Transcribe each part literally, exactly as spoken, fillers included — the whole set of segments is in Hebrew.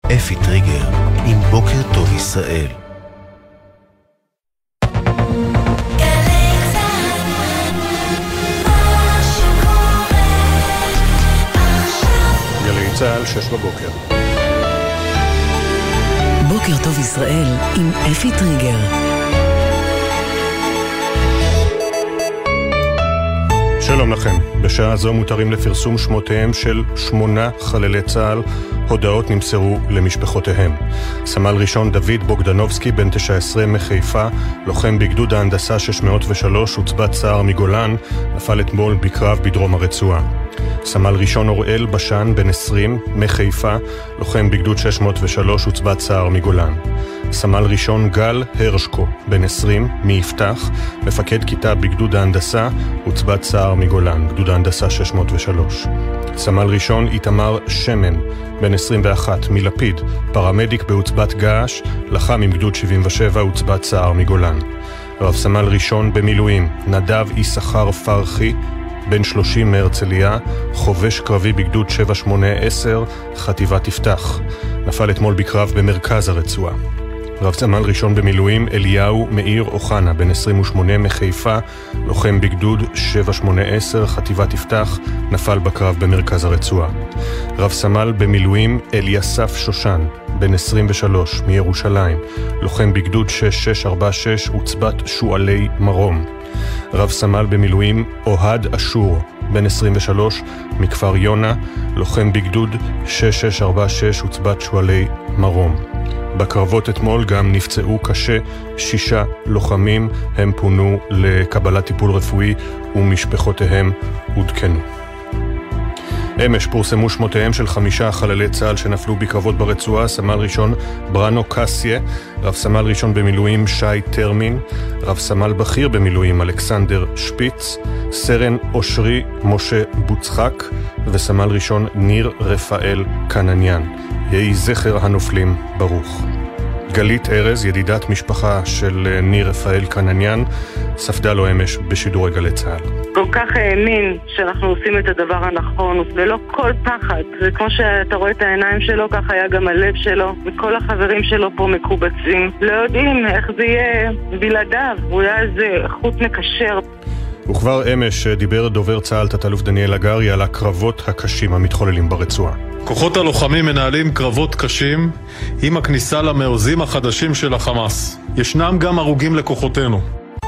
אפי טריגר עם בוקר טוב ישראל. גלי צהל שש בבוקר. בוקר טוב ישראל עם אפי טריגר. שלום לכם. בשעה זו מותרים לפרסום שמותיהם של שמונה חללי צה"ל. הודעות נמסרו למשפחותיהם. סמל ראשון דוד בוגדנובסקי בן תשע עשרה מחיפה, לוחם בגדוד ההנדסה שש מאות ושלוש עוצבת צער מגולן, נפל אתמול בקרב בדרום הרצועה. סמל ראשון אוראל בשן בן עשרים מחיפה, לוחם בגדוד שש מאות ושלוש עוצבת צער מגולן. סמל ראשון גל הרשקו בן עשרים מיפתח, מפקד כיתה בגדוד ההנדסה עוצבת צער מגולן, גדוד ההנדסה שש מאות ושלוש. סמל ראשון איתמר שמן בן עשרים ואחת מלפיד, פרמדיק בעוצבת געש, לחם עם גדוד שבעים ושבע עוצבת צער מגולן. רב סמל ראשון במילואים נדב יששכר פרחי בן שלושים מהרצליה, חובש קרבי בגדוד שבע שמונה עשר חטיבת יפתח, נפל אתמול בקרב במרכז הרצועה. רב סמל ראשון במילואים אליהו מאיר אוחנה בן עשרים ושמונה מחיפה, לוחם בגדוד שבע שמונה עשר חטיבת יפתח, נפל בקרב במרכז הרצועה. רב סמל במילואים אליסף שושן בן עשרים ושלוש מירושלים, לוחם בגדוד שש שש ארבע שש עוצבת שועלי מרום. רב סמל במילואים אוהד אשור בן עשרים ושלוש מכפר יונה, לוחם בגדוד שש שש ארבע שש עוצבת שועלי מרום. בקרבות אתמול גם נפצעו קשה שישה לוחמים, הם פונו לקבלת טיפול רפואי ומשפחותיהם עודכנו. אמש פורסמו שמותיהם של חמישה חללי צה"ל שנפלו בקרבות ברצועה. סמל ראשון ברנו קסיה, רב סמל ראשון במילואים שי טרמין, רב סמל בכיר במילואים אלכסנדר שפיץ, סרן אושרי משה בוצחק וסמל ראשון ניר רפאל קנניאן. יהי זכר הנופלים ברוך. גלית ארז, ידידת משפחה של ניר רפאל קנניאן, ספדה לו אמש בשידורי גלי צה"ל. כל כך האמין שאנחנו עושים את הדבר הנכון ולא כל פחד. זה כמו שאתה רואה את העיניים שלו, כך היה גם הלב שלו, וכל החברים שלו פה מקובצים. לא יודעים איך זה יהיה בלעדיו, הוא היה איזה חוט מקשר. וכבר אמש דיבר דובר צה"ל תת-אלוף דניאל הגרי על הקרבות הקשים המתחוללים ברצועה. כוחות הלוחמים מנהלים קרבות קשים עם הכניסה למעוזים החדשים של החמאס. ישנם גם הרוגים לכוחותינו.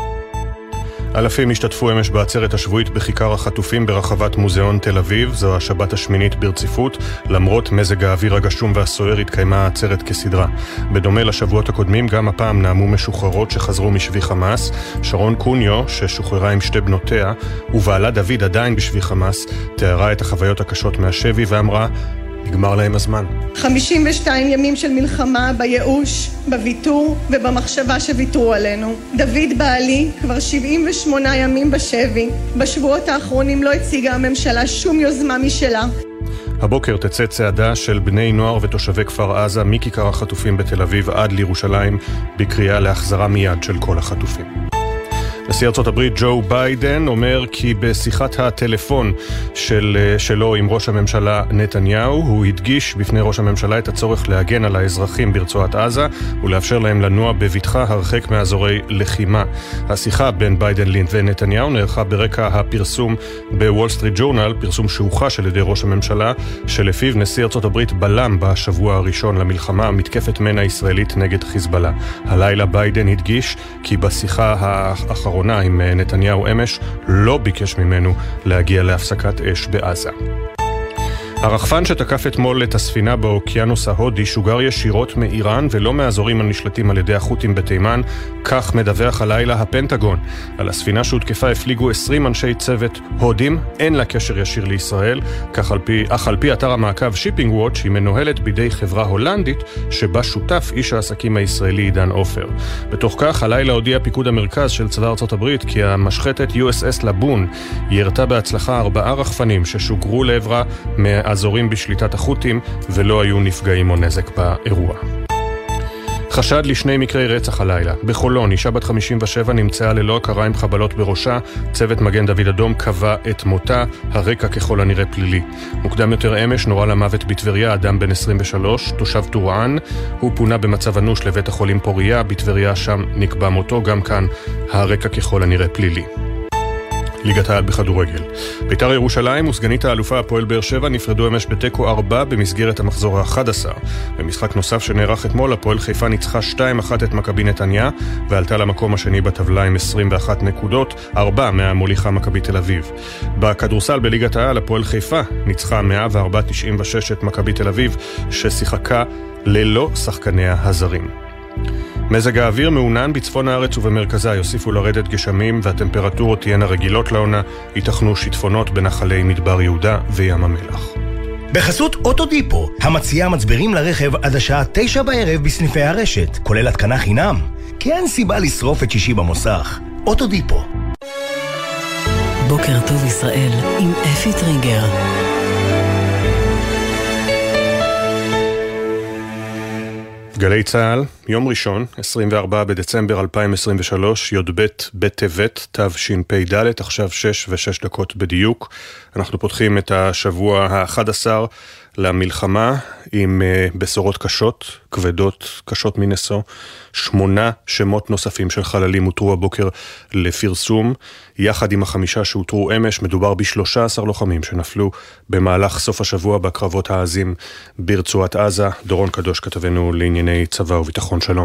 אלפים השתתפו אמש בעצרת השבועית בכיכר החטופים ברחבת מוזיאון תל אביב. זו השבת השמינית ברציפות. למרות מזג האוויר הגשום והסוער התקיימה העצרת כסדרה. בדומה לשבועות הקודמים, גם הפעם נאמו משוחררות שחזרו משבי חמאס. שרון קוניו, ששוחררה עם שתי בנותיה, ובעלה דוד עדיין בשבי חמאס, תיארה את החוויות הקשות מהשבי ואמרה, נגמר להם הזמן. חמישים ושתיים ימים של מלחמה בייאוש, בוויתור ובמחשבה שוויתרו עלינו. דוד בעלי כבר שבעים ושמונה ימים בשבי. בשבועות האחרונים לא הציגה הממשלה שום יוזמה משלה. הבוקר תצא צעדה של בני נוער ותושבי כפר עזה מכיכר החטופים בתל אביב עד לירושלים בקריאה להחזרה מיד של כל החטופים. נשיא ארצות הברית ג'ו ביידן אומר כי בשיחת הטלפון של, שלו עם ראש הממשלה נתניהו הוא הדגיש בפני ראש הממשלה את הצורך להגן על האזרחים ברצועת עזה ולאפשר להם לנוע בבטחה הרחק מאזורי לחימה. השיחה בין ביידן לין ונתניהו נערכה ברקע הפרסום בוול סטריט ג'ורנל, פרסום שהוכח על ידי ראש הממשלה, שלפיו נשיא ארצות הברית בלם בשבוע הראשון למלחמה מתקפת מנע ישראלית נגד חיזבאללה. הלילה ביידן הדגיש כי בשיחה האחרונה עם נתניהו אמש לא ביקש ממנו להגיע להפסקת אש בעזה. הרחפן שתקף אתמול את הספינה באוקיינוס ההודי שוגר ישירות מאיראן ולא מאזורים הנשלטים על ידי החות'ים בתימן, כך מדווח הלילה הפנטגון. על הספינה שהותקפה הפליגו עשרים אנשי צוות הודים, אין לה קשר ישיר לישראל, כך על פי, אך על פי אתר המעקב שיפינג וואץ' היא מנוהלת בידי חברה הולנדית שבה שותף איש העסקים הישראלי עידן עופר. בתוך כך הלילה הודיע פיקוד המרכז של צבא ארצות הברית כי המשחטת יו אס אס לבון ירתה בהצלחה ארבעה רחפנים ששוגרו לעברה מה אזורים בשליטת החות'ים ולא היו נפגעים או נזק באירוע. חשד לשני מקרי רצח הלילה. בחולון, אישה בת חמישים ושבע נמצאה ללא הכרה עם חבלות בראשה. צוות מגן דוד אדום קבע את מותה, הרקע ככל הנראה פלילי. מוקדם יותר אמש נורה למוות בטבריה אדם בן עשרים ושלוש, תושב טורען. הוא פונה במצב אנוש לבית החולים פוריה, בטבריה שם נקבע מותו, גם כאן הרקע ככל הנראה פלילי. ליגת העל בכדורגל. בית"ר ירושלים וסגנית האלופה הפועל באר שבע נפרדו אמש בתיקו ארבע במסגרת המחזור ה-אחד עשר. במשחק נוסף שנערך אתמול, הפועל חיפה ניצחה שתיים אחת את מכבי נתניה ועלתה למקום השני בטבלה עם עשרים ואחת נקודות, ארבע מהמוליכה מכבי תל אביב. בכדורסל בליגת העל, הפועל חיפה ניצחה מאה וארבע תשעים ושש את מכבי תל אביב, ששיחקה ללא שחקניה הזרים. מזג האוויר מעונן בצפון הארץ ובמרכזה, יוסיפו לרדת גשמים והטמפרטורות תהיינה רגילות לעונה, ייתכנו שיטפונות בנחלי מדבר יהודה וים המלח. בחסות אוטודיפו, המציעה מצברים לרכב עד השעה תשע בערב בסניפי הרשת, כולל התקנה חינם. כי אין סיבה לשרוף את שישי במוסך. אוטודיפו. בוקר טוב ישראל עם אפי טריגר. גלי צהל, יום ראשון, עשרים וארבעה בדצמבר אלפיים עשרים ושלוש, י"ב בטבת תשפ"ד, עכשיו שש ושש דקות בדיוק. אנחנו פותחים את השבוע ה-אחד עשר למלחמה עם uh, בשורות קשות, כבדות, קשות מנשוא. שמונה שמות נוספים של חללים הותרו הבוקר לפרסום, יחד עם החמישה שהותרו אמש. מדובר ב-שלושה עשר לוחמים שנפלו במהלך סוף השבוע בקרבות העזים ברצועת עזה. דורון קדוש כתבנו לענייני צבא וביטחון, שלום.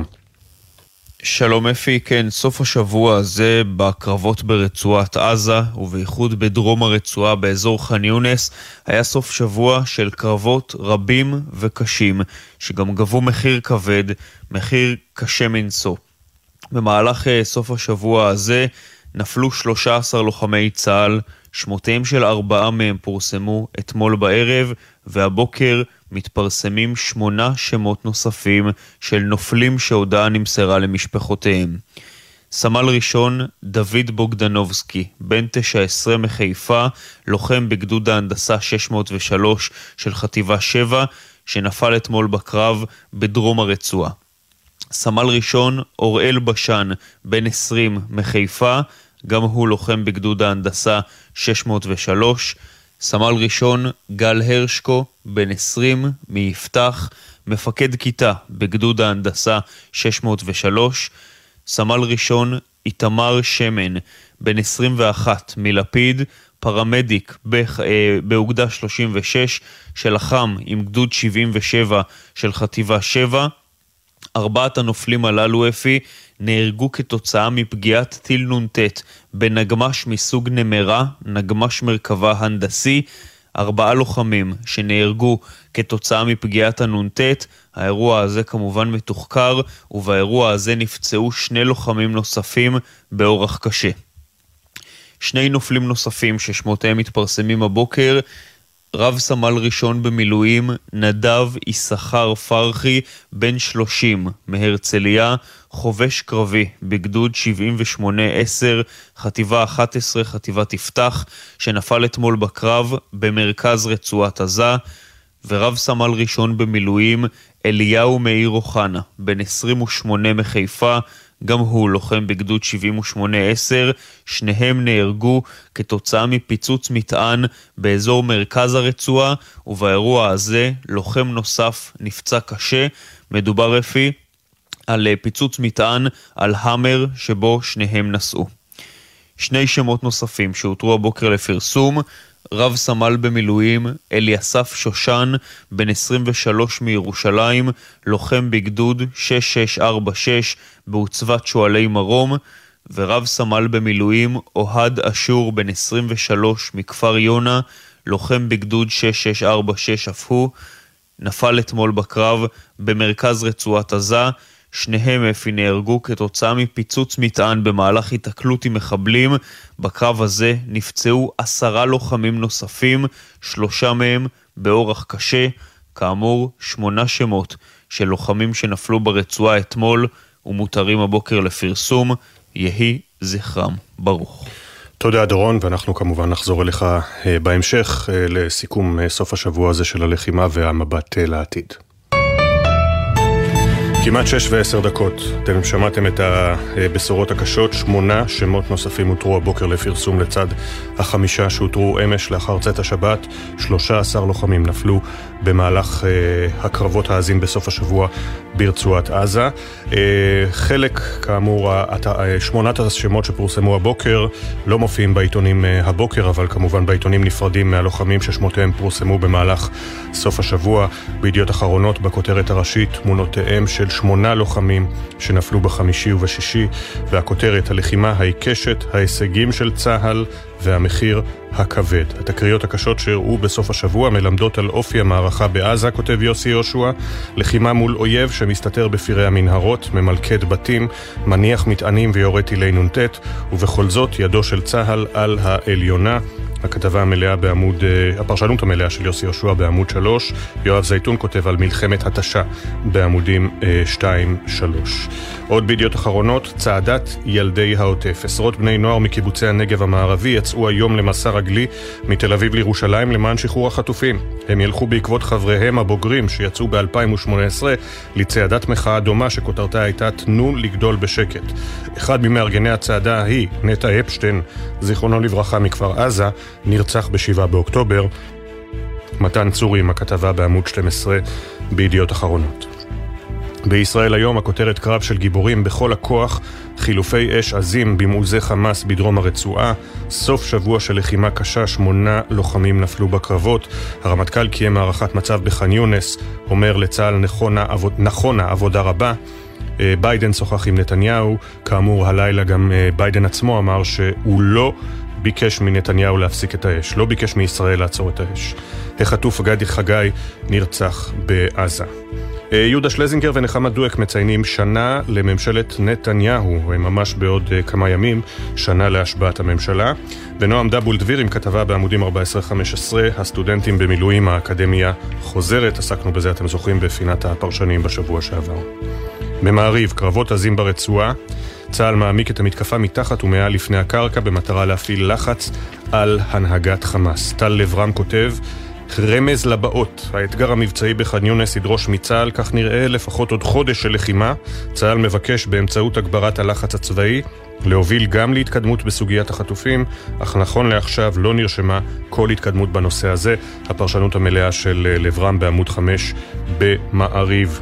שלום אפי, כן, סוף השבוע הזה בקרבות ברצועת עזה ובייחוד בדרום הרצועה באזור ח'אן יונס היה סוף שבוע של קרבות רבים וקשים שגם גבו מחיר כבד, מחיר קשה מנשוא. במהלך סוף השבוע הזה נפלו שלושה עשר לוחמי צה"ל, שמותיהם של ארבעה מהם פורסמו אתמול בערב, והבוקר מתפרסמים שמונה שמות נוספים של נופלים שהודעה נמסרה למשפחותיהם. סמל ראשון דוד בוגדנובסקי, בן תשע עשרה מחיפה, לוחם בגדוד ההנדסה שש מאות ושלוש של חטיבה שבע, שנפל אתמול בקרב בדרום הרצועה. סמל ראשון אוראל בשן, בן עשרים מחיפה, גם הוא לוחם בגדוד ההנדסה שש מאות ושלוש. סמל ראשון גל הרשקו, בן עשרים מיפתח, מפקד כיתה בגדוד ההנדסה שש מאות ושלוש. סמל ראשון איתמר שמן, בן עשרים ואחת מלפיד, פרמדיק באוגדה שלושים ושש שלחם עם גדוד שבעים ושבע של חטיבה שבע. ארבעת הנופלים הללו אפי נהרגו כתוצאה מפגיעת טיל נונטט בנגמש מסוג נמרה, נגמש מרכבה הנדסי. ארבעה לוחמים שנהרגו כתוצאה מפגיעת הנונטט. האירוע הזה כמובן מתוחקר, ובאירוע הזה נפצעו שני לוחמים נוספים באורח קשה. שני נופלים נוספים ששמותיהם מתפרסמים הבוקר, רב סמל ראשון במילואים נדב יששכר פרחי, בן שלושים מהרצליה, חובש קרבי בגדוד שבעים ושמונה עשר, חטיבה אחת עשרה, חטיבת יפתח, שנפל אתמול בקרב במרכז רצועת עזה. ורב סמל ראשון במילואים אליהו מאיר אוחנה, בן עשרים ושמונה מחיפה, גם הוא לוחם בגדוד שבעים ושמונה עשר, שניהם נהרגו כתוצאה מפיצוץ מטען באזור מרכז הרצועה, ובאירוע הזה לוחם נוסף נפצע קשה. מדובר אפי על פיצוץ מטען על המר שבו שניהם נסעו. שני שמות נוספים שהותרו הבוקר לפרסום, רב סמל במילואים אליסף שושן, בן עשרים ושלוש מירושלים, לוחם בגדוד שש שש ארבע שש בעוצבת שואלי מרום, ורב סמל במילואים אוהד אשור, בן עשרים ושלוש מכפר יונה, לוחם בגדוד שש שש ארבע שש אף הוא, נפל אתמול בקרב במרכז רצועת עזה. שניהם אפי נהרגו כתוצאה מפיצוץ מטען במהלך התקלות עם מחבלים. בקרב הזה נפצעו עשרה לוחמים נוספים, שלושה מהם באורח קשה. כאמור, שמונה שמות של לוחמים שנפלו ברצועה אתמול ומותרים הבוקר לפרסום. יהי זכרם ברוך. תודה דורון, ואנחנו כמובן נחזור אליך בהמשך לסיכום סוף השבוע הזה של הלחימה והמבט לעתיד. כמעט שש ועשר דקות. אתם שמעתם את הבשורות הקשות. שמונה שמות נוספים הותרו הבוקר לפרסום לצד החמישה שהותרו אמש לאחר צאת השבת. שלושה עשר לוחמים נפלו במהלך uh, הקרבות העזים בסוף השבוע ברצועת עזה. Uh, חלק, כאמור, הת... שמונת השמות שפורסמו הבוקר לא מופיעים בעיתונים uh, הבוקר, אבל כמובן בעיתונים נפרדים מהלוחמים ששמותיהם פורסמו במהלך סוף השבוע. בידיעות אחרונות בכותרת הראשית תמונותיהם של שמונה לוחמים שנפלו בחמישי ובשישי, והכותרת: הלחימה העיקשת, ההישגים של צה"ל והמחיר הכבד. התקריות הקשות שהראו בסוף השבוע מלמדות על אופי המערכה בעזה, כותב יוסי יהושע. לחימה מול אויב שמסתתר בפירי המנהרות, ממלכד בתים, מניח מטענים ויורה טילי נונטט, ובכל זאת ידו של צה"ל על העליונה. הכתבה המלאה בעמוד, הפרשנות המלאה של יוסי יהושע בעמוד שלוש. יואב זייתון כותב על מלחמת התשה בעמודים שתיים שלוש. עוד בידיעות אחרונות, צעדת ילדי העוטף. עשרות בני נוער מקיבוצי הנגב המערבי יצאו היום למסע רגלי מתל אביב לירושלים למען שחרור החטופים. הם ילכו בעקבות חבריהם הבוגרים שיצאו ב-אלפיים שמונה עשרה לצעדת מחאה דומה שכותרתה הייתה תנו לגדול בשקט. אחד ממארגני הצעדה ההיא, נטע אפשטיין, זיכרונו לברכה מכפר עזה, נרצח בשבעה באוקטובר. מתן צורי עם הכתבה בעמוד שתים עשרה בידיעות אחרונות. בישראל היום הכותרת: קרב של גיבורים בכל הכוח, חילופי אש עזים במעוזי חמאס בדרום הרצועה. סוף שבוע של לחימה קשה, שמונה לוחמים נפלו בקרבות. הרמטכ"ל קיים הערכת מצב בח'אן יונס, אומר לצה"ל נכונה, עבוד, נכונה עבודה רבה. ביידן שוחח עם נתניהו, כאמור הלילה גם ביידן עצמו אמר שהוא לא ביקש מנתניהו להפסיק את האש, לא ביקש מישראל לעצור את האש. החטוף גדי חגי נרצח בעזה. יהודה שלזינגר ונחמה דואק מציינים שנה לממשלת נתניהו, ממש בעוד כמה ימים, שנה להשבעת הממשלה. ונועם דבול דביר עם כתבה בעמודים ארבע עשרה חמש עשרה, הסטודנטים במילואים, האקדמיה חוזרת. עסקנו בזה, אתם זוכרים, בפינת הפרשנים בשבוע שעבר. במעריב, קרבות עזים ברצועה. צה"ל מעמיק את המתקפה מתחת ומעל לפני הקרקע במטרה להפעיל לחץ על הנהגת חמאס. טל לברם כותב: רמז לבאות, האתגר המבצעי בח'אן יונס ידרוש מצה"ל, כך נראה, לפחות עוד חודש של לחימה. צה"ל מבקש באמצעות הגברת הלחץ הצבאי להוביל גם להתקדמות בסוגיית החטופים, אך נכון לעכשיו לא נרשמה כל התקדמות בנושא הזה. הפרשנות המלאה של לברם בעמוד חמש במעריב.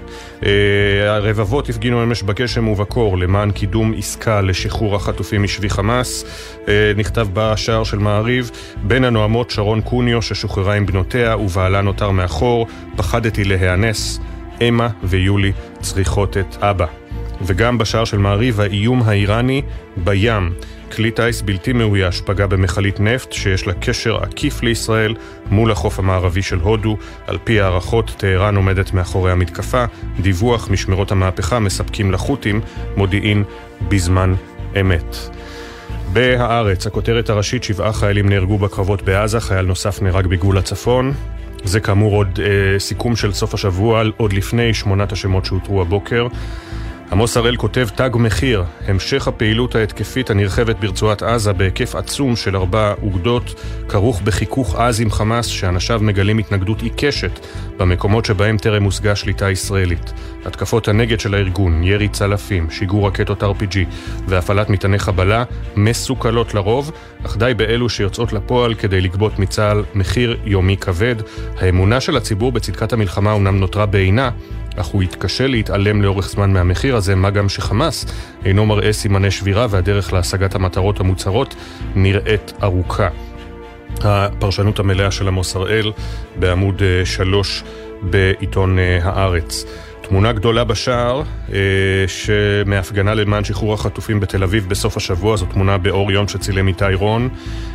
הרבבות הפגינו אמש בגשם ובקור למען קידום עסקה לשחרור החטופים משבי חמאס. נכתב בשער של מעריב: בין הנואמות שרון קוניו ששוחררה עם בנותיה ובעלה נותר מאחור, פחדתי להיאנס, אמא ויולי צריכות את אבא. וגם בשער של מעריב, האיום האיראני בים. כלי טייס בלתי מאויש פגע במכלית נפט שיש לה קשר עקיף לישראל מול החוף המערבי של הודו. על פי הערכות, טהרן עומדת מאחורי המתקפה. דיווח משמרות המהפכה מספקים לחות'ים מודיעין בזמן אמת. בהארץ, הכותרת הראשית: שבעה חיילים נהרגו בקרבות בעזה, חייל נוסף נהרג בגבול הצפון. זה כאמור עוד אה, סיכום של סוף השבוע, עוד לפני שמונת השמות שהותרו הבוקר. עמוס הראל כותב: תג מחיר, המשך הפעילות ההתקפית הנרחבת ברצועת עזה בהיקף עצום של ארבע אוגדות, כרוך בחיכוך עז עם חמאס שאנשיו מגלים התנגדות עיקשת במקומות שבהם טרם הושגה שליטה ישראלית. התקפות הנגד של הארגון, ירי צלפים, שיגור רקטות אר פי ג'י והפעלת מטעני חבלה מסוכלות לרוב, אך די באלו שיוצאות לפועל כדי לגבות מצה"ל מחיר יומי כבד. האמונה של הציבור בצדקת המלחמה אומנם נותרה בעינה, אך הוא יתקשה להתעלם לאורך זמן מהמחיר הזה, מה גם שחמאס אינו מראה סימני שבירה והדרך להשגת המטרות המוצהרות נראית ארוכה. הפרשנות המלאה של עמוס הראל בעמוד שלוש בעיתון הארץ. תמונה גדולה בשער שמהפגנה למען שחרור החטופים בתל אביב בסוף השבוע. זו תמונה באור יום שצילם איתי רון,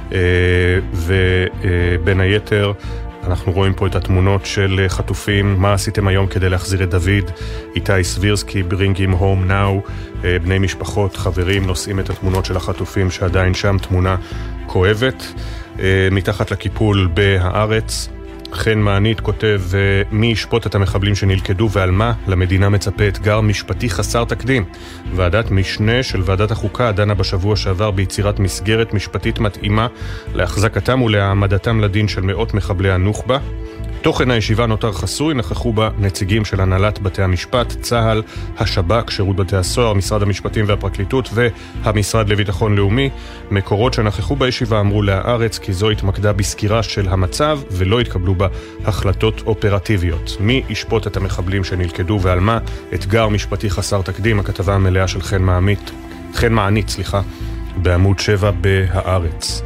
ובין היתר אנחנו רואים פה את התמונות של חטופים. מה עשיתם היום כדי להחזיר את דוד? איתי סבירסקי, Bring him home now. בני משפחות, חברים, נושאים את התמונות של החטופים שעדיין שם. תמונה כואבת. מתחת לקיפול בהארץ, חן מענית כותב: מי ישפוט את המחבלים שנלכדו ועל מה? למדינה מצפה אתגר משפטי חסר תקדים. ועדת משנה של ועדת החוקה דנה בשבוע שעבר ביצירת מסגרת משפטית מתאימה להחזקתם ולהעמדתם לדין של מאות מחבלי הנוח'בה. תוכן הישיבה נותר חסוי, נכחו בה נציגים של הנהלת בתי המשפט, צה"ל, השב"כ, שירות בתי הסוהר, משרד המשפטים והפרקליטות והמשרד לביטחון לאומי. מקורות שנכחו בישיבה אמרו להארץ כי זו התמקדה בסקירה של המצב ולא התקבלו בה החלטות אופרטיביות. מי ישפוט את המחבלים שנלכדו ועל מה? אתגר משפטי חסר תקדים, הכתבה המלאה של חן מענית, חן מענית, סליחה, בעמוד שבע בהארץ.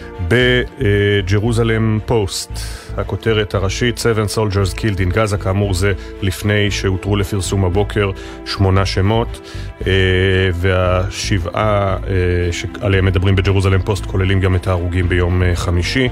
בג'רוזלם פוסט, הכותרת הראשית, Seven Soldiers Killed in Gaza, כאמור זה לפני שהותרו לפרסום הבוקר שמונה שמות, והשבעה שעליהם מדברים בג'רוזלם פוסט כוללים גם את ההרוגים ביום חמישי.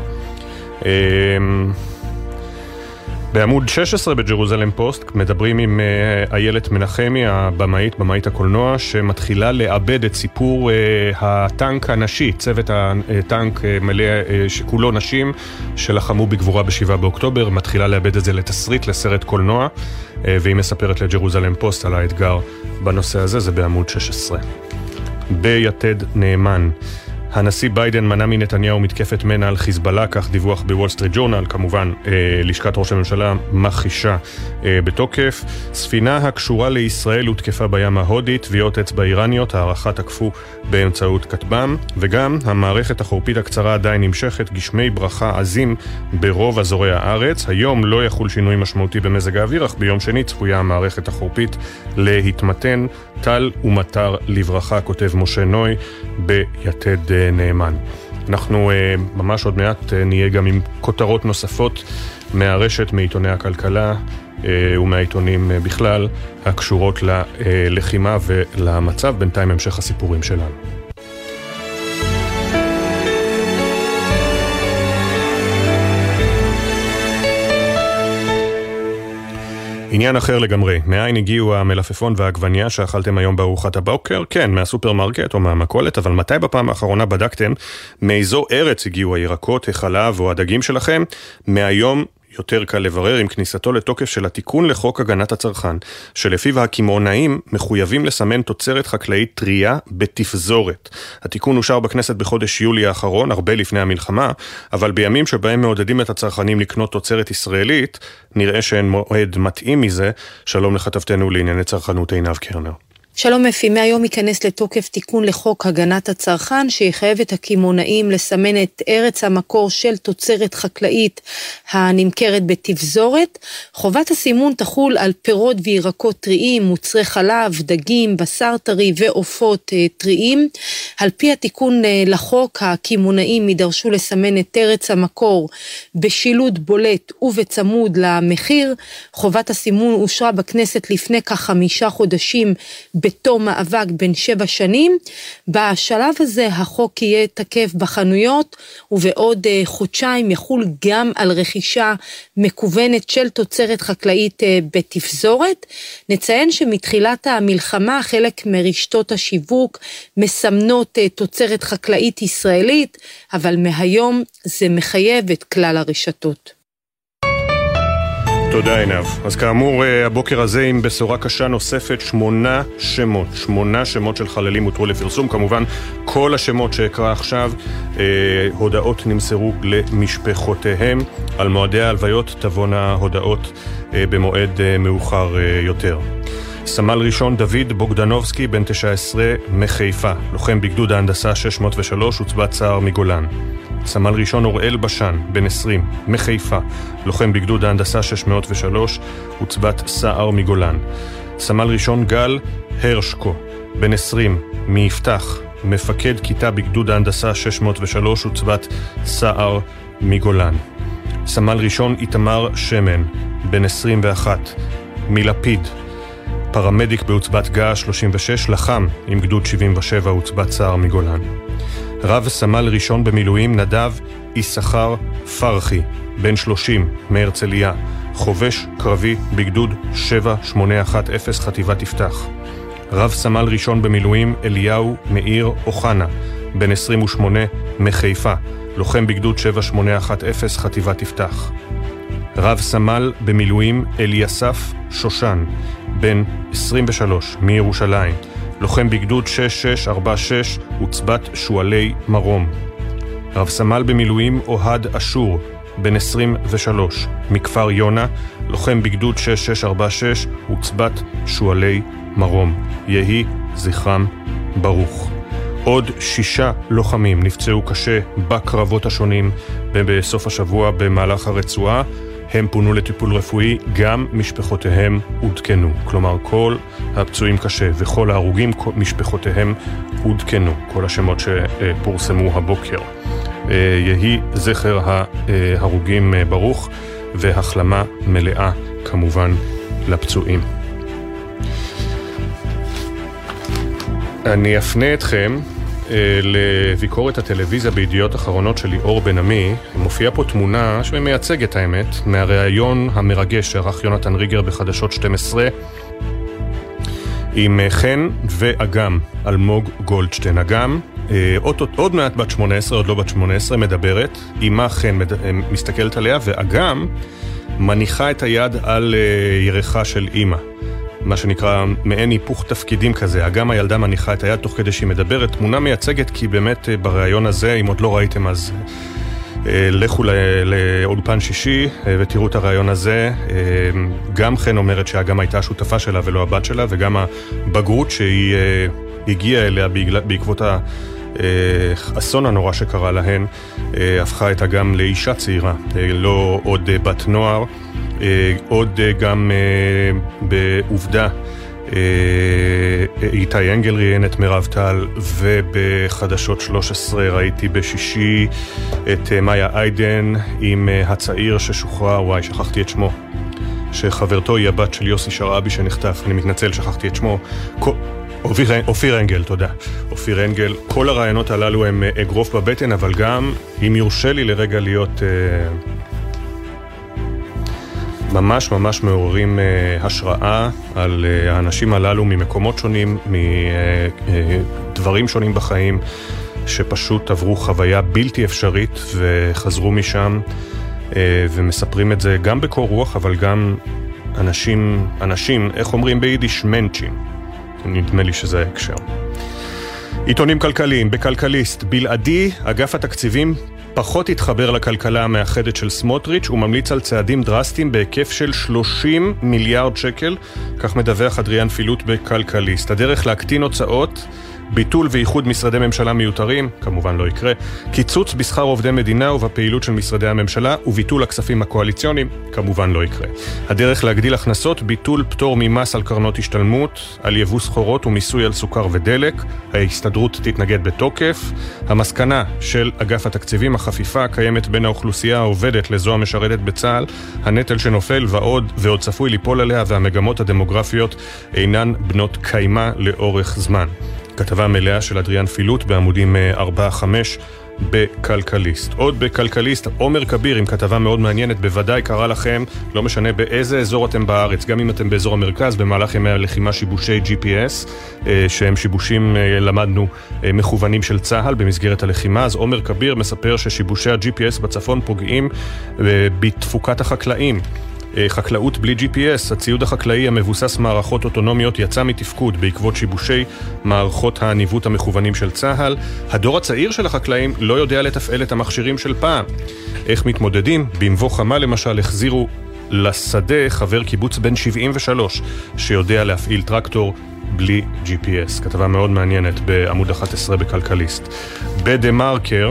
בעמוד שש עשרה בג'רוזלם פוסט מדברים עם איילת מנחמי, הבמאית, במאית הקולנוע, שמתחילה לאבד את סיפור הטנק הנשי, צוות הטנק מלא שכולו נשים שלחמו בגבורה בשבעה באוקטובר, מתחילה לאבד את זה לתסריט, לסרט קולנוע, והיא מספרת לג'רוזלם פוסט על האתגר בנושא הזה, זה בעמוד שש עשרה. ביתד נאמן, הנשיא ביידן מנע מנתניהו מתקפת מנע על חיזבאללה, כך דיווח בוול סטריט ג'ורנל, כמובן לשכת ראש הממשלה מכחישה בתוקף. ספינה הקשורה לישראל הותקפה בים ההודית, טביעות אצבע איראניות, הערכה תקפו באמצעות כטב"ם, וגם המערכת החורפית הקצרה עדיין נמשכת, גשמי ברכה עזים ברוב אזורי הארץ. היום לא יחול שינוי משמעותי במזג האוויר, אך ביום שני צפויה המערכת החורפית להתמתן. טל ומטר לברכה, כותב משה נוי ביתד נאמן. אנחנו uh, ממש עוד מעט uh, נהיה גם עם כותרות נוספות מהרשת, מעיתוני הכלכלה uh, ומהעיתונים uh, בכלל, הקשורות ללחימה ולמצב. בינתיים המשך הסיפורים שלנו. עניין אחר לגמרי, מאין הגיעו המלפפון והעגבניה שאכלתם היום בארוחת הבוקר? כן, מהסופרמרקט או מהמכולת, אבל מתי בפעם האחרונה בדקתם מאיזו ארץ הגיעו הירקות, החלב או הדגים שלכם? מהיום יותר קל לברר עם כניסתו לתוקף של התיקון לחוק הגנת הצרכן, שלפיו הקמעונאים מחויבים לסמן תוצרת חקלאית טריה בתפזורת. התיקון אושר בכנסת בחודש יולי האחרון, הרבה לפני המלחמה, אבל בימים שבהם מעודדים את הצרכנים לקנות תוצרת ישראלית, נראה שאין מועד מתאים מזה. שלום לכתבתנו לענייני צרכנות עינב קרנר. שלום אפי, מהיום ייכנס לתוקף תיקון לחוק הגנת הצרכן שיחייב את הקמעונאים לסמן את ארץ המקור של תוצרת חקלאית הנמכרת בתפזורת. חובת הסימון תחול על פירות וירקות טריים, מוצרי חלב, דגים, בשר טרי ועופות טריים. על פי התיקון לחוק, הקמעונאים יידרשו לסמן את ארץ המקור בשילוט בולט ובצמוד למחיר. חובת הסימון אושרה בכנסת לפני כחמישה חודשים בתום מאבק בין שבע שנים. בשלב הזה החוק יהיה תקף בחנויות, ובעוד חודשיים יחול גם על רכישה מקוונת של תוצרת חקלאית בתפזורת. נציין שמתחילת המלחמה חלק מרשתות השיווק מסמנות תוצרת חקלאית ישראלית, אבל מהיום זה מחייב את כלל הרשתות. תודה עינב. אז כאמור, הבוקר הזה עם בשורה קשה נוספת, שמונה שמות, שמונה שמות של חללים הותרו לפרסום. כמובן, כל השמות שאקרא עכשיו, אה, הודעות נמסרו למשפחותיהם. על מועדי ההלוויות תבואנה הודעות אה, במועד אה, מאוחר אה, יותר. סמל ראשון דוד בוגדנובסקי, בן תשע עשרה, מחיפה, לוחם בגדוד ההנדסה שש מאות ושלוש, הוצבת צער מגולן. סמל ראשון אוראל בשן, בן עשרים, מחיפה, לוחם בגדוד ההנדסה שש מאות ושלוש, הוצבת סער מגולן. סמל ראשון גל הרשקו, בן עשרים, מיפתח, מפקד כיתה בגדוד ההנדסה שש מאות ושלוש, הוצבת סער מגולן. סמל ראשון איתמר שמן, בן עשרים ואחת, מלפיד, פרמדיק בעוצבת גאה שלושים ושש, לחם עם גדוד שבעים ושבע, הוצבת סער מגולן. רב סמל ראשון במילואים נדב יששכר פרחי, בן שלושים, מהרצליה, חובש קרבי בגדוד שבע שמונה אחת אפס, חטיבת יפתח. רב סמל ראשון במילואים אליהו מאיר אוחנה, בן עשרים ושמונה, מחיפה, לוחם בגדוד שבע שמונה אחת אפס, חטיבת יפתח. רב סמל במילואים אליסף שושן, בן עשרים ושלוש, מירושלים, לוחם בגדוד שש שש ארבע שש, הוצבת שואלי מרום. רב סמל במילואים אוהד אשור, בן עשרים ושלוש, מכפר יונה, לוחם בגדוד שש שש ארבע שש, וצבת שואלי מרום. יהי זכרם ברוך. עוד שישה לוחמים נפצעו קשה בקרבות השונים בסוף השבוע במהלך הרצועה. הם פונו לטיפול רפואי, גם משפחותיהם עודכנו. כלומר, כל הפצועים קשה וכל ההרוגים, משפחותיהם עודכנו. כל השמות שפורסמו הבוקר. יהי זכר ההרוגים ברוך, והחלמה מלאה כמובן לפצועים. אני אפנה אתכם לביקורת הטלוויזיה בידיעות אחרונות של ליאור בן עמי. מופיעה פה תמונה שמייצגת האמת מהראיון המרגש שערך יונתן ריגר בחדשות שתים עשרה עם חן ואגם אלמוג גולדשטיין. אגם עוד, עוד מעט בת שמונה עשרה, עוד לא בת שמונה עשרה, מדברת, אימה חן מסתכלת עליה, ואגם מניחה את היד על ירחה של אימא, מה שנקרא מעין היפוך תפקידים כזה. אגם הילדה מניחה את היד תוך כדי שהיא מדברת. תמונה מייצגת, כי באמת בראיון הזה, אם עוד לא ראיתם אז לכו לאולפן שישי ותראו את הראיון הזה. גם חן אומרת שאגם הייתה השותפה שלה ולא הבת שלה, וגם הבגרות שהיא הגיעה אליה בעקבות האסון הנורא שקרה להן, הפכה את אגם לאישה צעירה, לא עוד בת נוער. עוד גם בעובדה, איתי אנגל ראיין את מירב טל, ובחדשות שלוש עשרה ראיתי בשישי את מאיה איידן עם הצעיר ששוחרר, וואי שכחתי את שמו, שחברתו היא הבת של יוסי שרעבי שנחטף, אני מתנצל שכחתי את שמו, אופיר, אופיר אנגל, תודה. אופיר אנגל. כל הרעיונות הללו הם אגרוף בבטן, אבל גם אם יורשה לי לרגע להיות ממש ממש מעוררים השראה על האנשים הללו ממקומות שונים, מדברים שונים בחיים, שפשוט עברו חוויה בלתי אפשרית וחזרו משם, ומספרים את זה גם בקור רוח, אבל גם אנשים, אנשים, איך אומרים ביידיש? מנצ'ים. נדמה לי שזה ההקשר. עיתונים כלכליים, בכלכליסט, בלעדי, אגף התקציבים פחות התחבר לכלכלה המאחדת של סמוטריץ' וממליץ על צעדים דרסטיים בהיקף של שלושים מיליארד שקל, כך מדווח אדריאן פילוט בכלכליסט. הדרך להקטין הוצאות, ביטול ואיחוד משרדי ממשלה מיותרים, כמובן לא יקרה, קיצוץ בשכר עובדי מדינה ובפעילות של משרדי הממשלה, וביטול הכספים הקואליציוניים, כמובן לא יקרה. הדרך להגדיל הכנסות, ביטול פטור ממס על קרנות השתלמות, על יבוא סחורות ומיסוי על סוכר ודלק, ההסתדרות תתנגד בתוקף. המסקנה של אגף התקציבים, החפיפה הקיימת בין האוכלוסייה העובדת לזו המשרתת בצה"ל, הנטל שנופל ועוד ועוד צפוי ליפול עליה, והמגמות הדמוגרפיות אינן בנות קיימה לאורך זמן. כתבה מלאה של אדריאן פילוט בעמודים ארבע חמש בכלכליסט. עוד בכלכליסט, עומר כביר עם כתבה מאוד מעניינת, בוודאי קרה לכם, לא משנה באיזה אזור אתם בארץ, גם אם אתם באזור המרכז, במהלך ימי הלחימה שיבושי ג'י פי אס, שהם שיבושים, למדנו, מכוונים של צה"ל במסגרת הלחימה. אז עומר כביר מספר ששיבושי ה-ג'י פי אס בצפון פוגעים בתפוקת החקלאים. חקלאות בלי ג'י פי אס, הציוד החקלאי המבוסס מערכות אוטונומיות יצא מתפקוד בעקבות שיבושי מערכות הניווט המכוונים של צה"ל. הדור הצעיר של החקלאים לא יודע לתפעל את המכשירים של פעם. איך מתמודדים? במבוא חמה למשל החזירו לשדה חבר קיבוץ בן שבעים ושלוש שיודע להפעיל טרקטור בלי ג'י פי אס. כתבה מאוד מעניינת בעמוד אחת עשרה בכלכליסט. בדה מרקר,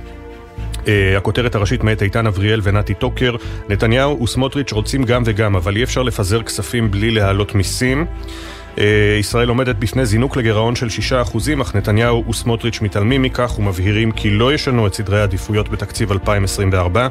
Uh, הכותרת הראשית מאת איתן אבריאל ונתי טוקר, נתניהו וסמוטריץ' רוצים גם וגם, אבל אי אפשר לפזר כספים בלי להעלות מיסים. Uh, ישראל עומדת בפני זינוק לגירעון של שישה אחוזים, אך נתניהו וסמוטריץ' מתעלמים מכך ומבהירים כי לא ישנו את סדרי העדיפויות בתקציב אלפיים עשרים וארבע.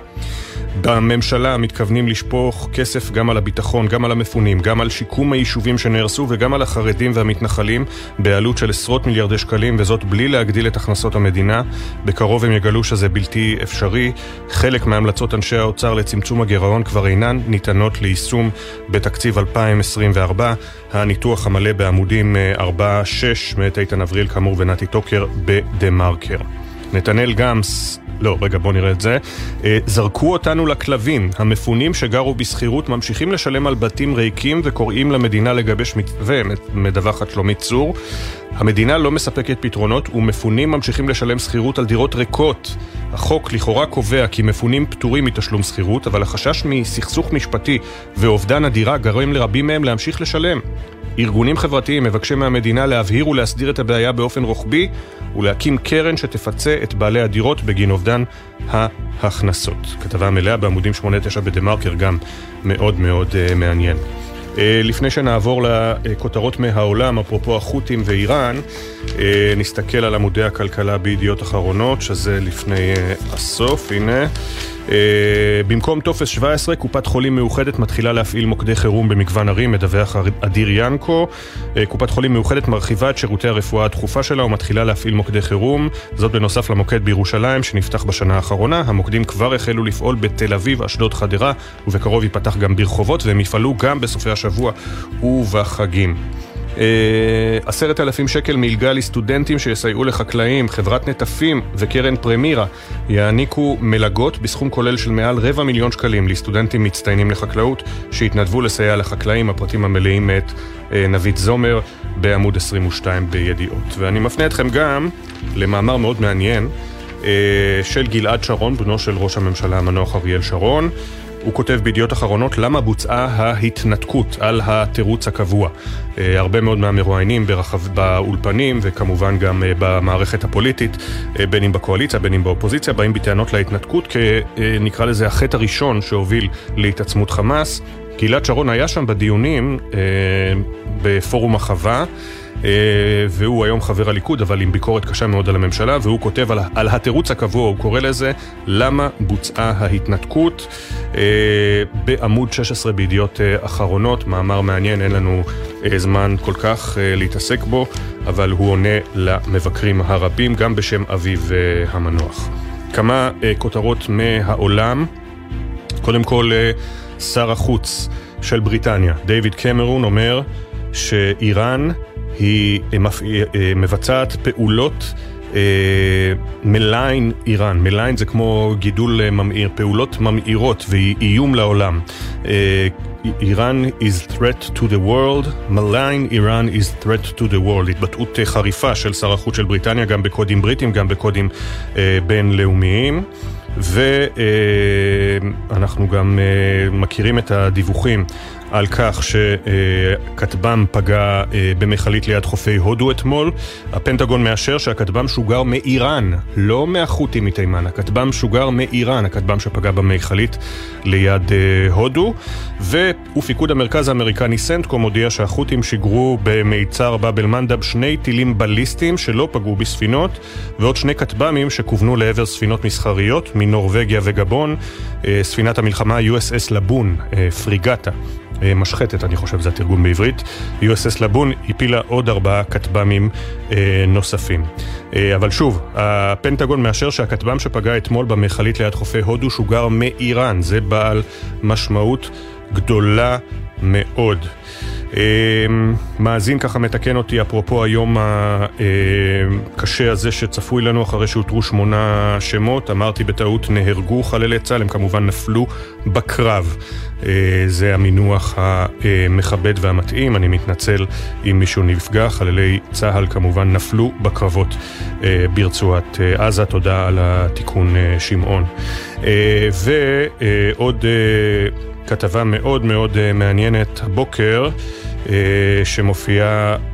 בממשלה מתכוונים לשפוך כסף גם על הביטחון, גם על המפונים, גם על שיקום היישובים שנהרסו וגם על החרדים והמתנחלים בעלות של עשרות מיליארדי שקלים, וזאת בלי להגדיל את הכנסות המדינה. בקרוב הם יגלו שזה בלתי אפשרי. חלק מהמלצות אנשי האוצר לצמצום הגירעון כבר אינן ניתנות ליישום בתקציב אלפיים עשרים וארבע. הניתוח המלא בעמודים ארבע שש מאת איתן אבריאל כאמור ונתי טוקר בדה מרקר. נתנאל גמס, לא, רגע, בוא נראה את זה. זרקו אותנו לכלבים. המפונים שגרו בסחירות ממשיכים לשלם על בתים ריקים וקוראים למדינה לגבש מתווה, מדווחת שלומית צור. המדינה לא מספקת פתרונות ומפונים ממשיכים לשלם סחירות על דירות ריקות. החוק לכאורה קובע כי מפונים פטורים מתשלום סחירות, אבל החשש מסכסוך משפטי ואובדן הדירה גרם לרבים מהם להמשיך לשלם. ארגונים חברתיים מבקשים מהמדינה להבהיר ולהסדיר את הבעיה באופן רוחבי ולהקים קרן שתפצה את בעלי הדירות בגין אובדן ההכנסות. כתבה מלאה בעמודים שמונה תשע בדמרקר, גם מאוד מאוד uh, מעניין. Uh, לפני שנעבור לכותרות מהעולם, אפרופו החות'ים ואיראן, uh, נסתכל על עמודי הכלכלה בידיעות אחרונות, שזה לפני uh, הסוף, הנה. Uh, במקום טופס שבע עשרה, קופת חולים מאוחדת מתחילה להפעיל מוקדי חירום במגוון ערים, מדווח אדיר ינקו. Uh, קופת חולים מאוחדת מרחיבה את שירותי הרפואה הדחופה שלה ומתחילה להפעיל מוקדי חירום, זאת בנוסף למוקד בירושלים שנפתח בשנה האחרונה. המוקדים כבר החלו לפעול בתל אביב, אשדוד, חדרה, ובקרוב ייפתח גם ברחובות, והם יפעלו גם בסופי השבוע ובחגים. עשרת אלפים שקל מלגה לסטודנטים שיסייעו לחקלאים. חברת נטפים וקרן פרמירה יעניקו מלגות בסכום כולל של מעל רבע מיליון שקלים לסטודנטים מצטיינים לחקלאות שהתנדבו לסייע לחקלאים. הפרטים המלאים את נבית זומר בעמוד עשרים ושתיים בידיעות. ואני מפנה אתכם גם למאמר מאוד מעניין של גלעד שרון, בנו של ראש הממשלה המנוח אריאל שרון. הוא כותב בידיעות אחרונות למה בוצעה ההתנתקות על התירוץ הקבוע. הרבה מאוד מהמרואיינים ברחב, באולפנים וכמובן גם במערכת הפוליטית, בין אם בקואליציה, בין אם באופוזיציה, באים בטענות להתנתקות, כנקרא לזה החטא הראשון שהוביל להתעצמות חמאס. גלעד שרון היה שם בדיונים בפורום החווה, והוא היום חבר הליכוד, אבל עם ביקורת קשה מאוד על הממשלה, והוא כותב על, על התירוץ הקבוע, הוא קורא לזה למה בוצעה ההתנתקות, בעמוד שש עשרה בידיעות אחרונות. מאמר מעניין, אין לנו זמן כל כך להתעסק בו, אבל הוא עונה למבקרים הרבים, גם בשם אביו המנוח. כמה כותרות מהעולם. קודם כל, שר החוץ של בריטניה, דיוויד קמרון, אומר שאיראן היא מבצעת פעולות מליין איראן. מליין זה כמו גידול ממאיר, פעולות ממאירות ואיום לעולם. איראן is threat to the world, malign Iran is threat to the world. התבטאות חריפה של שר החוץ של בריטניה, גם בקודים בריטים, גם בקודים בינלאומיים. ואנחנו גם מכירים את הדיווחים על כך שכתבם פגע במחלית ליד חופי הודו אתמול. הפנטגון מאשר שהכתבם שוגר מאיראן, לא מהחות'ים מתימן. הכתבם שוגר מאיראן, הכתבם שפגע במחלית ליד הודו. ופיקוד המרכז האמריקני סנטקום מודיע שהחות'ים שיגרו במיצר באב אל מנדב שני טילים בליסטיים שלא פגעו בספינות, ועוד שני כתבמים שכוונו לעבר ספינות מסחריות מנורווגיה וגבון. ספינת המלחמה יו אס אס לבון, פריגטה, משחטת, אני חושב זה התרגום בעברית, יו אס אס לבון הפילה עוד ארבעה כתבמים נוספים. אבל שוב, הפנטגון מאשר שהכתבם שפגע אתמול במחלית ליד חופי הודו שוגר מאיראן. זה בעל משמעות גדולה מאוד. מאזין ככה מתקן אותי אפרופו היום הקשה הזה שצפוי לנו אחרי שהותרו שמונה שמות. אמרתי בטעות נהרגו חללי צה"ל, הם כמובן נפלו בקרב. זה המינוח המכבד והמתאים. אני מתנצל אם מישהו נפגע. חללי צה"ל כמובן נפלו בקרבות ברצועת עזה. תודה על התיקון שמעון. ועוד כתבה מאוד מאוד מעניינת הבוקר שמופיעה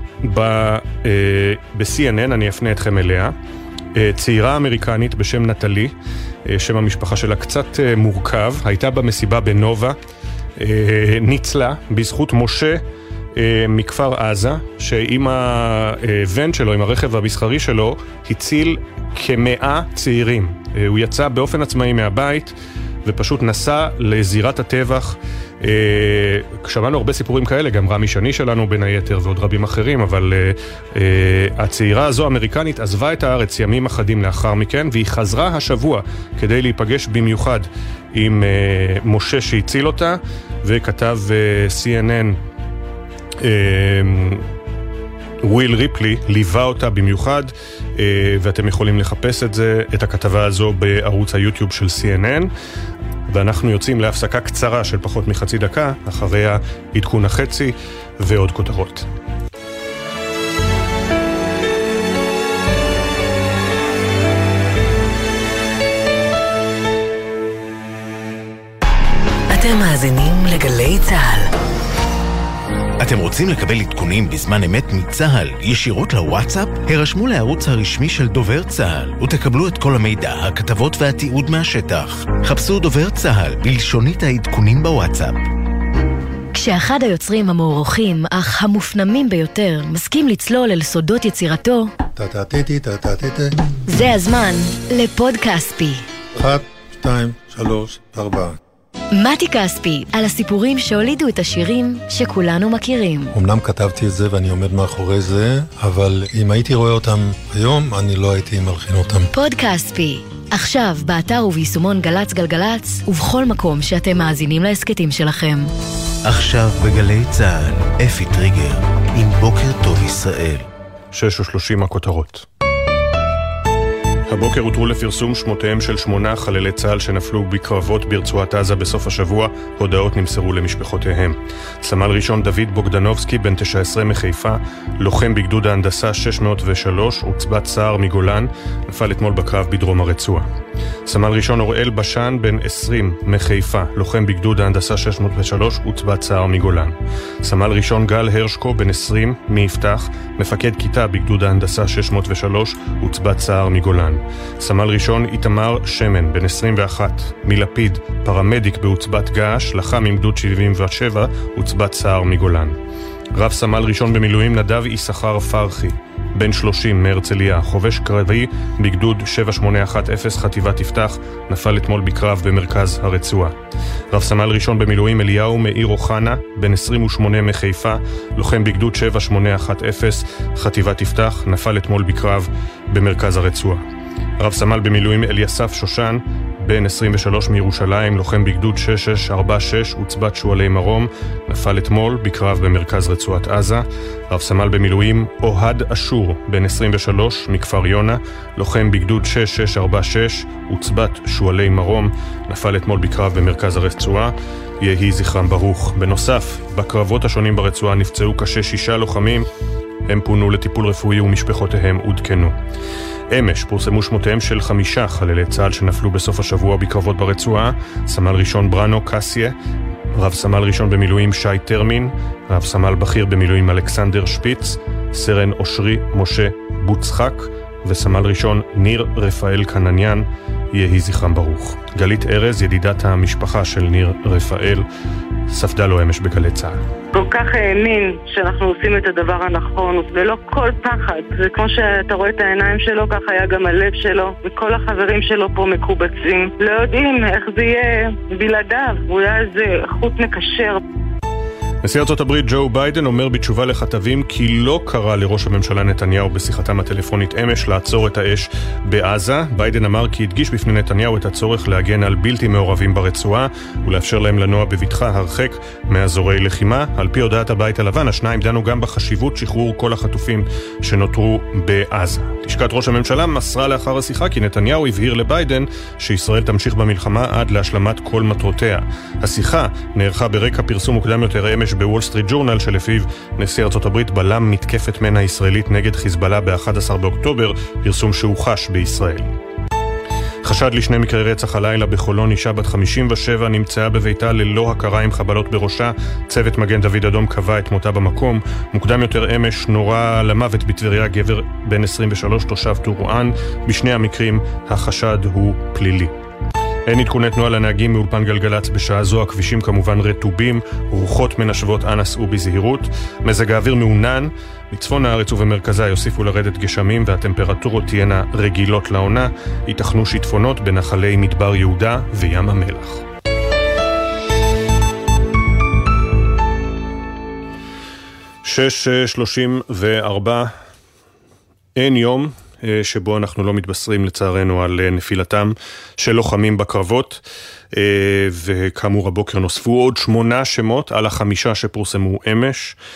ב-סי אן אן, אני אפנה אתכם אליה. צעירה אמריקנית בשם נטלי, שם המשפחה שלה קצת מורכב, הייתה במסיבה בנובה, ניצלה בזכות משה מכפר עזה, שעם הוון שלו, עם הרכב המסחרי שלו, הציל כמאה צעירים. הוא יצא באופן עצמאי מהבית ופשוט נסע לזירת הטבח. שמענו הרבה סיפורים כאלה, גם רמי שני שלנו בין היתר ועוד רבים אחרים, אבל הצעירה הזו האמריקנית עזבה את הארץ ימים אחדים לאחר מכן, והיא חזרה השבוע כדי להיפגש במיוחד עם משה שהציל אותה. וכתב סי אן אן, וויל ריפלי ליווה אותה במיוחד, ואתם יכולים לחפש את זה, את הכתבה הזו בערוץ היוטיוב של סי אן אן. ואנחנו יוצאים להפסקה קצרה של פחות מחצי דקה, אחריה עדכון החצי ועוד כותרות. אתם מאזינים לגלי צהל. אתם רוצים לקבל עדכונים בזמן אמת מצהל ישירות לוואטסאפ? הרשמו לערוץ הרשמי של דובר צהל ותקבלו את כל המידע, הכתבות והתיעוד מהשטח. חפשו דובר צהל בלשונית העדכונים בוואטסאפ. כשאחד היוצרים המוערוכים אך המופנמים ביותר מסכים לצלול אל סודות יצירתו, זה הזמן לפוד כספי. אחת, שתיים, שלוש, ארבע. מתי כספי, על הסיפורים שהולידו את השירים שכולנו מכירים. אמנם כתבתי את זה ואני עומד מאחורי זה, אבל אם הייתי רואה אותם היום, אני לא הייתי מלחין אותם. פוד כספי, עכשיו באתר וביישומון גלץ גלגלץ, ובכל מקום שאתם מאזינים להסקטים שלכם. עכשיו בגלי צהל, אפי טריגר, עם בוקר טוב ישראל. שש ושלושים הכותרות. הבוקר הותרו לפרסום שמותיהם של שמונה חללי צה"ל שנפלו בקרבות ברצועת עזה בסוף השבוע. הודעות נמסרו למשפחותיהם. סמל ראשון דוד בוגדנובסקי, בן תשע עשרה מחיפה, לוחם בגדוד ההנדסה שש מאות ושלוש, עוצבת סער מגולן, נפל אתמול בקרב בדרום הרצועה. סמל ראשון אוראל בשן, בן עשרים מחיפה, לוחם בגדוד ההנדסה שש מאות ושלוש, עוצבת סער מגולן. סמל ראשון גל הרשקו, בן עשרים מיפתח, מפקד כיתה בגדוד ההנדסה שש מאות ושלוש, עוצבת סער מגולן. סמל ראשון איתמר שמן, בן עשרים ואחת, מלפיד, פרמדיק בעוצבת געש, לחם עם גדוד שבעים ושבע, עוצבת סער מגולן. רב סמל ראשון במילואים נדב יששכר פרחי, בן שלושים מהרצליה, חובש קרבי בגדוד שבע שמונה אחת אפס חטיבת יפתח, נפל אתמול בקרב במרכז הרצועה. רב סמל ראשון במילואים אליהו מאיר אוחנה, בן עשרים ושמונה מחיפה, לוחם בגדוד שבע שמונה אחת אפס חטיבת יפתח, נפל אתמול בקרב במרכז הרצועה. רב סמל במילואים אליסף שושן, בן עשרים ושלוש מירושלים, לוחם בגדוד שש שש ארבע שש, עוצבת שועלי מרום, נפל אתמול בקרב במרכז רצועת עזה. רב סמל במילואים אוהד אשור, בן עשרים ושלוש מכפר יונה, לוחם בגדוד שש שש ארבע שש, עוצבת שועלי מרום, נפל אתמול בקרב במרכז הרצועה. יהי זכרם ברוך. בנוסף, בקרבות השונים ברצועה נפצעו קשה שישה לוחמים, הם פונו לטיפול רפואי ומשפחותיהם עודכנו. אמש פורסמו שמותיהם של חמישה חללי צה"ל שנפלו בסוף השבוע בקרבות ברצועה. סמל ראשון ברנו קסיה, רב סמל ראשון במילואים שי טרמין, רב סמל בכיר במילואים אלכסנדר שפיץ, סרן אושרי משה בוצחק וסמל ראשון ניר רפאל קנניאן. יהי זכרם ברוך. גלית ארז, ידידת המשפחה של ניר רפאל, ספדה לו אמש בגלי צה"ל. כל כך האמין שאנחנו עושים את הדבר הנכון ולא כל פחד. זה כמו שאתה רואה את העיניים שלו, כך היה גם הלב שלו, וכל החברים שלו פה מקובצים, לא יודעים איך זה יהיה בלעדיו. הוא היה איזה חוט מקשר. נשיא ארצות הברית ג'ו ביידן אומר בתשובה לכתבים כי לא קרא לראש הממשלה נתניהו בשיחתם הטלפונית אמש לעצור את האש בעזה. ביידן אמר כי הדגיש בפני נתניהו את הצורך להגן על בלתי מעורבים ברצועה ולאפשר להם לנוע בבטחה הרחק מאזורי לחימה. על פי הודעת הבית הלבן, השניים דנו גם בחשיבות שחרור כל החטופים שנותרו בעזה. לשכת ראש הממשלה מסרה לאחר השיחה כי נתניהו הבהיר לביידן שישראל תמשיך במלחמה עד להשלמת כל מטרותיה. השיחה נערכה ברקע פרסום מוקדם יותר אמש בוול סטריט ג'ורנל שלפיו נשיא ארצות הברית בלם מתקפת מנע ישראלית נגד חיזבאללה ב-אחד עשר באוקטובר, פרסום שהוחש בישראל. חשד לשני מקרי רצח הלילה בחולון, אישה בת חמישים ושבע נמצאה בביתה ללא הכרה עם חבלות בראשה. צוות מגן דוד אדום קבע את מותה במקום. מוקדם יותר אמש נורה למוות בטבריה גבר בן עשרים ושלוש תושב טורעאן. בשני המקרים החשד הוא פלילי. אין עדכוני תנועה לנהגים מאולפן גלגלץ בשעה זו. הכבישים כמובן רטובים, רוחות מנשבות, אנא סעו בזהירות. מזג האוויר מעונן, בצפון הארץ ובמרכזה יוסיפו לרדת גשמים והטמפרטורות תהיינה רגילות לעונה. ייתכנו שיטפונות בנחלי מדבר יהודה וים המלח. שש שלושים וארבע. אין יום שבו אנחנו לא מתבשרים לצערנו על נפילתם של לוחמים בקרבות, וכאמור הבוקר נוספו עוד שמונה שמות על החמישה שפורסמו אמש.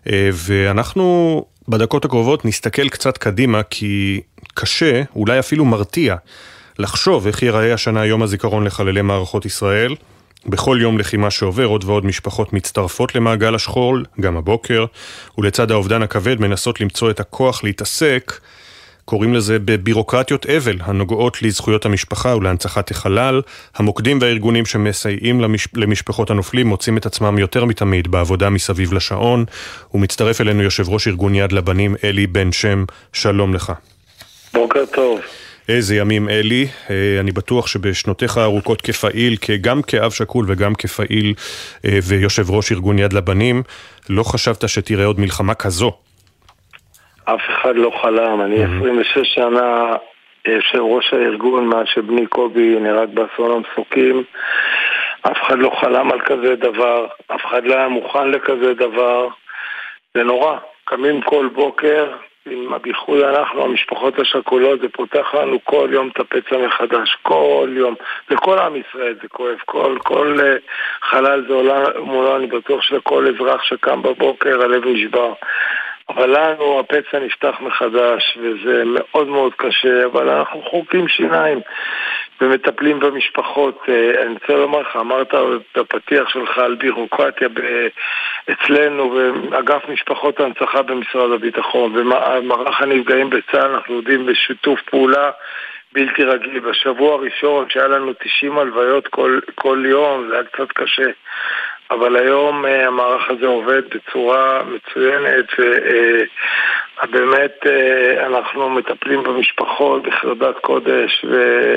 ואנחנו בדקות הקרובות נסתכל קצת קדימה, כי קשה, אולי אפילו מרתיע, לחשוב איך ייראה השנה יום הזיכרון לחללי מערכות ישראל. בכל יום לחימה שעובר, עוד ועוד משפחות מצטרפות למעגל השכול, גם הבוקר, ולצד האובדן הכבד מנסות למצוא את הכוח להתעסק, קוראים לזה בבירוקרטיות אבל, הנוגעות לזכויות המשפחה ולהנצחת החלל. המוקדים והארגונים שמסייעים למש... למשפחות הנופלים מוצאים את עצמם יותר מתמיד בעבודה מסביב לשעון, ומצטרף אלינו יושב ראש ארגון יד לבנים, אלי בן שם, שלום לך. בוקר טוב. איזה ימים אלי, אני בטוח שבשנותיך הארוכות כפעיל, גם כאב שקול וגם כפעיל ויושב ראש ארגון יד לבנים, לא חשבת שתראה עוד מלחמה כזו? אף אחד לא חלם. אני עשרים ושש שנה יושב ראש הארגון מאז שבני קובי נהרג באסון המסוקים. אף אחד לא חלם על כזה דבר, אף אחד לא היה מוכן לכזה דבר. זה נורא, קמים כל בוקר עם הביחוי אנחנו, המשפחות השכולות, זה פותח לנו כל יום את הפצע מחדש, כל יום, לכל עם ישראל זה כואב, כל, כל uh, חלל זה עולם מולו, אני בטוח שלכל אזרח שקם בבוקר הלב נשבר, אבל לנו הפצע נפתח מחדש וזה מאוד מאוד קשה, אבל אנחנו חורקים שיניים ומטפלים במשפחות. אני רוצה לומר לך, אמרת בפתיח שלך על בירוקרטיה אצלנו באגף משפחות ההנצחה במשרד הביטחון ומערך הנפגעים בצה"ל, אנחנו יודעים בשיתוף פעולה בלתי רגיל. בשבוע הראשון שהיה לנו תשעים הלוויות כל, כל יום, זה היה קצת קשה, אבל היום המערך הזה עובד בצורה מצוינת ובאמת אנחנו מטפלים במשפחות בחרדת קודש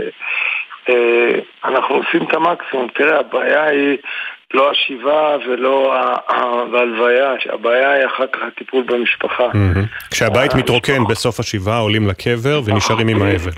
ואנחנו עושים את המקסימום. תראה, הבעיה היא לא השיבה ולא ההלוויה, הבעיה היא אחר כך הטיפול במשפחה. כשהבית מתרוקן בסוף השיבה עולים לקבר ונשארים עם האבל.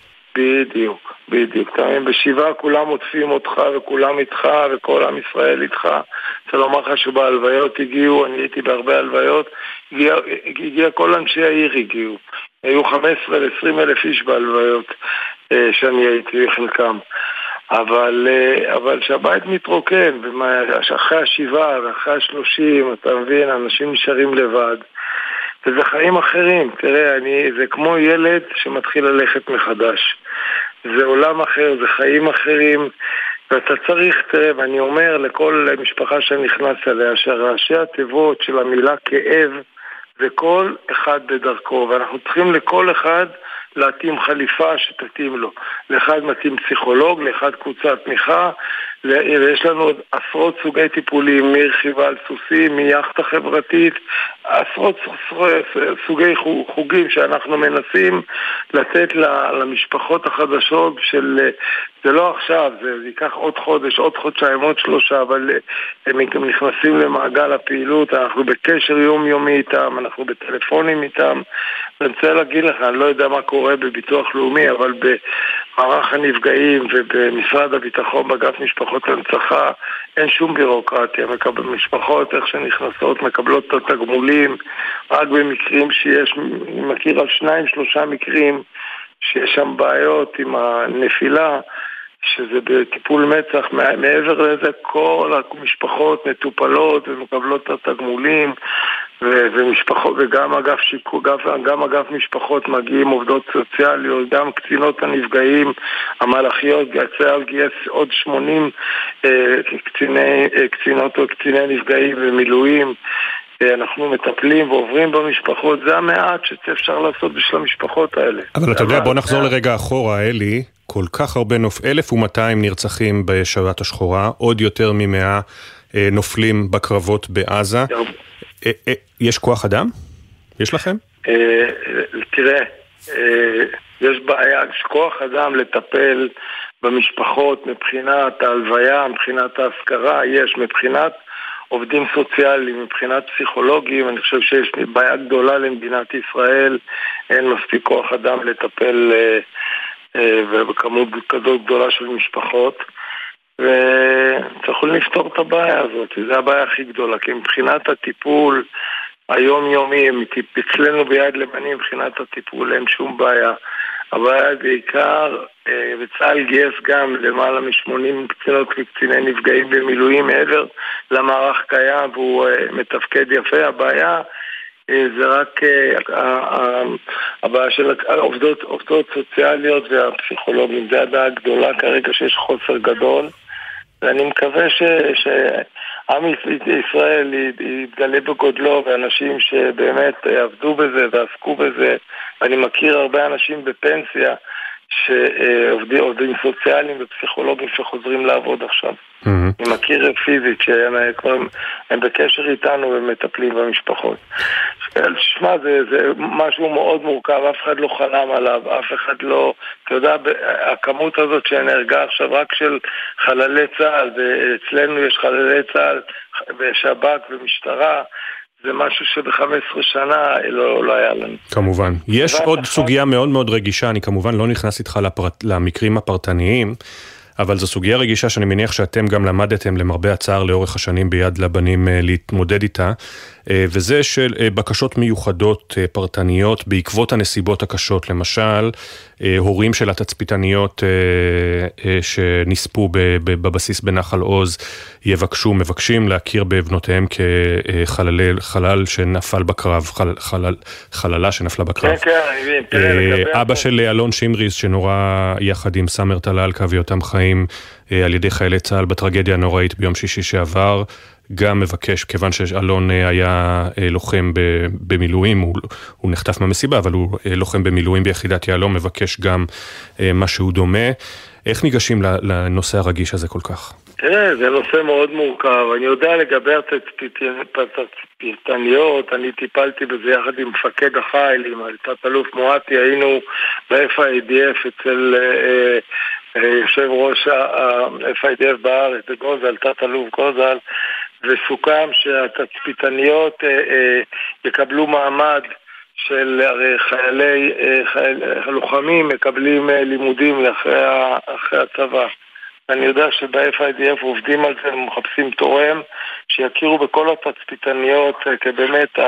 בדיוק, בדיוק. תמיד בשבעה כולם עוטפים אותך וכולם איתך וכל עם ישראל איתך. צריך לומר לך שבהלוויות הגיעו, אני הייתי בהרבה הלוויות, הגיע, הגיע כל אנשי העיר הגיעו. היו חמש עשרה עד עשרים אלף איש בהלוויות שאני הייתי חלקם. אבל, אבל שהבית מתרוקן, אחרי השבעה ואחרי השלושים, אתה מבין, אנשים נשארים לבד. וזה חיים אחרים. תראה, אני, זה כמו ילד שמתחיל ללכת מחדש. זה עולם אחר, זה חיים אחרים, ואתה צריך, תראה, ואני אומר לכל משפחה שנכנס אליה, שהראשי התיבות של המילה כאב, זה כל אחד בדרכו, ואנחנו צריכים לכל אחד להתאים חליפה שתתאים לו. לאחד מתאים פסיכולוג, לאחד קבוצת תמיכה, ויש לנו עוד עשרות סוגי טיפולים, מרכיבה על סוסים, מיחתה חברתית, עשרות סוגי חוגים שאנחנו מנסים לתת למשפחות החדשות של, זה לא עכשיו, זה ייקח עוד חודש, עוד חודשיים, עוד שלושה, אבל הם נכנסים למעגל הפעילות, אנחנו בקשר יומיומי איתם, אנחנו בטלפונים איתם, ואני רוצה להגיד לך, אני לא יודע מה קורה בביטוח לאומי, אבל במערך הנפגעים ובמשרד הביטחון, באגף משפחות הנצחה, אין שום בירוקרטיה. משפחות, איך שנכנסות, מקבלות את התגמולים, רק במקרים שיש, אני מכיר על שניים, שלושה מקרים, שיש שם בעיות עם הנפילה, שזה בטיפול מצח, מעבר לזה כל המשפחות מטופלות ומקבלות את התגמולים, ומשפחות, וגם אגף שיקום, גם אגף משפחות מגיעים עובדות סוציאליות, גם קצינות הנפגעים, המלאכיות, צה"ל גייס עוד שמונים קציני, קצינות או קציני נפגעים ומילואים. אנחנו מטפלים ועוברים במשפחות, זה המעט שאפשר לעשות בשביל המשפחות האלה. אבל אתה יודע, בוא נחזור לרגע אחורה, אלי, כל כך הרבה נופ... אלף ומאתיים נרצחים בשבת השחורה, עוד יותר ממאה נופלים בקרבות בעזה. יש כוח אדם? יש לכם? תראה, יש בעיה, יש כוח אדם לטפל במשפחות מבחינת ההלוויה, מבחינת ההזכרה, יש מבחינת עובדים סוציאליים, מבחינת פסיכולוגים, אני חושב שיש בעיה גדולה למדינת ישראל, אין מספיק כוח אדם לטפל ובכמות כזאת גדולה של משפחות, וצריכים לפתור את הבעיה הזאת, זו הבעיה הכי גדולה, כי מבחינת הטיפול היומיומי, אצלנו ביד לבנים, מבחינת הטיפול אין שום בעיה. הבעיה בעיקר, וצה"ל גייס גם למעלה מ-שמונים קצינות וקציני נפגעים במילואים מעבר למערך קיים והוא מתפקד יפה. הבעיה זה רק הבעיה של העובדות, עובדות סוציאליות והפסיכולוגים. זה הדעה הגדולה כרגע שיש חוסר גדול, ואני מקווה ש... שעם ישראל יתגלה בגודלו, ואנשים שבאמת עבדו בזה ועסקו בזה, ואני מכיר הרבה אנשים בפנסיה שעובדים עובדים סוציאליים ופסיכולוגים שחוזרים לעבוד עכשיו. אני מכיר פיזית שהם כבר הם בקשר איתנו ומטפלים במשפחות. שמע, זה, זה משהו מאוד מורכב, אף אחד לא חלם עליו, אף אחד לא, אתה יודע, הכמות הזאת שנהרגה עכשיו רק של חללי צה"ל, ואצלנו יש חללי צה"ל ושב"כ ומשטרה, זה משהו שב-חמש עשרה שנה לא, לא היה לנו. כמובן. יש עוד אחד... סוגיה מאוד מאוד רגישה, אני כמובן לא נכנס איתך לפרט... למקרים הפרטניים, אבל זו סוגיה רגישה שאני מניח שאתם גם למדתם למרבה הצער לאורך השנים ביד לבנים להתמודד איתה, וזה של בקשות מיוחדות פרטניות בעקבות הנסיבות הקשות, למשל הורים של התצפיתניות שנספו בבסיס בנחל עוז יבקשו, מבקשים להכיר בבנותיהם כחלל חלל שנפל בקרב, חלל, חללה שנפלה בקרב. אבא של אלון שמריז שנורא יחד עם סמר טלאלקה ואותם חיים על ידי חיילי צה"ל בטרגדיה הנוראית ביום שישי שעבר, גם מבקש, כיוון שאלון היה לוחם במילואים, הוא, הוא נחטף מהמסיבה, אבל הוא לוחם במילואים ביחידת יעלום, מבקש גם משהו דומה. איך ניגשים לנושא הרגיש הזה כל כך? תראה, זה נושא מאוד מורכב. אני יודע לגבי התצפיתניות, אני טיפלתי בזה יחד עם מפקד החיל, עם תת-אלוף מואטי, היינו ב-אף איי די אף אצל יושב ראש ה-אף איי די אף בארץ, בגוזל, תת-אלוף גוזל, וסוכם שהתצפיתניות יקבלו מעמד של חיילי, הלוחמים מקבלים לימודים לאחרי הצבא. אני יודע שב-אף איי די אף עובדים על זה, מחפשים תורם, שיכירו בכל התצפיתניות, כי באמת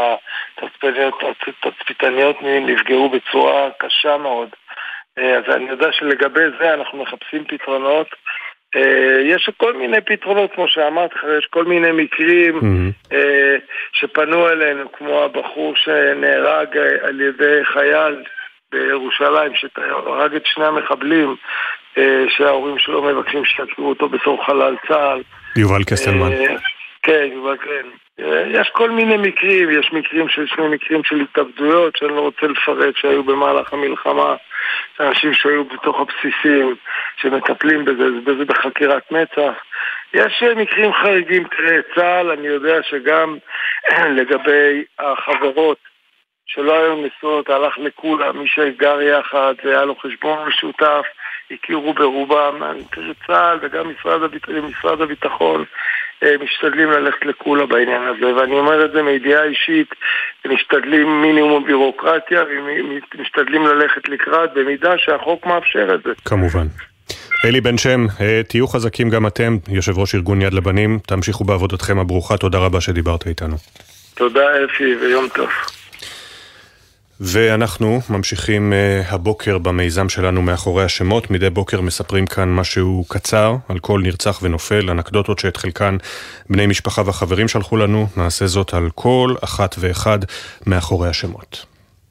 התצפיתניות נפגעו בצורה קשה מאוד. אז אני יודע שלגבי זה אנחנו מחפשים פתרונות. יש כל מיני פתרונות, כמו שאמרת, יש כל מיני מקרים mm-hmm. שפנו אלינו, כמו הבחור שנהרג על ידי חייל בירושלים, שהרג את שני המחבלים, שההורים שלו מבקשים שיכירו אותו בתור חלל צה"ל. יובל קסטלמן. כן, יובל, כן. יש כל מיני מקרים, יש מקרים של שני מקרים של התאבדויות, שאני לא רוצה לפרט, שהיו במהלך המלחמה, אנשים שהיו בתוך הבסיסים, שמטפלים בזה, בזה בחקירת מצ"ח. יש מקרים חריגים, תראה, צה"ל, אני יודע שגם לגבי החברות, שלא היו נשואות, הלך לכולם, מי שגר יחד, היה לו חשבון משותף, הכירו ברובם, צה"ל וגם משרד, הביט... משרד הביטחון משתדלים ללכת לכולה בעניין הזה, ואני אומר את זה מידיעה אישית, משתדלים מינימום בירוקרטיה ומשתדלים ללכת לקראת במידה שהחוק מאפשר את זה. כמובן. אלי בן שם, תהיו חזקים גם אתם, יושב ראש ארגון יד לבנים, תמשיכו בעבודתכם הברוכה, תודה רבה שדיברת איתנו. תודה אפי ויום טוב. ואנחנו ממשיכים uh, הבוקר במיזם שלנו מאחורי השמות. מדי בוקר מספרים כאן משהו קצר על כל נרצח ונופל, אנקדוטות שאת חלקן בני משפחה וחברים שלחו לנו. נעשה זאת על כל אחת ואחד מאחורי השמות.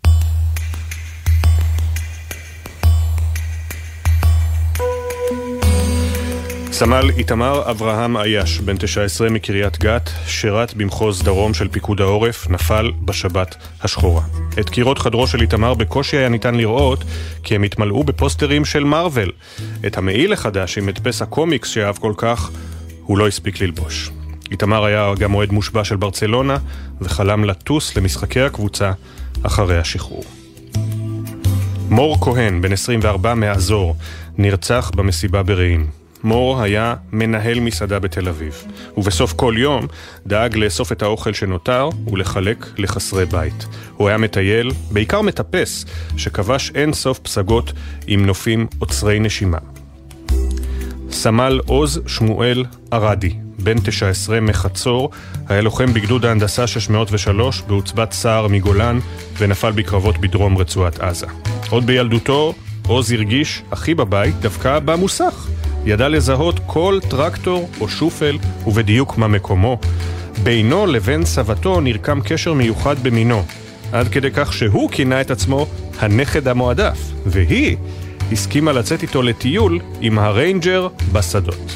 סמל איתמר אברהם אייש, בן תשע עשרה מקריית גת, שירת במחוז דרום של פיקוד העורף, נפל בשבת השחורה. את קירות חדרו של איתמר בקושי היה ניתן לראות, כי הם התמלאו בפוסטרים של מרוול. את המעיל החדש עם מדפס הקומיקס שאהב כל כך, הוא לא הספיק ללבוש. איתמר היה גם אוהד מושבע של ברצלונה, וחלם לטוס למשחקי הקבוצה אחרי השחרור. מור כהן, בן עשרים וארבע מאזור, נרצח במסיבה ברעים. מור היה מנהל מסעדה בתל אביב, ובסוף כל יום דאג לאסוף את האוכל שנותר ולחלק לחסרי בית. הוא היה מטייל, בעיקר מטפס, שכבש אין סוף פסגות עם נופים עוצרי נשימה. סמל עוז שמואל ארדי, בן תשע עשרה מחצור, היה לוחם בגדוד ההנדסה שש מאות ושלוש בעוצבת סער מגולן, ונפל בקרבות בדרום רצועת עזה. עוד בילדותו, עוז הרגיש הכי בבית דווקא במוסך. ידע לזהות כל טרקטור או שופל ובדיוק מה מקומו. בינו לבין סבתו נרקם קשר מיוחד במינו, עד כדי כך שהוא כינה את עצמו הנכד המועדף, והיא הסכימה לצאת איתו לטיול עם הריינג'ר בשדות.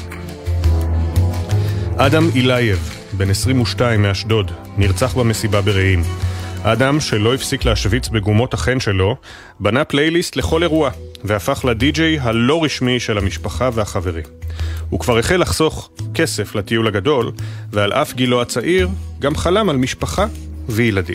אדם אילייב, בן עשרים ושתיים מאשדוד, נרצח במסיבה ברעים. אדם, שלא הפסיק להשוויץ בגומות החן שלו, בנה פלייליסט לכל אירוע, והפך לדי-ג'יי הלא רשמי של המשפחה והחברים. הוא כבר החל לחסוך כסף לטיול הגדול, ועל אף גילו הצעיר, גם חלם על משפחה וילדים.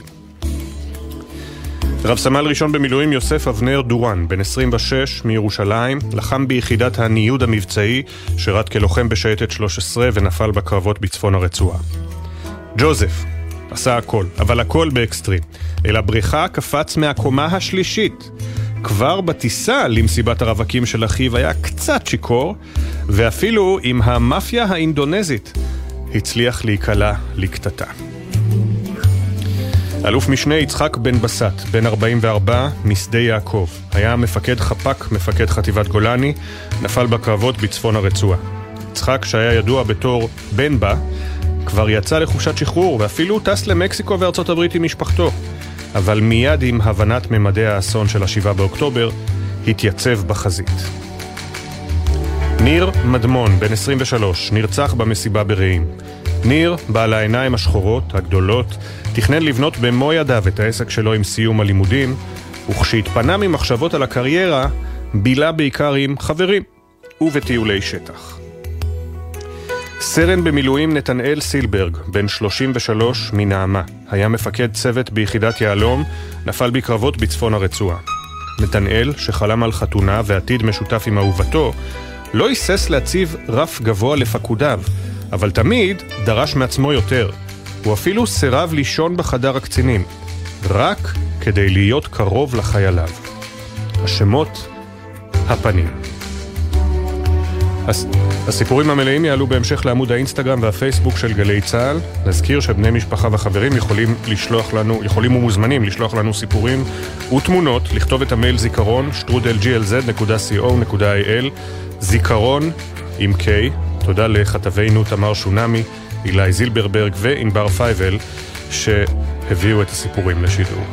רב סמל ראשון במילואים יוסף אבנר דורן, בן עשרים ושש מירושלים, לחם ביחידת הניוד המבצעי, שירת כלוחם בשייטת שלוש עשרה ונפל בקרבות בצפון הרצועה. ג'וזף עשה הכל, אבל הכל באקסטרים. אל הבריכה קפץ מהקומה השלישית. כבר בטיסה למסיבת הרווקים של אחיו היה קצת שיקור, ואפילו עם המאפיה האינדונזית הצליח להיקלע לקטטה. אלוף משנה יצחק בן בסט, בן ארבעים וארבע, משדה יעקב. היה מפקד חפ"ק, מפקד חטיבת גולני, נפל בקרבות בצפון הרצועה. יצחק, שהיה ידוע בתור בן בה, כבר יצא לחופשת שחרור, ואפילו טס למקסיקו וארצות הברית עם משפחתו. אבל מיד עם הבנת ממדי האסון של השבעה באוקטובר, התייצב בחזית. ניר מדמון, בן עשרים ושלוש, נרצח במסיבה ברעים. ניר, בעל העיניים השחורות, הגדולות, תכנן לבנות במו ידיו את העסק שלו עם סיום הלימודים, וכשהתפנה ממחשבות על הקריירה, בילה בעיקר עם חברים ובטיולי שטח. סרן במילואים נתנאל סילברג, בן שלושים ושלוש מנעמה, היה מפקד צוות ביחידת יעלום, נפל בקרבות בצפון הרצועה. נתנאל, שחלם על חתונה ועתיד משותף עם אהובתו, לא היסס להציב רף גבוה לפקודיו, אבל תמיד דרש מעצמו יותר. הוא אפילו סירב לישון בחדר הקצינים, רק כדי להיות קרוב לחייליו. השמות, הפנים. הס... הסיפורים המלאים יעלו בהמשך לעמוד האינסטגרם והפייסבוק של גלי צהל. נזכיר שבני משפחה וחברים יכולים לשלוח לנו, יכולים ומוזמנים לשלוח לנו סיפורים ותמונות, לכתוב את המייל זיכרון שטרודל ג'י אל זד נקודה סי או נקודה איי אל, זיכרון עם K. תודה לכתבינו תמר שונמי, אילי זילברברג ואינבר פייבל שהביאו את הסיפורים לשידור.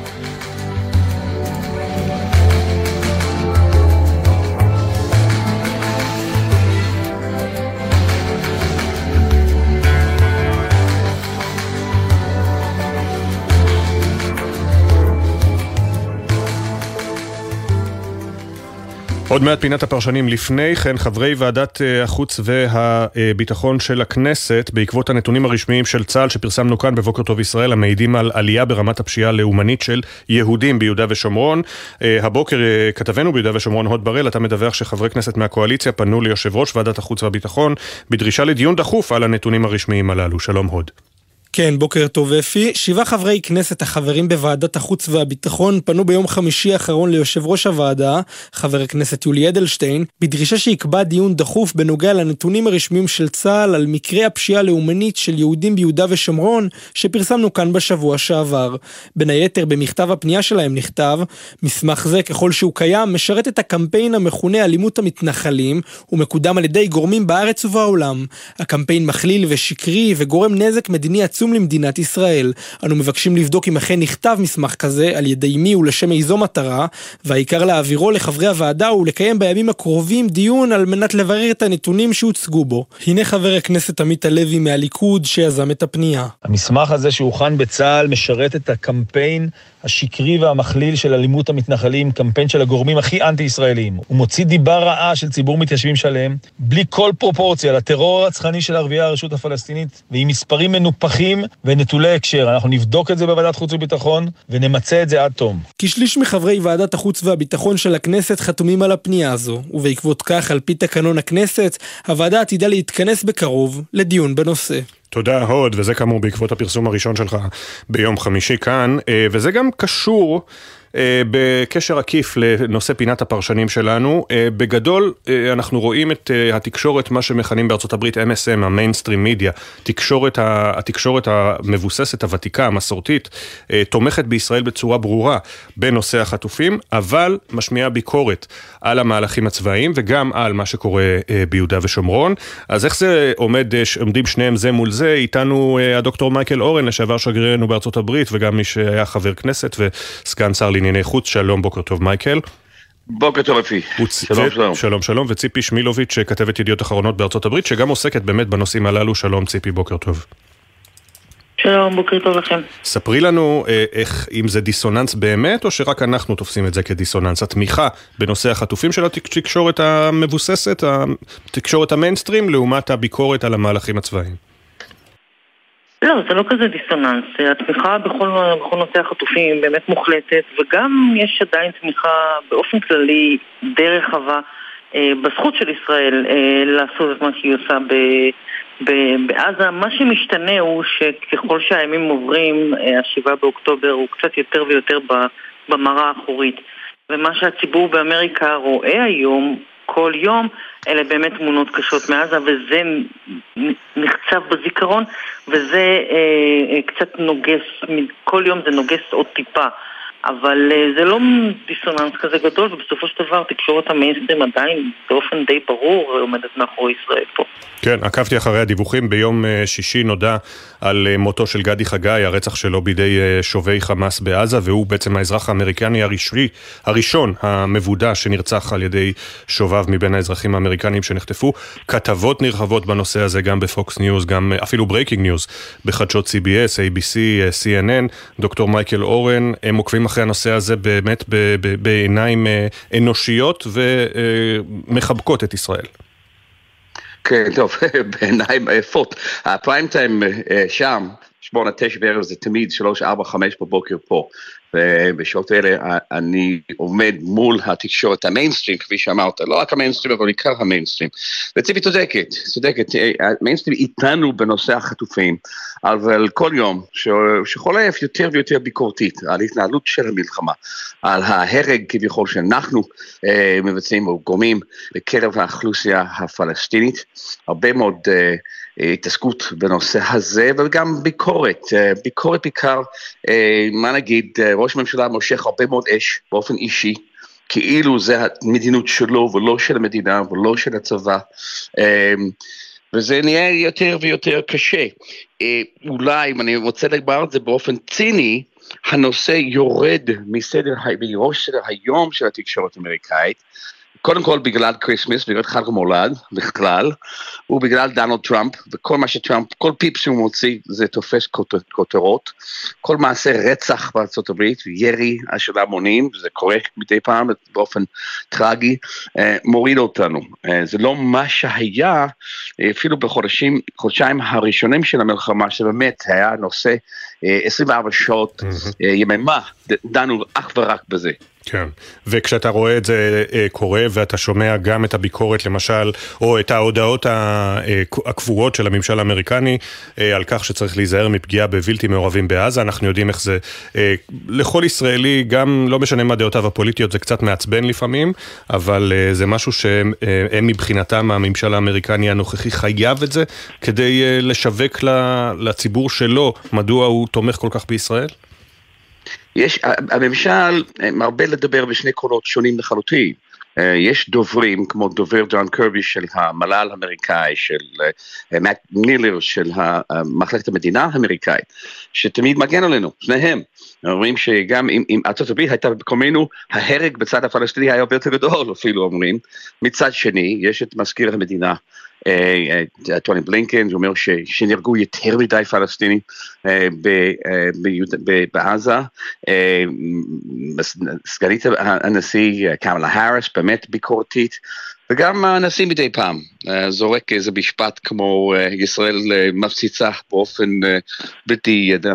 עוד מעט פינת הפרשנים. לפני כן, חברי ועדת החוץ והביטחון של הכנסת, בעקבות הנתונים הרשמיים של צה"ל שפרסמנו כאן בבוקר טוב ישראל, המעידים על עלייה ברמת הפשיעה הלאומנית של יהודים ביהודה ושומרון. הבוקר כתבנו ביהודה ושומרון, הוד בראל, אתה מדווח שחברי כנסת מהקואליציה פנו ליושב ראש ועדת החוץ והביטחון בדרישה לדיון דחוף על הנתונים הרשמיים הללו. שלום הוד. כן, בוקר טוב אפי. שבעה חברי כנסת החברים בוועדת החוץ והביטחון פנו ביום חמישי האחרון ליושב ראש הוועדה, חבר הכנסת יולי אדלשטיין, בדרישה שיקבע דיון דחוף בנוגע לנתונים הרשמיים של צה"ל על מקרי הפשיעה הלאומנית של יהודים ביהודה ושומרון שפרסמנו כאן בשבוע שעבר. בין היתר במכתב הפנייה שלהם נכתב, מסמך זה ככל שהוא קיים משרת את הקמפיין המכונה אלימות המתנחלים ומקודם על ידי גורמים בארץ ובעולם. הקמפיין מכליל ושקרי וגורם נזק מדיני עצום למדינת ישראל. אנו מבקשים לבדוק אם אכן נכתב מסמך כזה על ידי מי ולשם איזו מטרה, והעיקר להעבירו לחברי הוועדה ולקיים בימים הקרובים דיון על מנת לברר את הנתונים שהוצגו בו. הנה חבר הכנסת עמית הלוי מהליכוד שיזם את הפנייה. המסמך הזה שהוכן בצה"ל משרת את הקמפיין השקרי והמכליל של אלימות המתנחלים, קמפיין של הגורמים הכי אנטי-ישראלים. הוא מוציא דיבה רעה של ציבור מתיישבים שלם, בלי כל פרופורציה לטרור הרצחני של ערביי הרשות הפלסטינית, ועם מספרים מנופחים ונטולי הקשר. אנחנו נבדוק את זה בוועדת חוץ וביטחון, ונמצא את זה עד תום. כשליש מחברי ועדת החוץ והביטחון של הכנסת חתומים על הפנייה הזו, ובעקבות כך, על פי תקנון הכנסת, הוועדה עתידה להתכנס בקרוב לדיון בנושא. תודה הוד, וזה כאמור בעקבות הפרסום הראשון שלך ביום חמישי כאן, וזה גם קשור בקשר עקיף לנושא פינת הפרשנים שלנו, בגדול אנחנו רואים את התקשורת, מה שמכנים בארצות הברית אם אס אם, המיינסטרים מידיה, תקשורת, התקשורת המבוססת, הוותיקה, המסורתית, תומכת בישראל בצורה ברורה בנושא החטופים, אבל משמיעה ביקורת על המהלכים הצבאיים וגם על מה שקורה ביהודה ושומרון. אז איך זה עומד, עומדים שניהם זה מול זה? איתנו הדוקטור מייקל אורן, לשעבר שגרירנו בארצות הברית, וגם מי שהיה חבר כנסת וסגן שר לענייני חוץ. שלום, בוקר טוב מייקל. בוקר טוב אפי. שלום שלום. שלום שלום, וציפי שמילוביץ' שכתבת ידיעות אחרונות בארצות הברית, שגם עוסקת באמת בנושאים הללו. שלום ציפי, בוקר טוב. שלום, בוקר טוב לכם. ספרי לנו איך, אם זה דיסוננס באמת, או שרק אנחנו תופסים את זה כדיסוננס, התמיכה בנושא החטופים של התקשורת המבוססת, התקשורת המיינסטרים, לעומת הביקורת על המהלכים הצבאיים. לא, זה לא כזה דיסוננס. התמיכה בכל, בכל נושא החטופים באמת מוחלטת, וגם יש עדיין תמיכה באופן כללי די רחבה אה, בזכות של ישראל אה, לעשות את מה שהיא עושה ב... בעזה. מה שמשתנה הוא שככל שהימים עוברים, השבעה באוקטובר הוא קצת יותר ויותר במראה האחורית, ומה שהציבור באמריקה רואה היום כל יום אלה באמת תמונות קשות מעזה, וזה נחצב בזיכרון, וזה אה, קצת נוגס, כל יום זה נוגס עוד טיפה, אבל אה, זה לא דיסוננס כזה גדול, ובסופו של דבר תקשורת המיינסטרים עדיין באופן די ברור עומדת מאחורי ישראל פה. כן, עקבתי אחרי הדיווחים. ביום שישי נודע על מותו של גדי חגי, הרצח שלו בידי שובי חמאס בעזה, והוא בעצם האזרח האמריקני הראשי, הראשון המבודע שנרצח על ידי שוביו מבין האזרחים האמריקנים שנחטפו. כתבות נרחבות בנושא הזה גם בפוקס ניוז, גם אפילו ברייקינג ניוז, בחדשות סי בי אס, איי בי סי, סי אן אן. דוקטור מייקל אורן, הם עוקבים אחרי הנושא הזה באמת בעיניים אנושיות ומחבקות את ישראל. כן, טוב, בעיניים עייפות. הפריים טיים שם, שמונה, תשע בערב, זה תמיד שלוש, ארבע, חמש בבוקר פה. ובשעות האלה אני עומד מול התקשורת המיינסטרים, כפי שאמרת, לא רק המיינסטרים, אבל עיקר המיינסטרים. וציפי צודקת, צודקת, המיינסטרים איתנו בנושא החטופים, אבל כל יום שחולף יותר ויותר ביקורתית על התנהלות של המלחמה, על ההרג כביכול שאנחנו אה, מבצעים או גורמים בקרב האוכלוסייה הפלסטינית, הרבה מאוד אה, התעסקות בנושא הזה, וגם ביקורת, ביקורת בעיקר, מה נגיד, ראש הממשלה מושך הרבה מאוד אש באופן אישי, כאילו זה המדינות שלו ולא של המדינה ולא של הצבא, וזה נהיה יותר ויותר קשה. אולי, אם אני רוצה לדבר את זה באופן ציני, הנושא יורד מסדר, מראש סדר היום של התקשורת האמריקאית, קודם כל בגלל קריסמס, בגלל חג המולד בכלל, ובגלל דונלד טראמפ, וכל מה שטראמפ, כל פיפ שהוא מוציא זה תופס כותרות, כל מעשה רצח בארצות הברית, ירי של המונים, זה קורה מדי פעם באופן טרגי, מוריד אותנו. זה לא מה שהיה, אפילו בחודשים, חודשיים הראשונים של המלחמה, שבאמת היה נושא עשרים וארבע שעות יממה, דנו אך ורק בזה. כן, וכשאתה רואה את זה קורה ואתה שומע גם את הביקורת למשל, או את ההודעות הקבועות של הממשל האמריקני על כך שצריך להיזהר מפגיעה בבלתי מעורבים בעזה, אנחנו יודעים איך זה לכל ישראלי, גם לא משנה מה דעותיו הפוליטיות, זה קצת מעצבן לפעמים, אבל זה משהו שהם מבחינתם הממשל האמריקני הנוכחי חייב את זה כדי לשווק לציבור שלו מדוע הוא תומך כל כך בישראל? יש, הממשל מרבה לדבר בשני קולות שונים לחלוטין. יש דוברים, כמו דובר ג'ון קרבי של המל"ל האמריקאי, של מאט מילר של מחלקת המדינה האמריקאית, שתמיד מגן עלינו, שניהם. אומרים שגם אם, אם ארצות הברית הייתה בקומנו, ההרג בצד הפלסטיני היה הרבה יותר גדול, אפילו אומרים. מצד שני, יש את מזכיר המדינה, טוני בלינקן, הוא אומר שנהרגו יותר מדי פלסטינים בעזה, סגנית הנשיא קמלה האריס, באמת ביקורתית, וגם הנשיא מדי פעם זורק איזה משפט כמו ישראל מפציצה באופן בלתי ידע,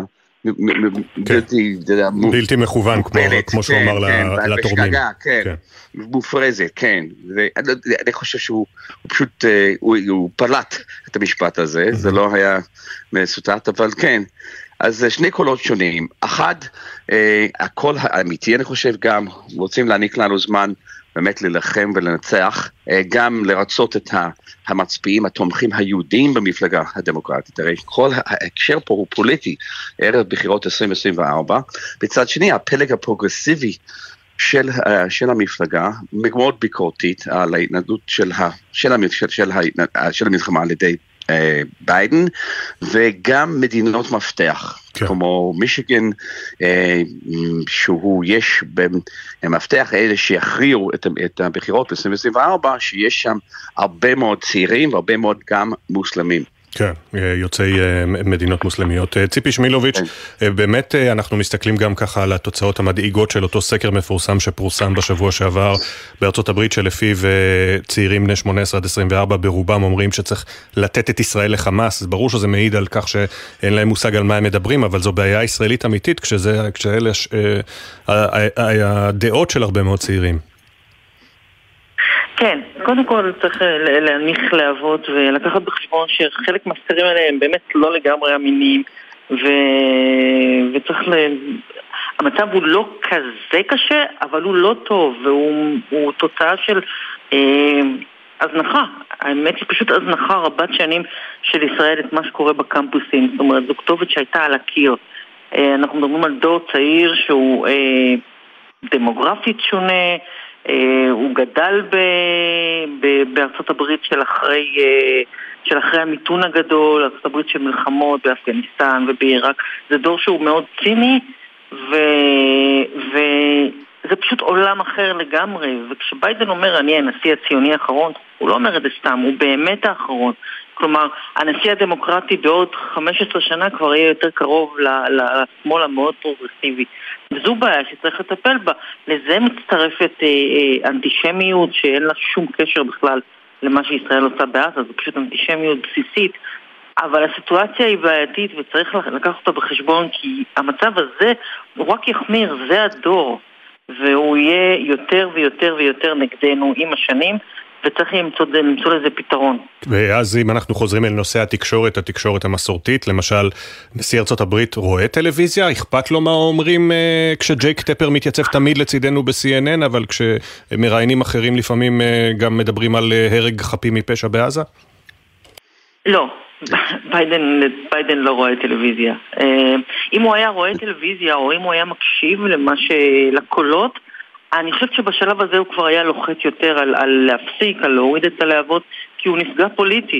בלתי מכוון, כמו שהוא אמר לתורמים. כן, מופרזת, כן. אני חושב שהוא פשוט, הוא פלט את המשפט הזה, זה לא היה מסוטט, אבל כן. אז שני קולות שונים. אחד, הכל האמיתי, אני חושב, גם רוצים להעניק לנו זמן באמת ללחם ולנצח, גם לרצות את המצביעים, התומכים היהודים במפלגה הדמוקרטית. הרי כל ההקשר פה הוא פוליטי, ערב בחירות עשרים עשרים וארבע. בצד שני, הפלג הפרוגרסיבי של, של המפלגה, מאוד ביקורתית על ההתנהלות של, של, של, של, של המלחמה על ידי ביידן, וגם מדינות מפתח, כן. כמו מישיגן, שהוא יש במפתח אלה שיכריעו את, את הבחירות ב-עשרים עשרים וארבע, שיש שם הרבה מאוד צעירים והרבה מאוד גם מוסלמים. כן, יוצאי מדינות מוסלמיות. ציפי שמילוביץ', באמת אנחנו מסתכלים גם ככה על התוצאות המדאיגות של אותו סקר מפורסם שפורסם בשבוע שעבר בארצות הברית, שלפיו צעירים בני שמונה עשרה עד עשרים וארבע ברובם אומרים שצריך לתת את ישראל לחמאס. אז ברור שזה מעיד על כך שאין להם מושג על מה הם מדברים, אבל זו בעיה ישראלית אמיתית כשזה, כשאלה הדעות של הרבה מאוד צעירים. כן, קודם כל צריך להניח להבות ולקחת בחשבון שחלק מהסקרים האלה הם באמת לא לגמרי אמינים, ו... וצריך ל... המצב הוא לא כזה קשה, אבל הוא לא טוב, והוא תוצאה של אה, הזנחה. האמת היא פשוט הזנחה רבת שנים של ישראל את מה שקורה בקמפוסים. זאת אומרת, זו כתובת שהייתה על הקיר. אה, אנחנו מדברים על דור צעיר שהוא אה, דמוגרפית שונה, Uh, הוא גדל ב, ב, בארצות הברית של אחרי, uh, של אחרי המיתון הגדול, ארצות הברית של מלחמות באפגניסטן ובעיראק. זה דור שהוא מאוד ציני, ו, וזה פשוט עולם אחר לגמרי. וכשביידן אומר אני הנשיא הציוני האחרון, הוא לא אומר את זה סתם, הוא באמת האחרון. כלומר, הנשיא הדמוקרטי בעוד חמש עשרה שנה כבר יהיה יותר קרוב לשמאל המאוד פרוגרסיבי. וזו בעיה שצריך לטפל בה. לזה מצטרפת אה, אה, אנטישמיות שאין לה שום קשר בכלל למה שישראל עושה בעזה, זו פשוט אנטישמיות בסיסית. אבל הסיטואציה היא בעייתית וצריך לקחת אותה בחשבון, כי המצב הזה הוא רק יחמיר, זה הדור, והוא יהיה יותר ויותר ויותר נגדנו עם השנים, וצריך למצוא, למצוא לזה פתרון. ואז אם אנחנו חוזרים אל נושא התקשורת, התקשורת המסורתית, למשל, נשיא ארצות הברית רואה טלוויזיה, אכפת לו מה אומרים כשג'ייק טפר מתייצב תמיד לצידנו ב-סי אן אן, אבל כשמראיינים אחרים לפעמים גם מדברים על הרג חפים מפשע בעזה? לא. ביידן, ביידן לא רואה טלוויזיה. אם הוא היה רואה טלוויזיה, או אם הוא היה מקשיב למה לקולות, אני חושבת שבשלב הזה הוא כבר היה לוחץ יותר על, על להפסיק, על להוריד את הלהבות, כי הוא נפגע פוליטית.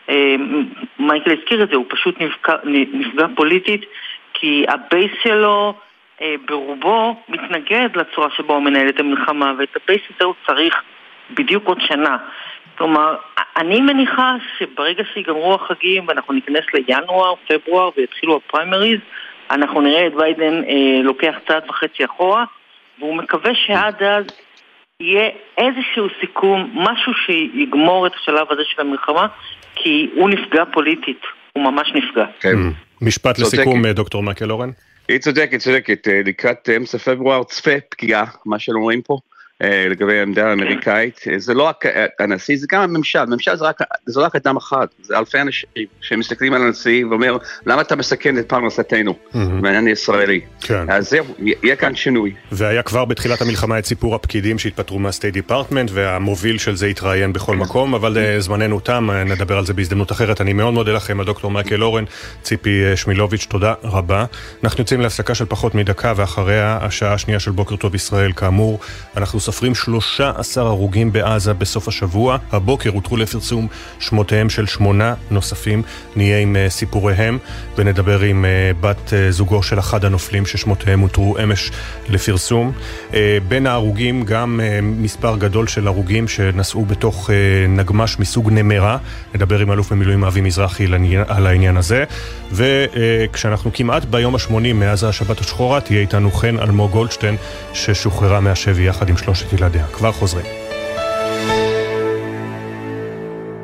מייקל הזכיר את זה, הוא פשוט נפגע, נפגע פוליטית, כי הבייס שלו ברובו מתנגד לצורה שבה הוא מנהל את המלחמה, ואת הבייס הזה הוא צריך בדיוק עוד שנה. כלומר, אני מניחה שברגע שיגמרו החגים ואנחנו ניכנס לינואר, פברואר ויתחילו הפריימריז, אנחנו נראה את ביידן אה, לוקח צעד וחצי אחורה, והוא מקווה שעד אז יהיה איזשהו סיכום, משהו שיגמור את השלב הזה של המלחמה, כי הוא נפגע פוליטית, הוא ממש נפגע. כן. משפט לסיכום, דוקטור מייקל אורן. היא צודקת, צודקת, לקראת אמצע פברואר צפה פגיעה, מה שאומרים פה, לגבי העמדה האמריקאית, זה לא רק הנשיא, זה גם הממשל, ממשל זה רק, זה רק אדם אחד, זה אלפי אנשים שמסתכלים על הנשיא ואומר, למה אתה מסכן את פרנסתנו, בעניין הישראלי. אז זהו, יהיה כאן שינוי. והיה כבר בתחילת המלחמה את סיפור הפקידים שהתפטרו מהסטייט דיפרטמנט, והמוביל של זה התראיין בכל מקום, אבל זמננו תם, נדבר על זה בהזדמנות אחרת. אני מאוד מודה לכם, הדוקטור מייקל אורן, ציפי שמילוביץ', תודה רבה. אנחנו יוצאים להפסקה של פחות מדקה, ואחריה השעה השנייה של בוקר טוב ישראל, כאמור, אנחנו סופרים שלושה עשר הרוגים בעזה בסוף השבוע. הבוקר הותרו לפרסום שמותיהם של שמונה נוספים. נהיה עם סיפוריהם ונדבר עם בת זוגו של אחד הנופלים ששמותיהם הותרו אמש לפרסום. בין ההרוגים גם מספר גדול של הרוגים שנסעו בתוך נגמש מסוג נמרה. נדבר עם אלוף במילואים אבי מזרחי על העניין הזה. וכשאנחנו כמעט ביום השמונים מאז השבת השחורה, תהיה איתנו חן אלמוג גולדשטיין ששוחררה מהשבי יחד עם שלושת ילדיה. כבר חוזרים.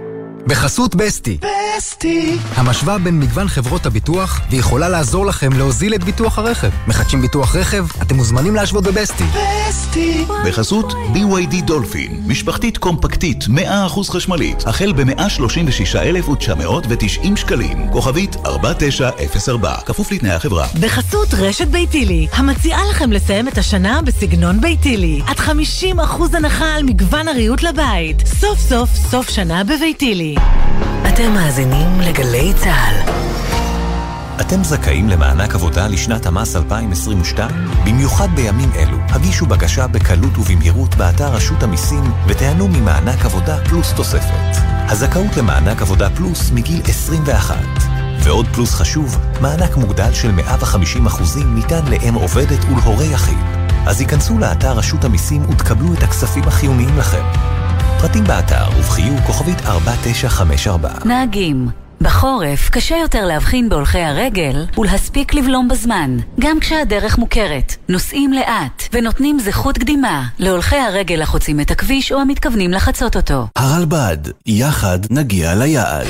בחסות בסטי. בסטי. המשוואה בין מגוון חברות הביטוח, ויכולה לעזור לכם להוזיל את ביטוח הרכב. מחדשים ביטוח רכב, אתם מוזמנים להשוות בבסטי. בסטי. בחסות בי וואי די דולפין, משפחתית קומפקטית, מאה אחוז חשמלית, החל ב-מאה שלושים ושישה אלף ותשע מאות ותשעים שקלים. כוכבית ארבע תשע אפס ארבע, כפוף לתנאי החברה. בחסות רשת ביתילי, המציעה לכם לסיים את השנה בסגנון ביתילי. עד חמישים אחוז הנחה על מגוון הריהוט לבית. סוף סוף סוף שנה בביתילי. אתם מאזינים לגלי צהל. אתם זכאים למענק עבודה לשנת המס אלפיים עשרים ושתיים? במיוחד בימים אלו, הגישו בקשה בקלות ובמהירות באתר רשות המיסים ותיהנו ממענק עבודה פלוס תוספת. הזכאות למענק עבודה פלוס מגיל עשרים ואחת. ועוד פלוס חשוב, מענק מוגדל של מאה וחמישים אחוזים ניתן לאם עובדת ולהורה יחיד. אז ייכנסו לאתר רשות המיסים ותקבלו את הכספים החיוניים לכם. פרטים באתר ובחיוב כוכבית ארבע תשע חמש ארבע. נהגים, בחורף קשה יותר להבחין בהולכי הרגל ולהספיק לבלום בזמן, גם כשהדרך מוכרת. נוסעים לאט ונותנים זכות קדימה להולכי הרגל החוצים את הכביש או המתכוונים לחצות אותו. הרלב"ד, יחד נגיע ליעד.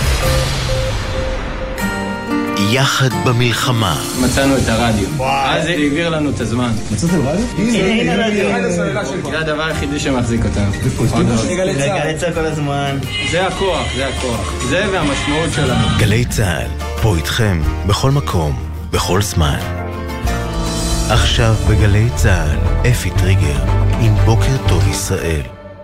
יחד במלחמה. מצאנו את הרדיו. וואי, זה הגביר לנו את הזמן. מצאתם רדיו? הנה הרדיו. זה הדבר היחידי שמחזיק אותנו. גלי צהל כל הזמן. זה הכוח, זה הכוח. זה והמשמעות שלנו. גלי צהל, פה איתכם, בכל מקום, בכל זמן. עכשיו בגלי צהל, אפי טריגר, עם בוקר טוב ישראל.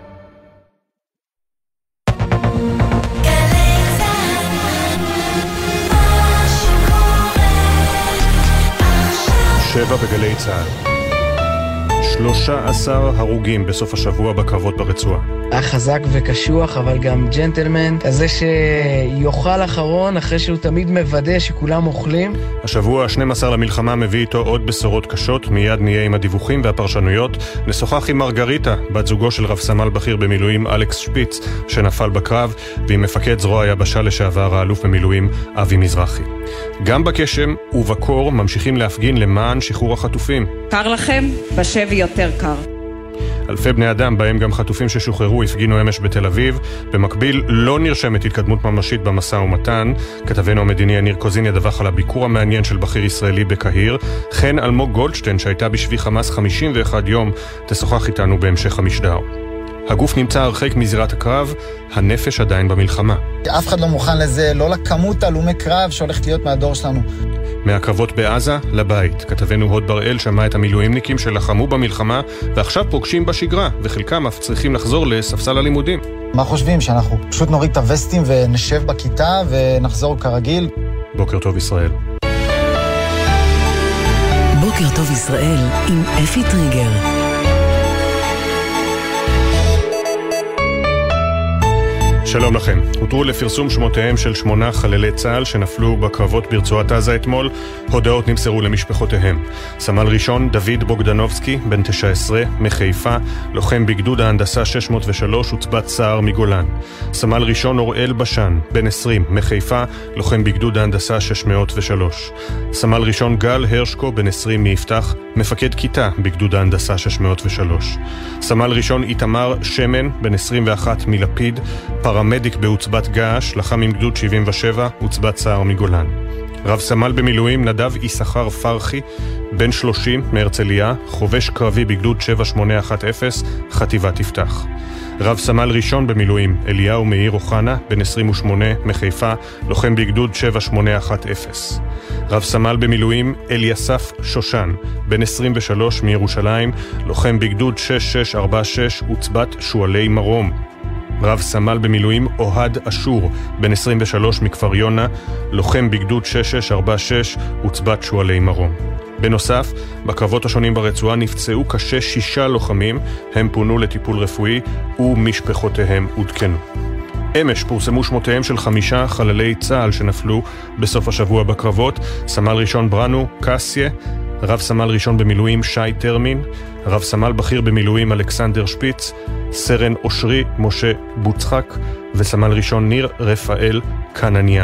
שבע בגלי צהל. שלושה עשר הרוגים בסוף השבוע בקרבות ברצועה. היה חזק וקשוח, אבל גם ג'נטלמן, כזה שיוכל אחרון אחרי שהוא תמיד מוודא שכולם אוכלים. השבוע ה-שנים עשר למלחמה מביא איתו עוד בשורות קשות, מיד נהיה עם הדיווחים והפרשנויות. נשוחח עם מרגריטה, בת זוגו של רב סמל בכיר במילואים אלכס שפיץ, שנפל בקרב, ועם מפקד זרוע היבשה לשעבר האלוף במילואים אבי מזרחי. גם בקשם ובקור ממשיכים להפגין למען שחרור החטופים. קר לכם? בשבי יותר קר. אלפי בני אדם, בהם גם חטופים ששוחררו, הפגינו אמש בתל אביב. במקביל לא נרשמת התקדמות ממשית במשא ומתן. כתבנו המדיני יניר קוזין ידווח על הביקור המעניין של בכיר ישראלי בקהיר. חן אלמוג גולדשטיין, שהייתה בשבי חמאס חמישים ואחד יום, תשוחח איתנו בהמשך המשדר. הגוף נמצא הרחק מזירת הקרב, הנפש עדיין במלחמה. אף אחד לא מוכן לזה, לא לכמות הלומי קרב שהולכת להיות מהדור שלנו. מהקרבות בעזה לבית. כתבנו הוד בראל שמע את המילואימניקים שלחמו במלחמה ועכשיו פוגשים בשגרה, וחלקם אף צריכים לחזור לספסל הלימודים. מה חושבים? שאנחנו פשוט נוריד את הווסטים ונשב בכיתה ונחזור כרגיל? בוקר טוב ישראל. בוקר טוב ישראל עם אפי טריגר. שלום לכם. הותרו לפרסום שמותיהם של שמונה חללי צה"ל שנפלו בקרבות ברצועת עזה אתמול. הודעות נמסרו למשפחותיהם. סמל ראשון דוד בוגדנובסקי, בן תשע עשרה, מחיפה, לוחם בגדוד ההנדסה שש מאות ושלוש, עוצבת סער מגולן. סמל ראשון אוראל בשן, בן עשרים, מחיפה, לוחם בגדוד ההנדסה שש מאות ושלוש. סמל ראשון גל הרשקו, בן עשרים, מיפתח, מפקד כיתה בגדוד ההנדסה שש מאות ושלוש. סמל ראשון איתמר שמן, בן עשרים ואחת, מלפיד, פרמדיק בעוצבת געש, לחם עם גדוד שבעים ושבע, עוצבת סער מגולן. רב סמל במילואים נדב יששכר פרחי, בן שלושים, מהרצליה, חובש קרבי בגדוד שבע שמונה אחת אפס, חטיבת יפתח. רב סמל ראשון במילואים אליהו מאיר אוחנה, בן עשרים ושמונה, מחיפה, לוחם בגדוד שבע שמונה אחת אפס. רב סמל במילואים אליסף שושן, בן עשרים ושלוש, מירושלים, לוחם בגדוד שש שש ארבע שש, עוצבת שועלי מרום. רב סמל במילואים אוהד אשור, בן עשרים ושלוש, מכפר יונה, לוחם בגדוד שש שש ארבע שש, עוצבת שועלי מרום. בנוסף, בקרבות השונים ברצועה נפצעו קשה שישה לוחמים, הם פונו לטיפול רפואי ומשפחותיהם עודכנו. אמש פורסמו שמותיהם של חמישה חללי צה"ל שנפלו בסוף השבוע בקרבות. סמל ראשון ברנו קסיה, רב סמל ראשון במילואים שי טרמין, רב סמל בכיר במילואים אלכסנדר שפיץ, סרן אושרי משה בוצחק וסמל ראשון ניר רפאל קנניאן.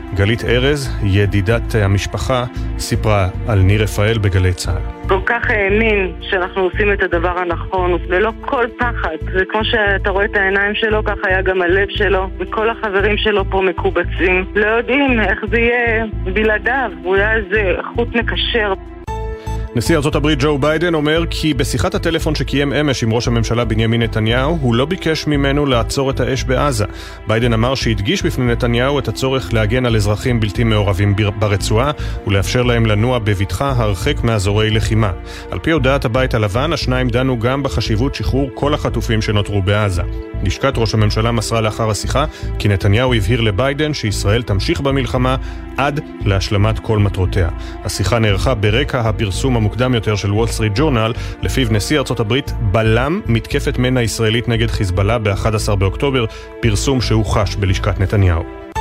גלית ארז, ידידת המשפחה, סיפרה על ניר רפאל בגלי צהל. כל כך האמין שאנחנו עושים את הדבר הנכון, ללא כל פחד. וכמו שאתה רואה את העיניים שלו, כך היה גם הלב שלו, וכל החברים שלו פה מקובצים. לא יודעים איך זה יהיה בלעדיו, הוא היה איזה חוט מקשר. נשיא ארצות הברית ג'ו ביידן אומר כי בשיחת הטלפון שקיים אמש עם ראש הממשלה בנימין נתניהו, הוא לא ביקש ממנו לעצור את האש בעזה. ביידן אמר שהדגיש בפני נתניהו את הצורך להגן על אזרחים בלתי מעורבים ברצועה ולאפשר להם לנוע בבטחה הרחק מאזורי לחימה. על פי הודעת הבית הלבן, השניים דנו גם בחשיבות שחרור כל החטופים שנותרו בעזה. לשכת ראש הממשלה מסרה לאחר השיחה כי נתניהו הבהיר לביידן שישראל תמשיך במלחמה עד להשלמת כל מטרותיה. השיחה נערכה ברקע הפרסום המוקדם יותר של וול סטריט ג'ורנל, לפיו נשיא ארצות הברית בלם מתקפת מנע ישראלית נגד חיזבאללה ב-אחד עשר באוקטובר, פרסום שהוחש בלשכת נתניהו.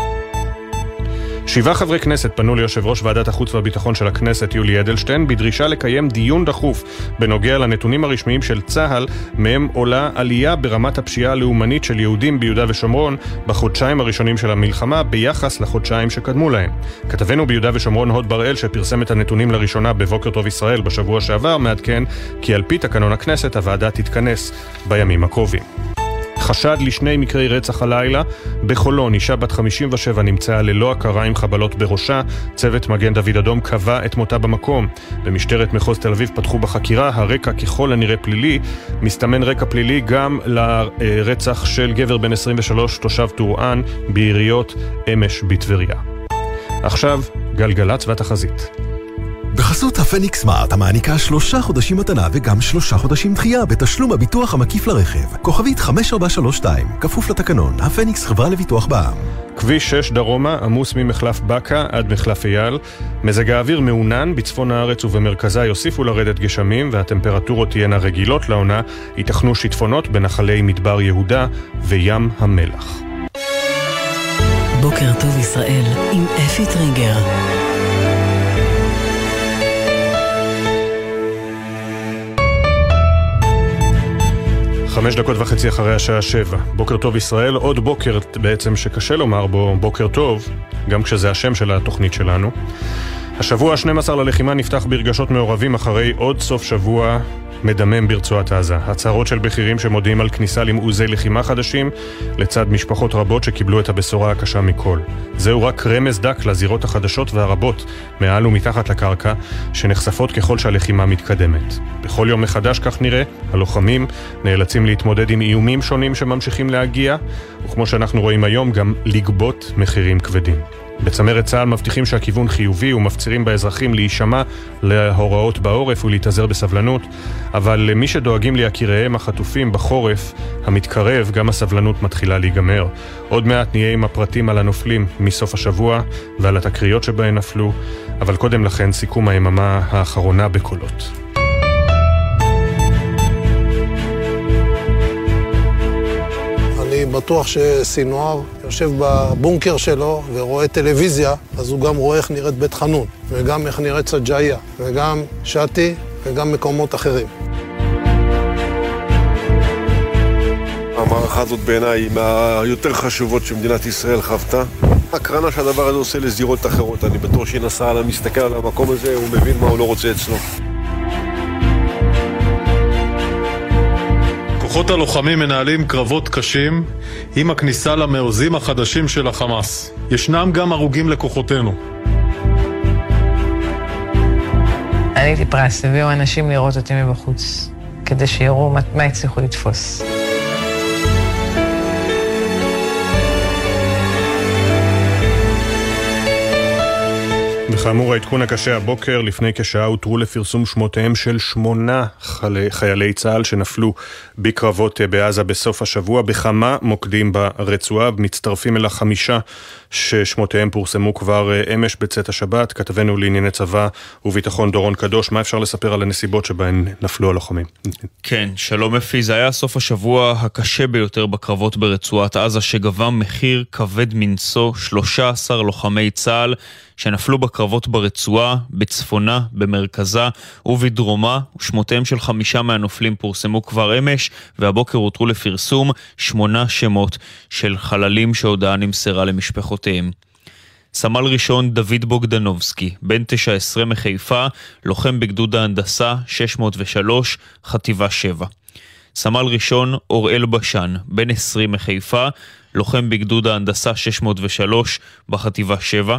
שבעה חברי כנסת פנו ליושב ראש ועדת החוץ והביטחון של הכנסת יולי אדלשטיין בדרישה לקיים דיון דחוף בנוגע לנתונים הרשמיים של צה"ל, מהם עולה עלייה ברמת הפשיעה הלאומנית של יהודים ביהודה ושומרון בחודשיים הראשונים של המלחמה ביחס לחודשיים שקדמו להם. כתבנו ביהודה ושומרון הוד בראל, שפרסם את הנתונים לראשונה בבוקר טוב ישראל בשבוע שעבר, מעדכן כי על פי תקנון הכנסת הוועדה תתכנס בימים הקרובים. חשד לשני מקרי רצח הלילה בחולון, אישה בת חמישים ושבע נמצאה ללא הכרה עם חבלות בראשה. צוות מגן דוד אדום קבע את מותה במקום. במשטרת מחוז תל אביב פתחו בחקירה, הרקע ככל הנראה פלילי. מסתמן רקע פלילי גם לרצח של גבר בן עשרים ושלוש תושב טורען בעיריות אמש בטבריה. עכשיו גלגלצ והתחזית. בחסות הפניקס סמארט המעניקה שלושה חודשים מתנה וגם שלושה חודשים דחייה בתשלום הביטוח המקיף לרכב. כוכבית חמש ארבע שלוש שתיים, כפוף לתקנון. הפניקס חברה לביטוח בע"מ. כביש שש דרומה עמוס ממחלף בקה עד מחלף אייל. מזג האוויר מעונן, בצפון הארץ ובמרכזה יוסיפו לרדת גשמים והטמפרטורות תהיינה רגילות לעונה. ייתכנו שיטפונות בנחלי מדבר יהודה וים המלח. בוקר טוב ישראל עם אפי טריגר. חמש דקות וחצי אחרי השעה שבע. בוקר טוב ישראל, עוד בוקר בעצם שקשה לומר בו בוקר טוב, גם כשזה השם של התוכנית שלנו. השבוע ה-שנים עשר ללחימה נפתח ברגשות מעורבים אחרי עוד סוף שבוע מדמם ברצועת עזה. הצהרות של בכירים שמודיעים על כניסה למעוזי לחימה חדשים, לצד משפחות רבות שקיבלו את הבשורה הקשה מכל. זהו רק רמז דק לזירות החדשות והרבות, מעל ומתחת לקרקע, שנחשפות ככל שהלחימה מתקדמת. בכל יום מחדש, כך נראה, הלוחמים נאלצים להתמודד עם איומים שונים שממשיכים להגיע, וכמו שאנחנו רואים היום, גם לגבות מחירים כבדים. בצמרת צה"ל מבטיחים שהכיוון חיובי ומפצירים באזרחים להישמע להוראות בעורף ולהתאזר בסבלנות, אבל למי שדואגים ליקיריהם החטופים בחורף המתקרב, גם הסבלנות מתחילה להיגמר. עוד מעט נהיה עם הפרטים על הנופלים מסוף השבוע ועל התקריות שבהן נפלו, אבל קודם לכן סיכום היממה האחרונה בקולות. אני בטוח שסינואר יושב בבונקר שלו ורואה טלוויזיה, אז הוא גם רואה איך נראית בית חנון, וגם איך נראית סג'איה, וגם שתי, וגם מקומות אחרים. המערכה הזאת בעיניי היא מהיותר חשובות שמדינת ישראל חוותה. הקרנה שהדבר הזה עושה לזירות אחרות. אני בטוח שנסע עליו, מסתכל על המקום הזה, הוא מבין מה הוא לא רוצה אצלו. כוחות הלוחמים מנהלים קרבות קשים עם הכניסה למעוזים החדשים של החמאס. ישנם גם הרוגים לכוחותינו. עליתי פרס, הביאו אנשים לראות אותי מבחוץ, כדי שיראו מה, מה הצליחו לתפוס. כאמור, העדכון הקשה הבוקר, לפני כשעה הותרו לפרסום שמותיהם של שמונה חיילי צה"ל שנפלו בקרבות בעזה בסוף השבוע, בכמה מוקדים ברצועה, מצטרפים אל החמישה ששמותיהם פורסמו כבר אמש בצאת השבת. כתבנו לענייני צבא וביטחון דורון קדוש, מה אפשר לספר על הנסיבות שבהן נפלו הלוחמים? כן, שלום אפי, זה היה סוף השבוע הקשה ביותר בקרבות ברצועת עזה, שגבה מחיר כבד מנשוא. שלושה עשר לוחמי צה"ל שנפלו בקרבות ברצועה, בצפונה, במרכזה ובדרומה, ושמותיהם של חמישה מהנופלים פורסמו כבר אמש, והבוקר הותרו לפרסום שמונה שמות של חללים שהודעה נמסרה למשפחותיהם. סמל ראשון דוד בוגדנובסקי, בן תשע עשרה מחיפה, לוחם בגדוד ההנדסה שש מאות ושלוש, חטיבה שבע. סמל ראשון אוראל בשן, בן עשרים מחיפה, לוחם בגדוד ההנדסה שש מאות ושלוש, בחטיבה שבע.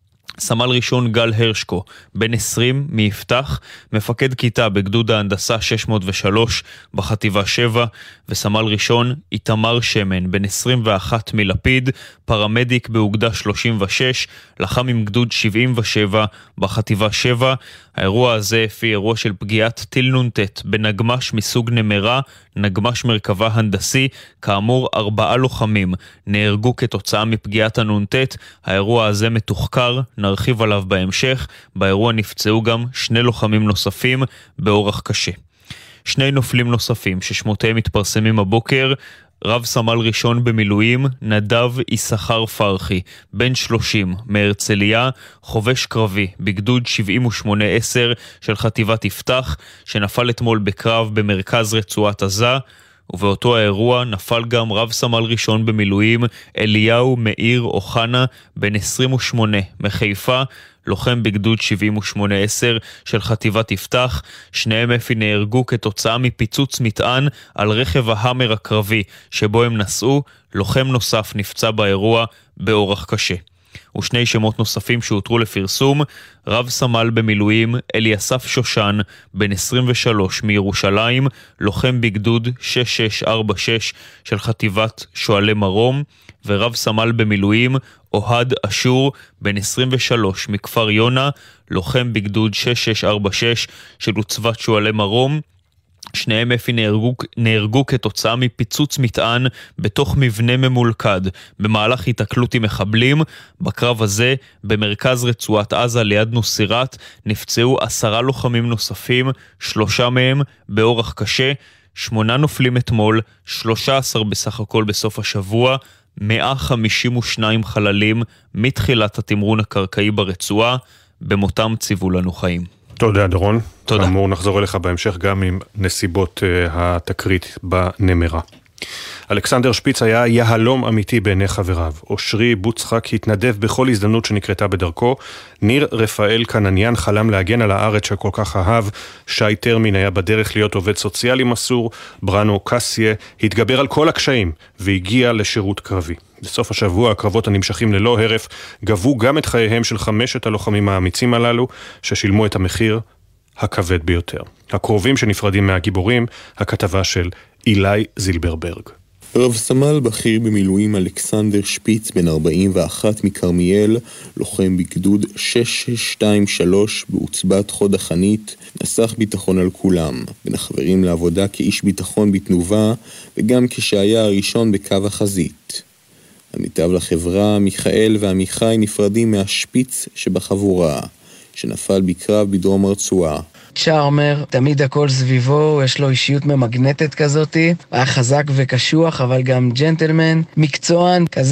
סמל ראשון גל הרשקו, בן עשרים מיפתח, מפקד כיתה בגדוד ההנדסה שש מאות ושלוש בחטיבה שבע, וסמל ראשון איתמר שמן, בן עשרים ואחת מלפיד, פרמדיק באוגדה שלושים ושש, לחם עם גדוד שבעים ושבע בחטיבה שבע. האירוע הזה לפי אירוע של פגיעת טיל נונטט בנגמש מסוג נמרה, נגמש מרכבה הנדסי. כאמור, ארבעה לוחמים נהרגו כתוצאה מפגיעת הנונטט. האירוע הזה מתוחקר, נרחיב עליו בהמשך. באירוע נפצעו גם שני לוחמים נוספים באורח קשה. שני נופלים נוספים ששמותיהם מתפרסמים הבוקר: רב סמל ראשון במילואים נדב יששכר פרחי, בן שלושים מהרצליה, חובש קרבי בגדוד שבעים ושמונה עשר של חטיבת יפתח, שנפל אתמול בקרב במרכז רצועת עזה. ובאותו האירוע נפל גם רב סמל ראשון במילואים אליהו מאיר אוחנה, בן עשרים ושמונה מחיפה, לוחם בגדוד שבעים ושמונה עשר של חטיבת יפתח. שניהם אפי נהרגו כתוצאה מפיצוץ מטען על רכב ההמר הקרבי שבו הם נסעו. לוחם נוסף נפצע באירוע באורח קשה. ושני שמות נוספים שהותרו לפרסום: רב סמל במילואים אליסף שושן, בן עשרים ושלוש מירושלים, לוחם בגדוד שש שש ארבע שש של חטיבת שואלי מרום, ורב סמל במילואים אוהד אשור, בן עשרים ושלוש מכפר יונה, לוחם בגדוד שש שש ארבע שש של עוצבת שואלי מרום. שניהם אפי נהרגו, נהרגו כתוצאה מפיצוץ מטען בתוך מבנה ממולכד במהלך התקלות עם מחבלים. בקרב הזה במרכז רצועת עזה ליד נוסירת נפצעו עשרה לוחמים נוספים, שלושה מהם באורח קשה. שמונה נופלים אתמול, שלושה עשר בסך הכל בסוף השבוע, מאה חמישים ושניים חללים מתחילת התמרון הקרקעי ברצועה. במותם ציוו לנו חיים. תודה דורון. תודה. כאמור נחזור אליך בהמשך גם עם נסיבות uh, התקרית בנמרה. אלכסנדר שפיץ היה יהלום אמיתי בעיני חבריו. אושרי בוצחק התנדב בכל הזדמנות שנקרתה בדרכו. ניר רפאל קנניאן חלם להגן על הארץ שכל כך אהב. שי טרמין היה בדרך להיות עובד סוציאלי מסור. ברנו קסיה התגבר על כל הקשיים והגיע לשירות קרבי. בסוף השבוע הקרבות הנמשכים ללא הרף גבו גם את חייהם של חמשת הלוחמים האמיצים הללו, ששילמו את המחיר הכבד ביותר. הקרובים שנפרדים מהגיבורים, הכתבה של אילי זילברברג. רב סמל בכיר במילואים אלכסנדר שפיץ, בן ארבעים ואחת מקרמיאל, לוחם בגדוד שש שש שתיים שלוש בעוצבת חוד החנית, נסח ביטחון על כולם, בין החברים לעבודה כאיש ביטחון בתנובה, וגם כשהיה הראשון בקו החזית. עמיתיו לחברה, מיכאל ועמיחי, נפרדים מהשפיץ שבחבורה, שנפל בקרב בדרום הרצועה. צ'ארמר, תמיד הכל סביבו, יש לו אישיות ממגנטת כזאת, היה חזק וקשוח, אבל גם ג'נטלמן, מקצוען, כזה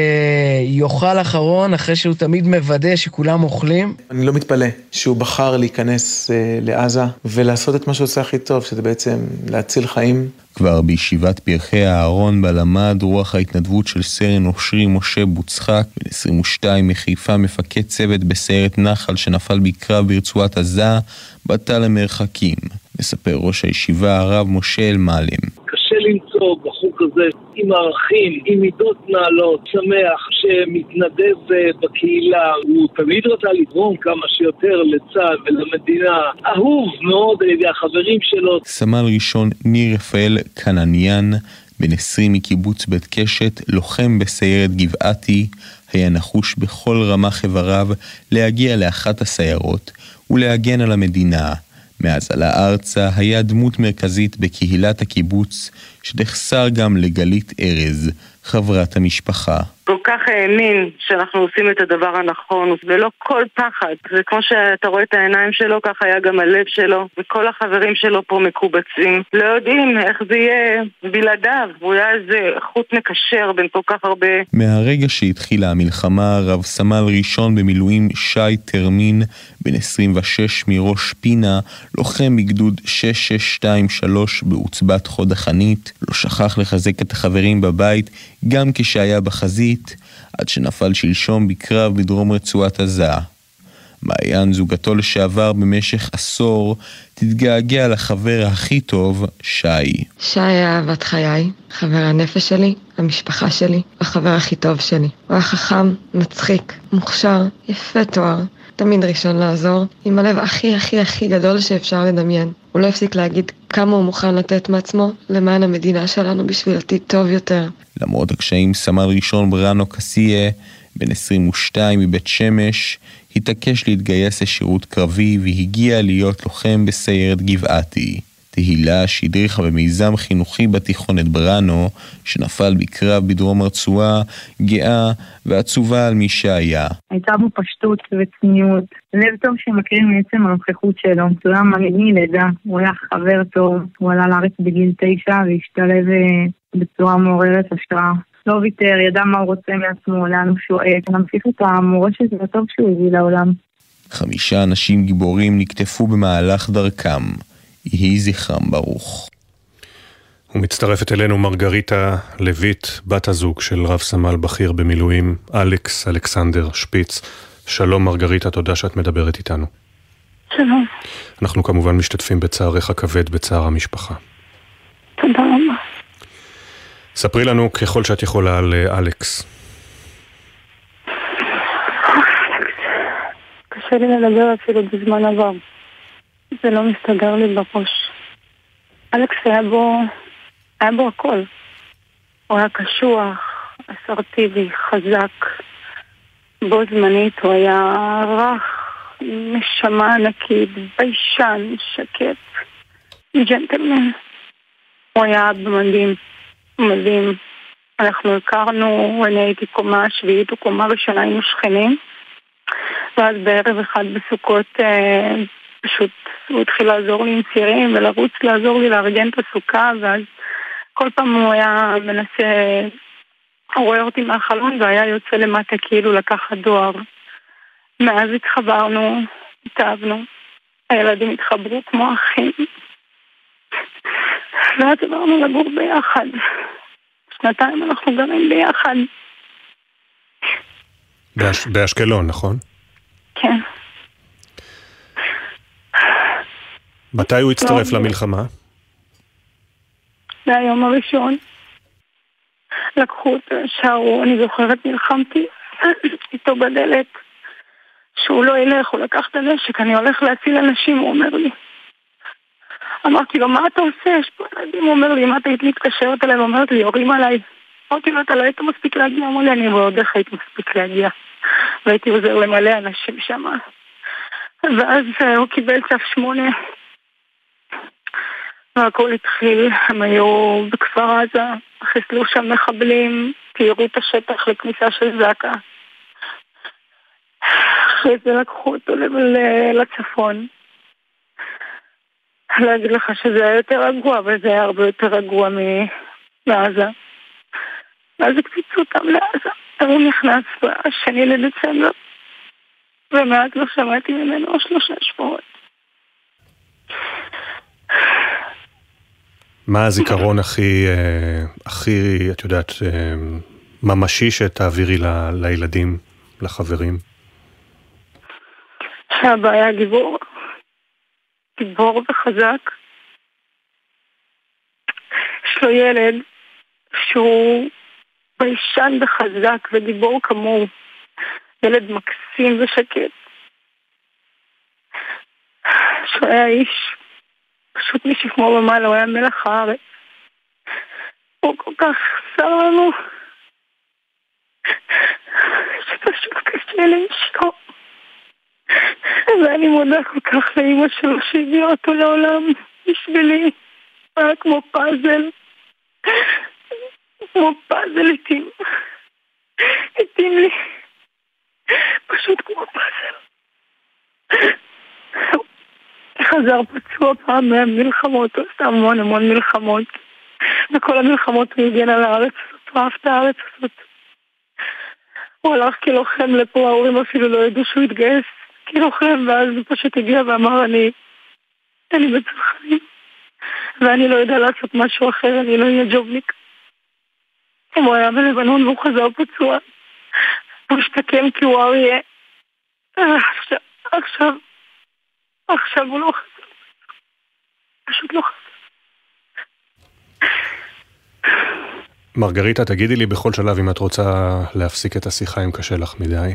שיוכל אחרון אחרי שהוא תמיד מוודא שכולם אוכלים. אני לא מתפלא שהוא בחר להיכנס אה, לעזה ולעשות את מה שהוא עושה הכי טוב, שזה בעצם להציל חיים. כבר בישיבת פרחי הארון בלמד רוח ההתנדבות של סרן אושרי משה בוצחק, בן עשרים ושתיים מחיפה, מפקד צוות בסיירת נחל שנפל בקרב ברצועת עזה, בטה למרחקים. מספר ראש הישיבה הרב משה אלמלם. קשה למצוא בחור כזה עם ערכים, עם מידות נעלות, שמח, שמתנדב בקהילה. הוא תמיד רצה לתרום כמה שיותר לצה"ל ולמדינה. אהוב מאוד על ידי החברים שלו. סמל ראשון ניר רפאל קנניאן, בן עשרים מקיבוץ בית קשת, לוחם בסיירת גבעתי, היה נחוש בכל רמה חבריו להגיע לאחת הסיירות ולהגן על המדינה. מאז עלה ארצה היה דמות מרכזית בקהילת הקיבוץ, שתחסר גם לגלית ארז, חברת המשפחה. כל כך האמין שאנחנו עושים את הדבר הנכון, ולא כל פחד. זה כמו שאתה רואה את העיניים שלו, כך היה גם הלב שלו, וכל החברים שלו פה מקובצים. לא יודעים איך זה יהיה בלעדיו, הוא היה איזה חוט מקשר בין כל כך הרבה. מהרגע שהתחילה המלחמה, רב סמל ראשון במילואים שי טרמין, בן עשרים ושש מראש פינה, לוחם בגדוד שש שש שתיים שלוש בעוצבת חוד החנית, לא שכח לחזק את החברים בבית, גם כשהיה בחזית, האזרחית, עד שנפל שלשום בקרב בדרום רצועת עזה. מעיין, זוגתו לשעבר במשך עשור, תתגעגע לחבר הכי טוב, שי. שי היה אהבת חיי, חבר הנפש שלי, המשפחה שלי, החבר הכי טוב שלי. הוא היה חכם, מצחיק, מוכשר, יפה תואר, תמיד ראשון לעזור, עם הלב הכי הכי הכי גדול שאפשר לדמיין. הוא לא הפסיק להגיד כמה הוא מוכן לתת מעצמו למען המדינה שלנו בשביל עתיד טוב יותר. למרות הקשיים, סמל ראשון ברנו קסיה, בן עשרים ושתיים מבית שמש, התעקש להתגייס לשירות קרבי והגיע להיות לוחם בסיירת גבעתי. תהילה שהדריכה במיזם חינוכי בתיכונת ברנו, שנפל בקרב בדרום הרצועה, גאה ועצובה על מי שהיה. הייתה בו פשטות וצניעות, לב טוב שמקרין מעצם הנוכחות שלו. הוא היה מנהיג מלידה, הוא היה חבר טוב, הוא עלה לארץ בגיל תשע והשתלב בצורה מעוררת השראה. לא ויתר, ידע מה הוא רוצה מעצמו, לאן הוא שואף, נמשיך את המורשת והטוב שהוא הביא לעולם. חמישה אנשים גיבורים נקטפו במהלך דרכם. יהי זכרם ברוך. ומצטרפת אלינו מרגריטה לויט, בת הזוג של רב סמל בכיר במילואים, אלכס אלכסנדר שפיץ. שלום מרגריטה, תודה שאת מדברת איתנו. שלום. אנחנו כמובן משתתפים בצערך הכבד, בצער המשפחה. תודה רבה. ספרי לנו ככל שאת יכולה על אלכס. קשה לי לדבר אפילו בזמן עבר. זה לא מסתדר לי בראש. אלכס היה בו, היה בו הכל. הוא היה קשוח, אסרטיבי, חזק. בו זמנית הוא היה רך, נשמה ענקית, ביישן, שקט, ג'נטלמן. הוא היה במדים, מדהים. אנחנו הכרנו, אני הייתי קומה שביעית או קומה ראשונה, היינו שכנים. ואז בערב אחד בסוכות אה, פשוט הוא התחיל לעזור לי עם צירים ולרוץ לעזור לי לארגן את הסוכה, ואז כל פעם הוא היה מנסה, הוא רואה אותי מהחלון והיה יוצא למטה כאילו לקחת דואר. מאז התחברנו, התאהבנו, הילדים התחברו כמו אחים, ואז עברנו לגור ביחד. שנתיים אנחנו גרים ביחד. באש... באשקלון, נכון? כן. מתי הוא הצטרף לא, למלחמה? מהיום הראשון. לקחו אותו, שרו, אני זוכרת, נלחמתי איתו בדלת. שהוא לא ילך, הוא לקח את הנשק, אני הולך להציל אנשים, הוא אומר לי. אמרתי לו, מה אתה עושה? יש פה ילדים, הוא אומר לי, מה אתה היית מתקשרת אליי? הוא אומר לי, יורים עליי. אמרתי לו, אתה לא היית מספיק להגיע? אמר לי, אני ועוד איך הייתי מספיק להגיע. והייתי עוזר למלא אנשים שם. ואז הוא קיבל צו שמונה. והכל התחיל, הם היו בכפר עזה, חיסלו שם מחבלים, תיארו את השטח לכניסה של זקה. אחרי זה לקחו אותו לצפון. להגיד לך שזה היה יותר רגוע, אבל זה היה הרבה יותר רגוע מעזה. ואז הקפיצו אותם לעזה. הוא נכנס בשני לדצמבר, ומאז לא שמעתי ממנו שלושה שבועות. מה הזיכרון הכי, הכי, את יודעת, ממשי שתעבירי ל, לילדים, לחברים? שאבא היה גיבור, גיבור וחזק. יש לו ילד שהוא ביישן וחזק וגיבור כמוהו, ילד מקסים ושקט. שהוא היה איש פשוט משכמו ומעלה, הוא היה מלך הארץ. הוא כל כך חסר לנו שפשוט קשה לאשתו. ואני מודה כל כך לאמא שלו שהביאה אותו לעולם בשבילי. הוא היה כמו פאזל, כמו פאזל התאים, התאים לי, פשוט כמו פאזל. חזר פצוע פעם מהמלחמות, הוא עשה המון המון מלחמות, וכל המלחמות הוא הגן על הארץ הזאת, הוא אהב את הארץ הזאת. הוא הלך כלוחם לפה, ההורים אפילו לא ידעו שהוא התגייס כלוחם, ואז הוא פשוט הגיע ואמר, אני אני בצלחיים, ואני לא יודע לעשות משהו אחר, אני לא אהיה ג'ובניק. הוא היה בלבנון והוא חזר פצוע. הוא השתקם כי הוא אריה. עכשיו, עכשיו, עכשיו הוא לא חזר. פשוט לא חזר. מרגריטה, תגידי לי בכל שלב אם את רוצה להפסיק את השיחה אם קשה לך מדי.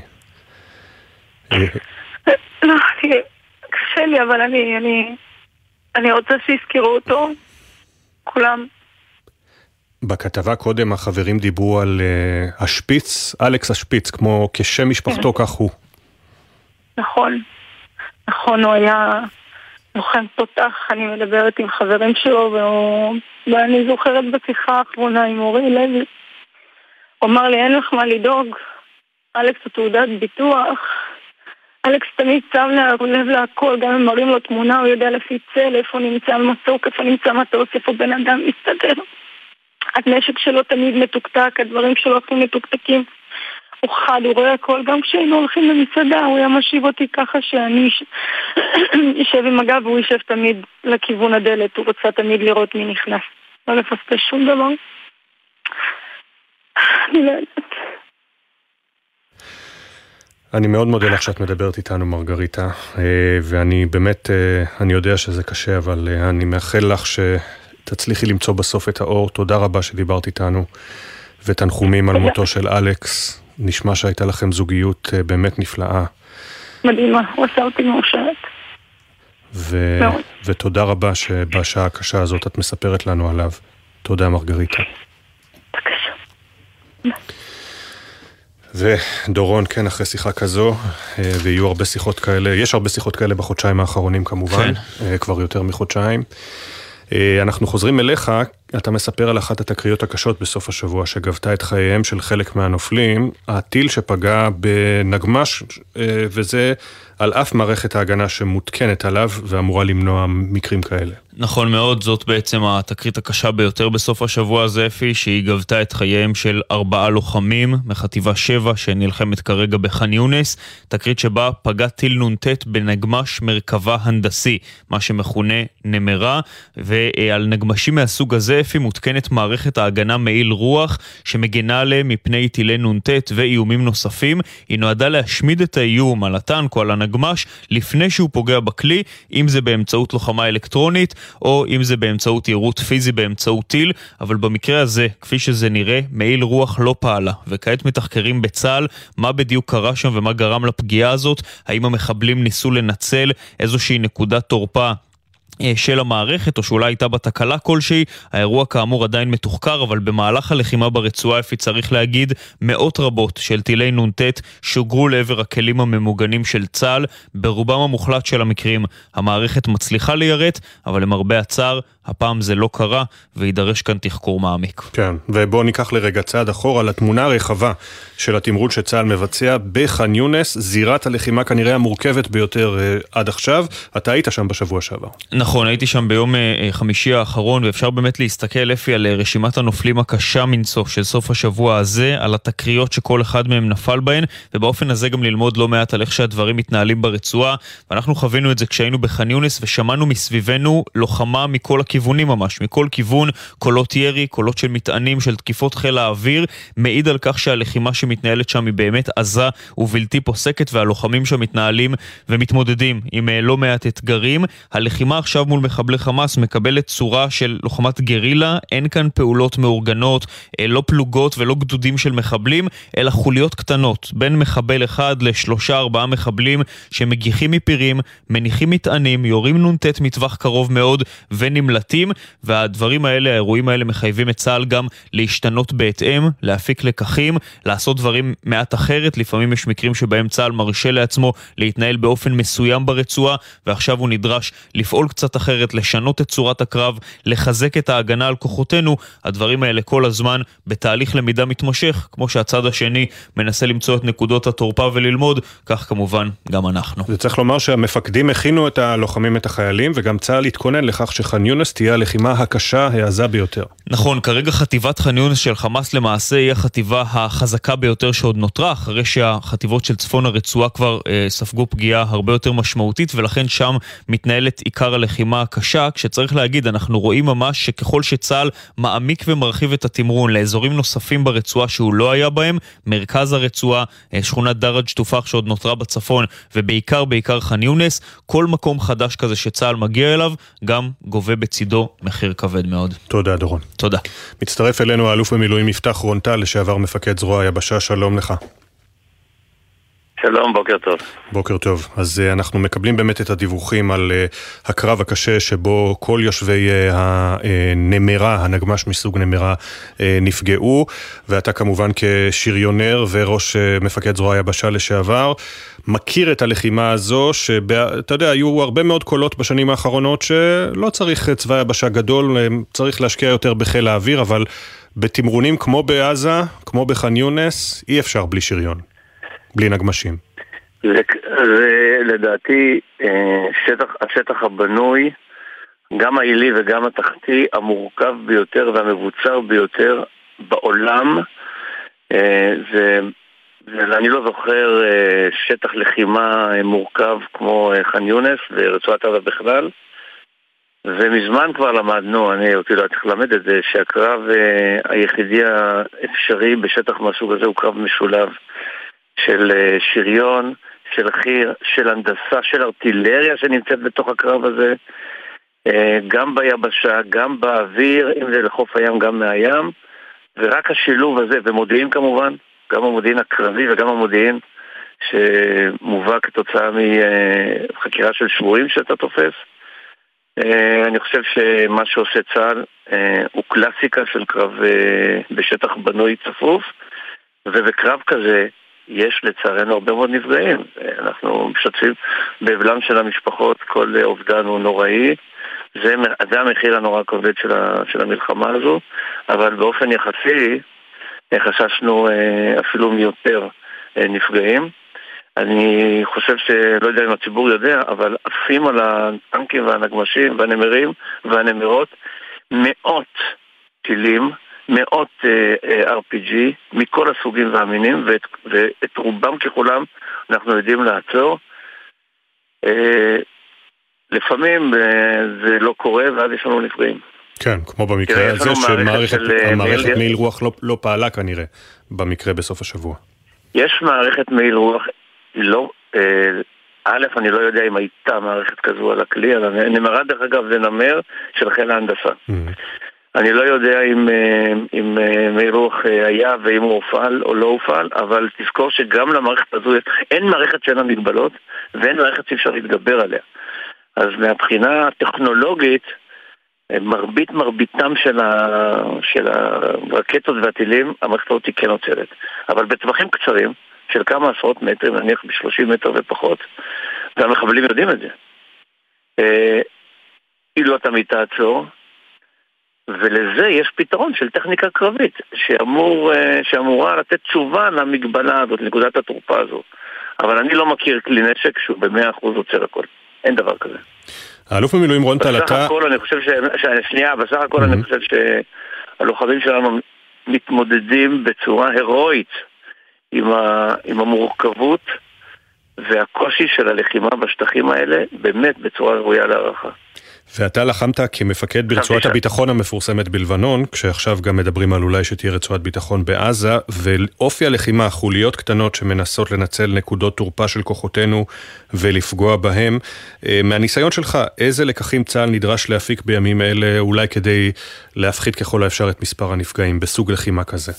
לא, קשה לי, אבל אני, אני, אני רוצה שיזכרו אותו, כולם. בכתבה קודם החברים דיברו על uh, השפיץ, אלכס השפיץ, כמו כשם משפחתו, כך הוא. נכון, נכון, הוא היה לוחם תותח, אני מדברת עם חברים שלו, והוא, ואני זוכרת בשיחה האחרונה עם אורי לוי, הוא אמר לי, אין לך מה לדאוג, אלכס הוא תעודת ביטוח, אלכס תמיד שם לב להכל, גם אם מראים לו תמונה, הוא יודע לפי צל, איפה נמצא מסוק, איפה נמצא מטוס, איפה בן אדם מסתדר. הנשק שלו תמיד מתוקתק, הדברים שלו הכי מתוקתקים. הוא חד, הוא רואה הכל, גם כשהיינו הולכים למסעדה, הוא היה משיב אותי ככה שאני יישב עם הגב, והוא יישב תמיד לכיוון הדלת, הוא רוצה תמיד לראות מי נכנס. לא לפספס שום דבר. אני לא יודעת. אני מאוד מודה לך שאת מדברת איתנו, מרגריטה, ואני באמת, אני יודע שזה קשה, אבל אני מאחל לך שתצליחי למצוא בסוף את האור. תודה רבה שדיברת איתנו, ותנחומים על מותו של אלכס. נשמע שהייתה לכם זוגיות באמת נפלאה. מדהימה, הוא עשה אותי מאושרת. ו... ותודה רבה שבשעה הקשה הזאת את מספרת לנו עליו. תודה, מרגריטה. בבקשה. ודורון, כן, אחרי שיחה כזו, ויהיו הרבה שיחות כאלה, יש הרבה שיחות כאלה בחודשיים האחרונים כמובן, כן. כבר יותר מחודשיים. אנחנו חוזרים אליך, אתה מספר על אחת התקריות הקשות בסוף השבוע שגבתה את חייהם של חלק מהנופלים, הטיל שפגע בנגמש, וזה על אף מערכת ההגנה שמותקנת עליו ואמורה למנוע מקרים כאלה. נכון מאוד, זאת בעצם התקרית הקשה ביותר בסוף השבוע הזה, אפי, שהיא גבתה את חייהם של ארבעה לוחמים מחטיבה שבע שנלחמת כרגע בח'אן יונס, תקרית שבה פגע טיל נונטט בנגמש מרכבה הנדסי, מה שמכונה נמרה, ועל נגמשים מהסוג הזה, אפי, מותקנת מערכת ההגנה מעיל רוח שמגנה עליהם מפני טילי נונטט ואיומים נוספים. היא נועדה להשמיד את האיום על הטנק או על הנגמש לפני שהוא פוגע בכלי, אם זה באמצעות לוחמה אלקטרונית או אם זה באמצעות יירוט פיזי באמצעות טיל, אבל במקרה הזה, כפי שזה נראה, מעיל רוח לא פעלה, וכעת מתחקרים בצה"ל מה בדיוק קרה שם ומה גרם לפגיעה הזאת, האם המחבלים ניסו לנצל איזושהי נקודת תורפה של המערכת, או שאולי הייתה בתקלה כלשהי. האירוע כאמור עדיין מתוחקר, אבל במהלך הלחימה ברצועה, אפי, צריך להגיד, מאות רבות של טילי נונטט שוגרו לעבר הכלים הממוגנים של צה"ל. ברובם המוחלט של המקרים המערכת מצליחה ליירט, אבל למרבה הצער הפעם זה לא קרה, וידרש כאן תחקור מעמיק. כן, ובואו ניקח לרגע צעד אחורה לתמונה הרחבה של התמרוד שצה"ל מבצע בח'אן יונס, זירת הלחימה כנראה המורכבת ביותר עד עכשיו. אתה היית שם בשבוע שעבר. נכון, הייתי שם ביום חמישי האחרון, ואפשר באמת להסתכל לפי על רשימת הנופלים הקשה מנשוא של סוף השבוע הזה, על התקריות שכל אחד מהם נפל בהן, ובאופן הזה גם ללמוד לא מעט על איך שהדברים מתנהלים ברצועה. ואנחנו חווינו את זה כשהיינו בח'אן יונס, ושמענו מסביבנו לוחמה מכל הכיוונים ממש, מכל כיוון, קולות ירי, קולות של מטענים, של תקיפות חיל האוויר, מעיד על כך שהלחימה שמתנהלת שם היא באמת עזה ובלתי פוסקת, והלוחמים שם מתנהלים ומתמודדים עם לא מעט אתגרים. הלחימה עכשיו מול מחבלי חמאס מקבלת צורה של לוחמת גרילה, אין כאן פעולות מאורגנות, לא פלוגות ולא גדודים של מחבלים, אלא חוליות קטנות, בין מחבל אחד לשלושה ארבעה מחבלים שמגיחים מפירים, מניחים מטענים, יורים נונטט מטווח קרוב מאוד ונמלטים, והדברים האלה, האירועים האלה מחייבים את צה"ל גם להשתנות בהתאם, להפיק לקחים, לעשות דברים מעט אחרת. לפעמים יש מקרים שבהם צה"ל מרשה לעצמו להתנהל באופן מסוים ברצועה, ועכשיו הוא נדרש לפעול קצת אחרת, לשנות את צורת הקרב, לחזק את ההגנה על כוחותינו. הדברים האלה כל הזמן בתהליך למידה מתמשך, כמו שהצד השני מנסה למצוא את נקודות התורפה וללמוד, כך כמובן גם אנחנו. זה צריך לומר שהמפקדים הכינו את הלוחמים, את החיילים, וגם צה"ל התכונן לכך שח'אן יונס יונס תהיה הלחימה הקשה, העזה ביותר. נכון, כרגע חטיבת ח'אן יונס של חמאס למעשה היא החטיבה החזקה ביותר שעוד נותרה, אחרי שהחטיבות של צפון הרצועה כבר אה, ספגו פגיעה הרבה יותר משמעותית, ולכן שם מתנהלת עיקר הלחימה הקשה, כשצריך להגיד, אנחנו רואים ממש שככל שצה"ל מעמיק ומרחיב את התמרון לאזורים נוספים ברצועה שהוא לא היה בהם, מרכז הרצועה, אה, שכונת דרג' תופח שעוד נותרה בצפון, ובעיקר בעיקר ח'אן יונס, כל מקום חדש כזה שצה"ל מגיע אליו, גם גובה בצידו מחיר כבד מאוד. תודה דורון. תודה. מצטרף אלינו האלוף במילואים יפתח רונטל, לשעבר מפקד זרוע היבשה, שלום לך. שלום, בוקר טוב. בוקר טוב. אז uh, אנחנו מקבלים באמת את הדיווחים על uh, הקרב הקשה שבו כל יושבי uh, הנמרה, הנגמש מסוג נמרה, uh, נפגעו, ואתה כמובן כשריונר וראש uh, מפקד זרוע היבשה לשעבר, מכיר את הלחימה הזו, שאתה יודע, היו הרבה מאוד קולות בשנים האחרונות שלא צריך צבא היבשה גדול, צריך להשקיע יותר בחיל האוויר, אבל בתמרונים כמו בעזה, כמו בח'אן יונס, אי אפשר בלי שריון. בלי נגמשים. זה, זה לדעתי שטח, השטח הבנוי, גם העילי וגם התחתי, המורכב ביותר והמבוצר ביותר בעולם. זה, זה, אני לא זוכר שטח לחימה מורכב כמו ח'אן יונס ורצועת עזה בכלל. ומזמן כבר למדנו, אני אותי לא צריך ללמד את זה, שהקרב היחידי האפשרי בשטח מהסוג הזה הוא קרב משולב. של שריון, של חי"ר, של הנדסה, של ארטילריה שנמצאת בתוך הקרב הזה, גם ביבשה, גם באוויר, אם זה לחוף הים, גם מהים, ורק השילוב הזה, ומודיעין כמובן, גם המודיעין הקרבי וגם המודיעין שמובא כתוצאה מחקירה של שבויים שאתה תופס. אני חושב שמה שעושה צה"ל הוא קלאסיקה של קרב בשטח בנוי צפוף, ובקרב כזה יש לצערנו הרבה מאוד נפגעים. אנחנו משתתפים באבלם של המשפחות, כל אובדן הוא נוראי. זה, זה המחיר הנורא כבד של, ה, של המלחמה הזו, אבל באופן יחסי חששנו אפילו מיותר נפגעים. אני חושב שלא יודע אם הציבור יודע, אבל עפים על הטנקים והנגמשים והנמרים והנמרות מאות טילים, מאות אר פי ג'י מכל הסוגים והמינים, ואת, ואת רובם ככולם אנחנו יודעים לעצור. לפעמים זה לא קורה ואז יש לנו נפגעים. כן, כמו במקרה הזה שהמערכת מעיל רוח לא, לא פעלה כנראה במקרה בסוף השבוע. יש מערכת מעיל רוח, לא, א', אני לא יודע אם הייתה מערכת כזו על הכלי, נמרה דרך אגב זה נמר של חיל ההנדסה. אני לא יודע אם, אם מעיל רוח היה ואם הוא הופעל או לא הופעל, אבל תזכור שגם למערכת הזו אין מערכת שאין לה מגבלות ואין מערכת שאפשר להתגבר עליה. אז מהבחינה הטכנולוגית, מרבית מרביתם של, ה, של הרקטות והטילים, המערכת הזאת היא כן עוצרת. אבל בטווחים קצרים, של כמה עשרות מטרים, נניח ב-שלושים מטר ופחות, והמחבלים יודעים את זה. היא לא תמיד תעצור, ולזה יש פתרון של טכניקה קרבית, שאמור, שאמורה לתת תשובה למגבלה הזאת, נקודת התורפה הזו. אבל אני לא מכיר כלי נשק שהוא ב-מאה אחוז עוצר הכל. אין דבר כזה. האלוף במילואים רונטל, אתה... בסך הכל אני חושב ש... שנייה, בסך הכל אני חושב שהלוחמים שלנו מתמודדים בצורה הירואית עם, ה... עם המורכבות והקושי של הלחימה בשטחים האלה, באמת בצורה ראויה להערכה. ואתה לחמת כמפקד ברצועת הביטחון המפורסמת בלבנון, כשעכשיו גם מדברים על אולי שתהיה רצועת ביטחון בעזה, ואופי הלחימה, חוליות קטנות שמנסות לנצל נקודות תורפה של כוחותינו ולפגוע בהם. מהניסיון שלך, איזה לקחים צה"ל נדרש להפיק בימים אלה, אולי כדי להפחית ככל האפשר את מספר הנפגעים בסוג לחימה כזה?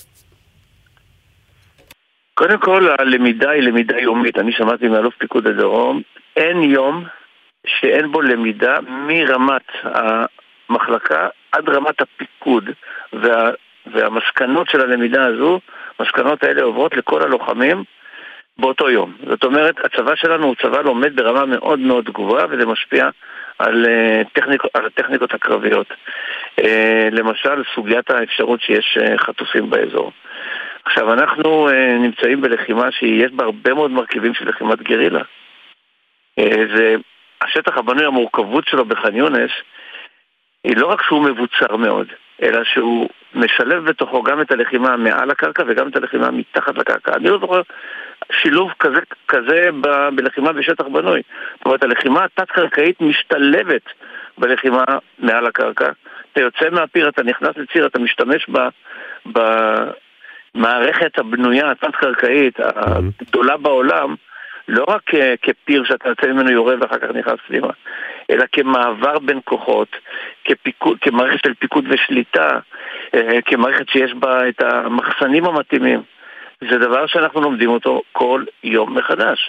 קודם כל, הלמידה היא למידה יומית. אני שמעתי מאלוף פיקוד הדרום, אין יום שאין בו למידה מרמת המחלקה עד רמת הפיקוד, וה, והמסקנות של הלמידה הזו, המסקנות האלה עוברות לכל הלוחמים באותו יום. זאת אומרת, הצבא שלנו הוא צבא לומד ברמה מאוד מאוד גבוהה, וזה משפיע על, טכניק, על הטכניקות הקרביות. למשל, סוגיית האפשרות שיש חטופים באזור. עכשיו, אנחנו נמצאים בלחימה שיש בה הרבה מאוד מרכיבים של לחימת גרילה. זה... השטח הבנוי, המורכבות שלו בח'אן יונס, היא לא רק שהוא מבוצר מאוד, אלא שהוא משלב בתוכו גם את הלחימה מעל הקרקע וגם את הלחימה מתחת לקרקע. אני לא זוכר שילוב כזה, כזה ב- בלחימה בשטח בנוי. זאת אומרת, הלחימה התת-קרקעית משתלבת בלחימה מעל הקרקע. אתה יוצא מהפיר, אתה נכנס לציר, אתה משתמש במערכת הבנויה התת-קרקעית הגדולה בעולם, לא רק כפיר שאתה יוצא ממנו יורה ואחר כך נכנס פנימה, אלא כמעבר בין כוחות, כפיקוד, כמערכת של פיקוד ושליטה, כמערכת שיש בה את המחסנים המתאימים. זה דבר שאנחנו לומדים אותו כל יום מחדש.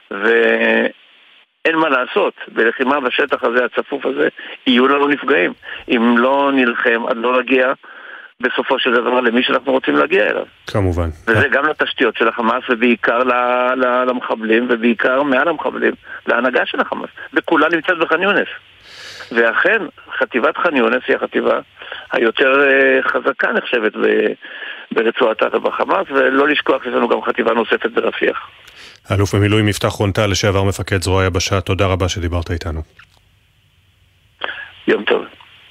ואין מה לעשות, בלחימה בשטח הזה, הצפוף הזה, יהיו לנו נפגעים. אם לא נלחם, עד לא נגיע בסופו של דבר למי שאנחנו רוצים להגיע אליו. כמובן. וזה גם לתשתיות של החמאס, ובעיקר למחבלים, ובעיקר מעל המחבלים, להנהגה של החמאס. וכולה נמצאת בח'אן יונס. ואכן, חטיבת ח'אן יונס היא החטיבה היותר חזקה נחשבת ברצועת עזה בחמאס, ולא לשכוח שיש לנו גם חטיבה נוספת ברפיח. אלוף במילואים יפתח רון-טל, לשעבר מפקד זרוע היבשה, תודה רבה שדיברת איתנו. יום טוב.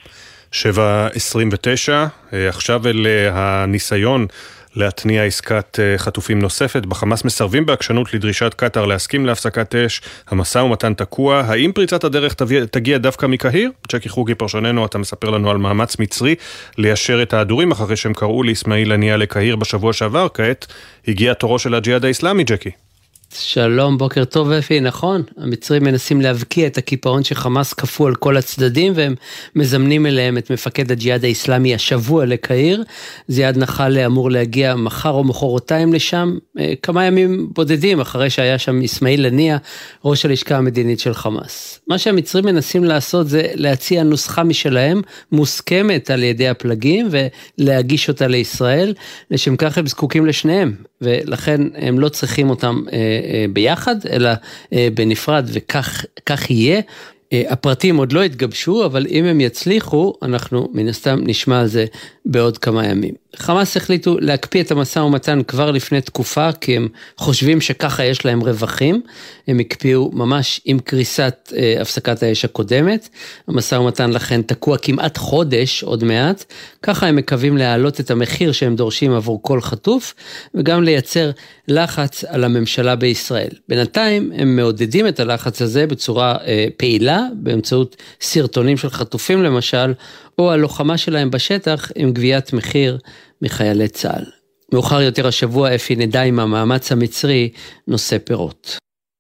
שבע עשרים ותשע, עכשיו אל הניסיון להתניע עסקת חטופים נוספת. בחמאס מסרבים בעקשנות לדרישת קטר להסכים להפסקת אש, המשא ומתן תקוע. האם פריצת הדרך תגיע דווקא מקהיר? ג'קי חוגי פרשננו, אתה מספר לנו על מאמץ מצרי ליישר את ההדורים אחרי שהם קראו לאסמאעיל הנייה לקהיר בשבוע שעבר. כעת הגיע תורו של הג'יהאד האסלאמי, ג'קי. שלום, בוקר טוב אפי, נכון, המצרים מנסים להבקיע את הקיפאון שחמאס כפו על כל הצדדים, והם מזמנים אליהם את מפקד הג'יהאד האסלאמי השבוע לקהיר. זיאד נחל אמור להגיע מחר או מחרתיים לשם, כמה ימים בודדים אחרי שהיה שם אסמאעיל הנייה, ראש הלשכה המדינית של חמאס. מה שהמצרים מנסים לעשות זה להציע נוסחה משלהם, מוסכמת על ידי הפלגים, ולהגיש אותה לישראל, לשם כך הם זקוקים לשניהם, ולכן הם לא צריכים אותם ביחד, אלא בנפרד, וכך כך יהיה. הפרטים עוד לא התגבשו, אבל אם הם יצליחו, אנחנו מן הסתם נשמע על זה בעוד כמה ימים. חמאס החליטו להקפיא את המשא ומתן כבר לפני תקופה, כי הם חושבים שככה יש להם רווחים. הם הקפיאו ממש עם קריסת אה, הפסקת האש הקודמת. המשא ומתן לכן תקוע כמעט חודש עוד מעט. ככה הם מקווים להעלות את המחיר שהם דורשים עבור כל חטוף, וגם לייצר לחץ על הממשלה בישראל. בינתיים הם מעודדים את הלחץ הזה בצורה אה, פעילה, באמצעות סרטונים של חטופים למשל, או הלוחמה שלהם בשטח עם גביית מחיר מחיילי צה"ל. מאוחר יותר השבוע אפי נדע אם המאמץ המצרי נושא פירות.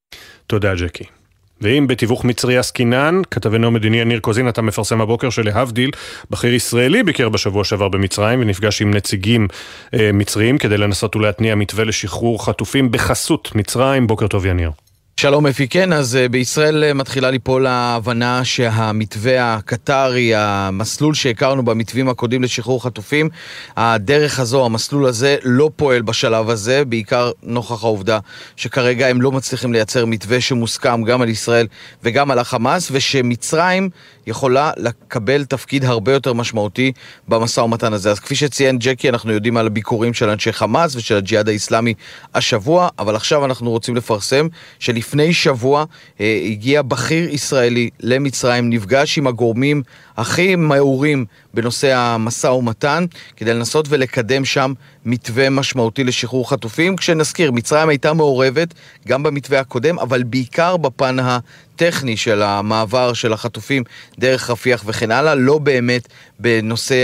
תודה ג'קי. ואם בתיווך מצרי עסקינן, כתבנו המדיני יניר קוזין, אתה מפרסם הבוקר שלהבדיל, בכיר ישראלי ביקר בשבוע שעבר במצרים, ונפגש עם נציגים אה, מצריים, כדי לנסות ולהתניע מתווה לשחרור חטופים בחסות מצרים. בוקר טוב יניר. שלום אפי, כן, אז בישראל מתחילה ליפול ההבנה שהמתווה הקטרי, המסלול שהכרנו במתווים הקודמים לשחרור חטופים, הדרך הזו, המסלול הזה לא פועל בשלב הזה, בעיקר נוכח העובדה שכרגע הם לא מצליחים לייצר מתווה שמוסכם גם על ישראל וגם על החמאס, ושמצרים יכולה לקבל תפקיד הרבה יותר משמעותי במשא ומתן הזה. אז כפי שציין ג'קי, אנחנו יודעים על הביקורים של אנשי חמאס ושל הג'יהאד האסלאמי השבוע, אבל עכשיו אנחנו רוצים לפרסם שלפני שבוע אה, הגיע בכיר ישראלי למצרים, נפגש עם הגורמים הכי מעורים בנושא המשא ומתן, כדי לנסות ולקדם שם מתווה משמעותי לשחרור חטופים. כשנזכיר, מצרים הייתה מעורבת גם במתווה הקודם, אבל בעיקר בפן הטכני של המעבר של החטופים דרך רפיח וכן הלאה, לא באמת בנושא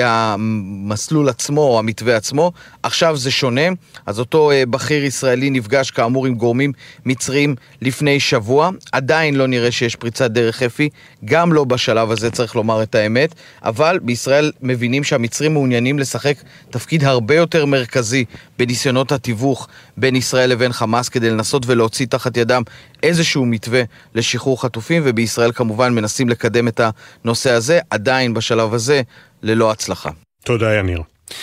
המסלול עצמו או המתווה עצמו. עכשיו זה שונה, אז אותו בכיר ישראלי נפגש כאמור עם גורמים מצרים לפני שבוע, עדיין לא נראה שיש פריצת דרך אפי, גם לא בשלב הזה, צריך לומר את האמת, אבל בישראל מבינים שהמצרים מעוניינים לשחק תפקיד הרבה יותר מרכזי בניסיונות התיווך בין ישראל לבין חמאס, כדי לנסות ולהוציא תחת ידם איזשהו מתווה לשחרור חטופים, ובישראל כמובן מנסים לקדם את הנושא הזה, עדיין בשלב הזה ללא הצלחה. תודה יניר.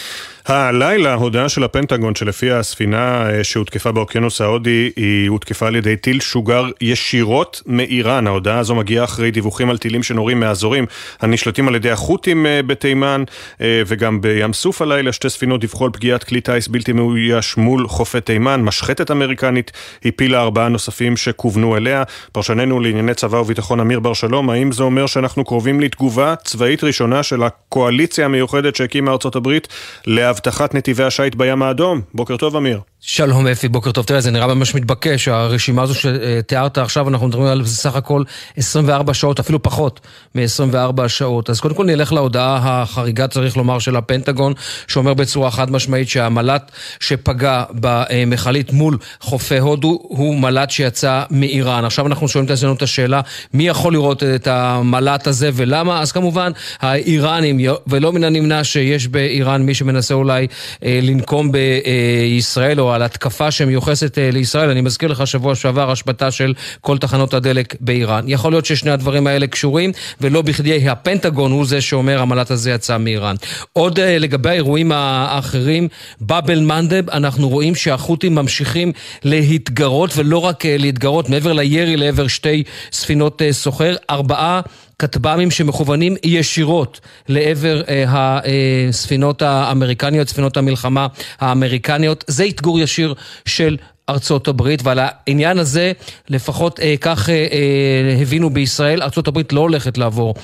הלילה הודעה של הפנטגון שלפי הספינה שהותקפה באוקיינוס ההודי היא הותקפה על ידי טיל שוגר ישירות מאיראן. ההודעה הזו מגיעה אחרי דיווחים על טילים שנורים מהאזורים הנשלטים על ידי החות'ים בתימן וגם בים סוף הלילה שתי ספינות דיווחו על פגיעת כלי טייס בלתי מאויש מול חופי תימן. משחטת אמריקנית הפילה ארבעה נוספים שכוונו אליה. פרשננו לענייני צבא וביטחון אמיר בר שלום, האם זה אומר שאנחנו קרובים לתגובה צבאית ראשונה של הקואליציה המיוחדת שהקימה ארצות הברית להבטחת נתיבי השייט בים האדום? בוקר טוב אמיר. שלום אפי, בוקר טוב. תראה, זה נראה ממש מתבקש, הרשימה הזו שתיארת עכשיו, אנחנו מדברים על סך הכל עשרים וארבע שעות, אפילו פחות מ-עשרים וארבע שעות. אז קודם כל נלך להודעה החריגה, צריך לומר, של הפנטגון, שאומר בצורה חד משמעית שהמל"ט שפגע במחלית מול חופי הודו, הוא מל"ט שיצא מאיראן. עכשיו אנחנו שואלים את עצמנו את השאלה, מי יכול לראות את המל"ט הזה ולמה? אז כמובן האיראנים, ולא מן הנמנע שיש באיראן מי שמנסה אולי לנקום בישראל או על התקפה שמיוחסת לישראל. אני מזכיר לך שבוע שעבר השבתה של כל תחנות הדלק באיראן. יכול להיות ששני הדברים האלה קשורים, ולא בכדי הפנטגון הוא זה שאומר המל"ט הזה יצא מאיראן. עוד לגבי האירועים האחרים, באבל מנדב, אנחנו רואים שהחות'ים ממשיכים להתגרות, ולא רק להתגרות, מעבר לירי לעבר שתי ספינות סוחר, ארבעה כטב"מים שמכוונים ישירות לעבר אה, הספינות האמריקניות, ספינות המלחמה האמריקניות. זה התגור ישיר של ארצות הברית, ועל העניין הזה לפחות אה, כך אה, אה, הבינו בישראל, ארצות הברית לא הולכת לעבור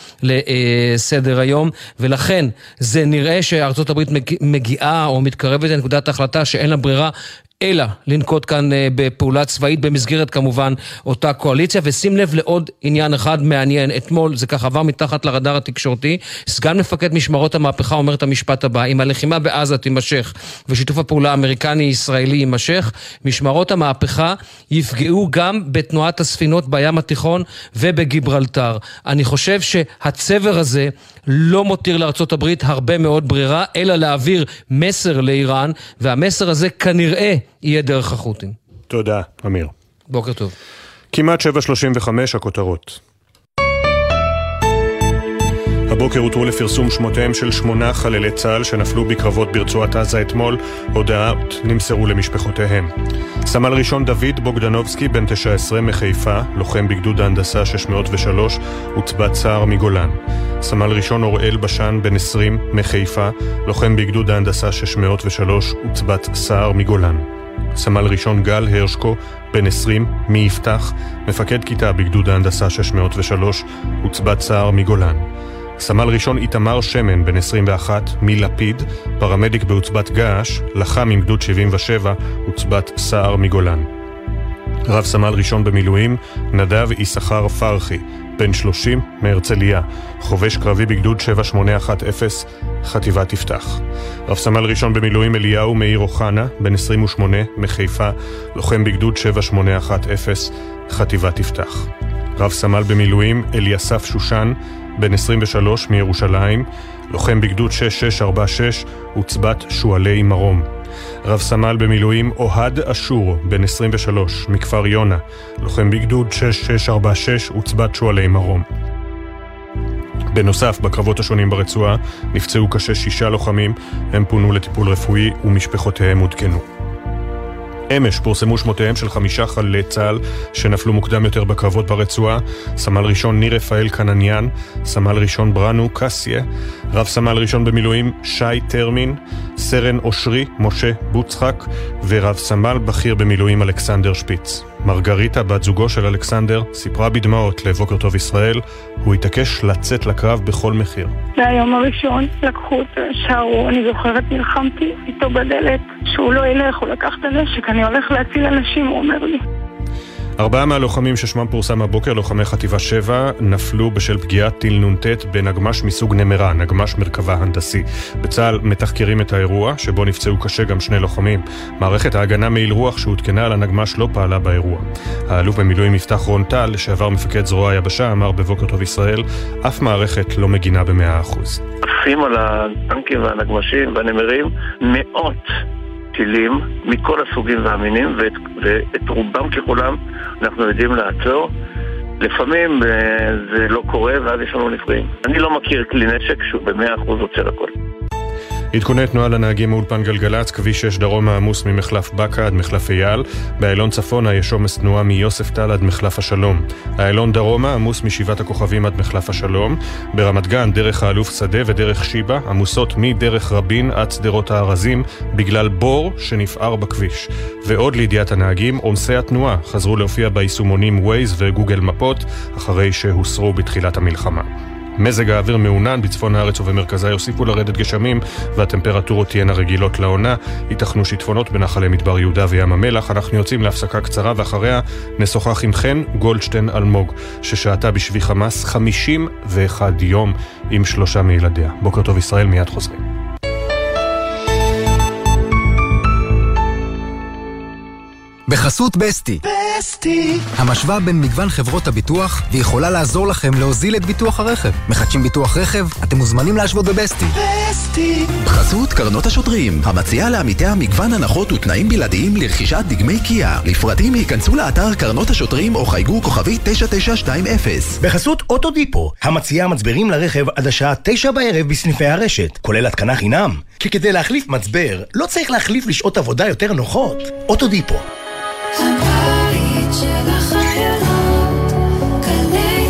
לסדר היום, ולכן זה נראה שארצות הברית מגיעה או מתקרבת לנקודת ההחלטה שאין לה ברירה אלא לנקוט כאן בפעולה צבאית במסגרת כמובן אותה קואליציה. ושים לב לעוד עניין אחד מעניין, אתמול זה ככה עבר מתחת לרדאר התקשורתי, סגן מפקד משמרות המהפכה אומר את המשפט הבא: אם הלחימה בעזה תימשך ושיתוף הפעולה האמריקני-ישראלי יימשך, משמרות המהפכה יפגעו גם בתנועת הספינות בים התיכון ובגיברלטר. אני חושב שהצבר הזה לא מותיר לארצות הברית הרבה מאוד ברירה אלא להעביר מסר לאיראן, והמסר הזה כנראה יהיה דרך החות'ים. תודה, אמיר. בוקר טוב. כמעט שבע שלושים וחמש הכותרות. הבוקר הותרו לפרסום שמותיהם של שמונה חללי צה"ל שנפלו בקרבות ברצועת עזה אתמול. הודעות נמסרו למשפחותיהם. סמל ראשון דוד בוגדנובסקי, בן תשע עשרה מחיפה, לוחם בגדוד ההנדסה שש מאות ושלוש, הוצבת סער מגולן. סמל ראשון אוראל בשן, בן עשרים מחיפה, לוחם בגדוד ההנדסה שש מאות ושלוש, הוצבת סער מגולן. סמל ראשון גל הרשקו, בן עשרים מיפתח, מפקד כיתה בגדוד ההנדסה שש מאות ושלוש, הוצבת סער מגולן. סמל ראשון איתמר שמן, בן עשרים ואחת, מלפיד, פרמדיק בעוצבת געש, לחם עם גדוד שבעים ושבע, עוצבת סער מגולן. רב סמל ראשון במילואים, נדב יששכר פרחי, בן שלושים, מהרצליה, חובש קרבי בגדוד שבע שמונה אחת אפס, חטיבת יפתח. רב סמל ראשון במילואים אליהו מאיר אוחנה, בן עשרים ושמונה, מחיפה, לוחם בגדוד שבע שמונה אחת אפס, חטיבת יפתח. רב סמל במילואים אליסף שושן, בן עשרים ושלוש, מירושלים, לוחם בגדוד שש שש ארבע שש, הוצבת שואלי מרום. רב סמל במילואים אוהד אשור, בן עשרים ושלוש, מכפר יונה, לוחם בגדוד שש שש ארבע שש, הוצבת שואלי מרום. בנוסף, בקרבות השונים ברצועה נפצעו קשה שישה לוחמים, הם פונו לטיפול רפואי ומשפחותיהם עודכנו. אמש פורסמו שמותיהם של חמישה חללי צה"ל שנפלו מוקדם יותר בקרבות ברצועה: סמל ראשון ניר רפאל קנניאן, סמל ראשון ברנו קסיה, רב סמל ראשון במילואים שי טרמין, סרן אושרי משה בוצחק, ורב סמל בכיר במילואים אלכסנדר שפיץ. מרגריטה, בת זוגו של אלכסנדר, סיפרה בדמעות לבוקר טוב ישראל, הוא התעקש לצאת לקרב בכל מחיר. מהיום הראשון לקחו אותו, שרו, אני זוכרת, נלחמתי איתו בדלת, שהוא לא ילך, הוא לקח את הנשק, אני הולך להציל אנשים, הוא אומר לי. ארבעה מהלוחמים ששמם פורסם הבוקר, לוחמי חטיבה שבע, נפלו בשל פגיעת טיל נונטט בנגמש מסוג נמרה, נגמש מרכבה הנדסי. בצה"ל מתחקרים את האירוע, שבו נפצעו קשה גם שני לוחמים. מערכת ההגנה מעיל רוח שהותקנה על הנגמש לא פעלה באירוע. האלוף במילואים יפתח רון טל, לשעבר מפקד זרוע היבשה, אמר בבוקר טוב ישראל, אף מערכת לא מגינה במאה אחוז. עפים על הטנקים והנגמשים והנמרים מאות טילים מכל הסוגים והמינים, ואת, ואת רובם ככולם אנחנו יודעים לעצור. לפעמים זה לא קורה ואז יש לנו נפגעים. אני לא מכיר כלי נשק שהוא במאה אחוז עוצר הכל. עדכוני תנועה לנהגים מאולפן גלגלץ, כביש שש דרום העמוס ממחלף בקה עד מחלף אייל, באיילון צפונה יש עומס תנועה מיוסף טל עד מחלף השלום. האיילון דרומה עמוס משבעת הכוכבים עד מחלף השלום. ברמת גן דרך האלוף שדה ודרך שיבה עמוסות מדרך רבין עד שדרות הארזים בגלל בור שנפער בכביש. ועוד לידיעת הנהגים, עומסי התנועה חזרו להופיע ביישומונים ווייז וגוגל מפות אחרי שהוסרו בתחילת המלחמה. מזג האוויר מעונן, בצפון הארץ ובמרכזה יוסיפו לרדת גשמים והטמפרטורות תהיינה רגילות לעונה. ייתכנו שיטפונות בנחלי מדבר יהודה וים המלח. אנחנו יוצאים להפסקה קצרה ואחריה נשוחח עם חן גולדשטיין אלמוג ששעתה בשבי חמאס חמישים ואחד יום עם שלושה מילדיה. בוקר טוב ישראל, מיד חוזרים. בחסות בסטי. בסטי. המשוואה בין מגוון חברות הביטוח ויכולה לעזור לכם להוזיל את ביטוח הרכב. מחדשים ביטוח רכב? אתם מוזמנים להשוות בבסטי. בסטי. בחסות קרנות השוטרים, המציעה לעמיתיה מגוון הנחות ותנאים בלעדיים לרכישת דגמי קיה. לפרטים ייכנסו לאתר קרנות השוטרים או חייגו כוכבי תשע תשע שתיים אפס. בחסות אוטודיפו, המציעה מצברים לרכב עד השעה תשע בערב בסניפי הרשת, כולל התקנה חינם. כי כדי להחליף מצבר, לא צריך להחליף לשעות עבודה יותר נוחות. אוטודיפו. הבית של החיילות, גלי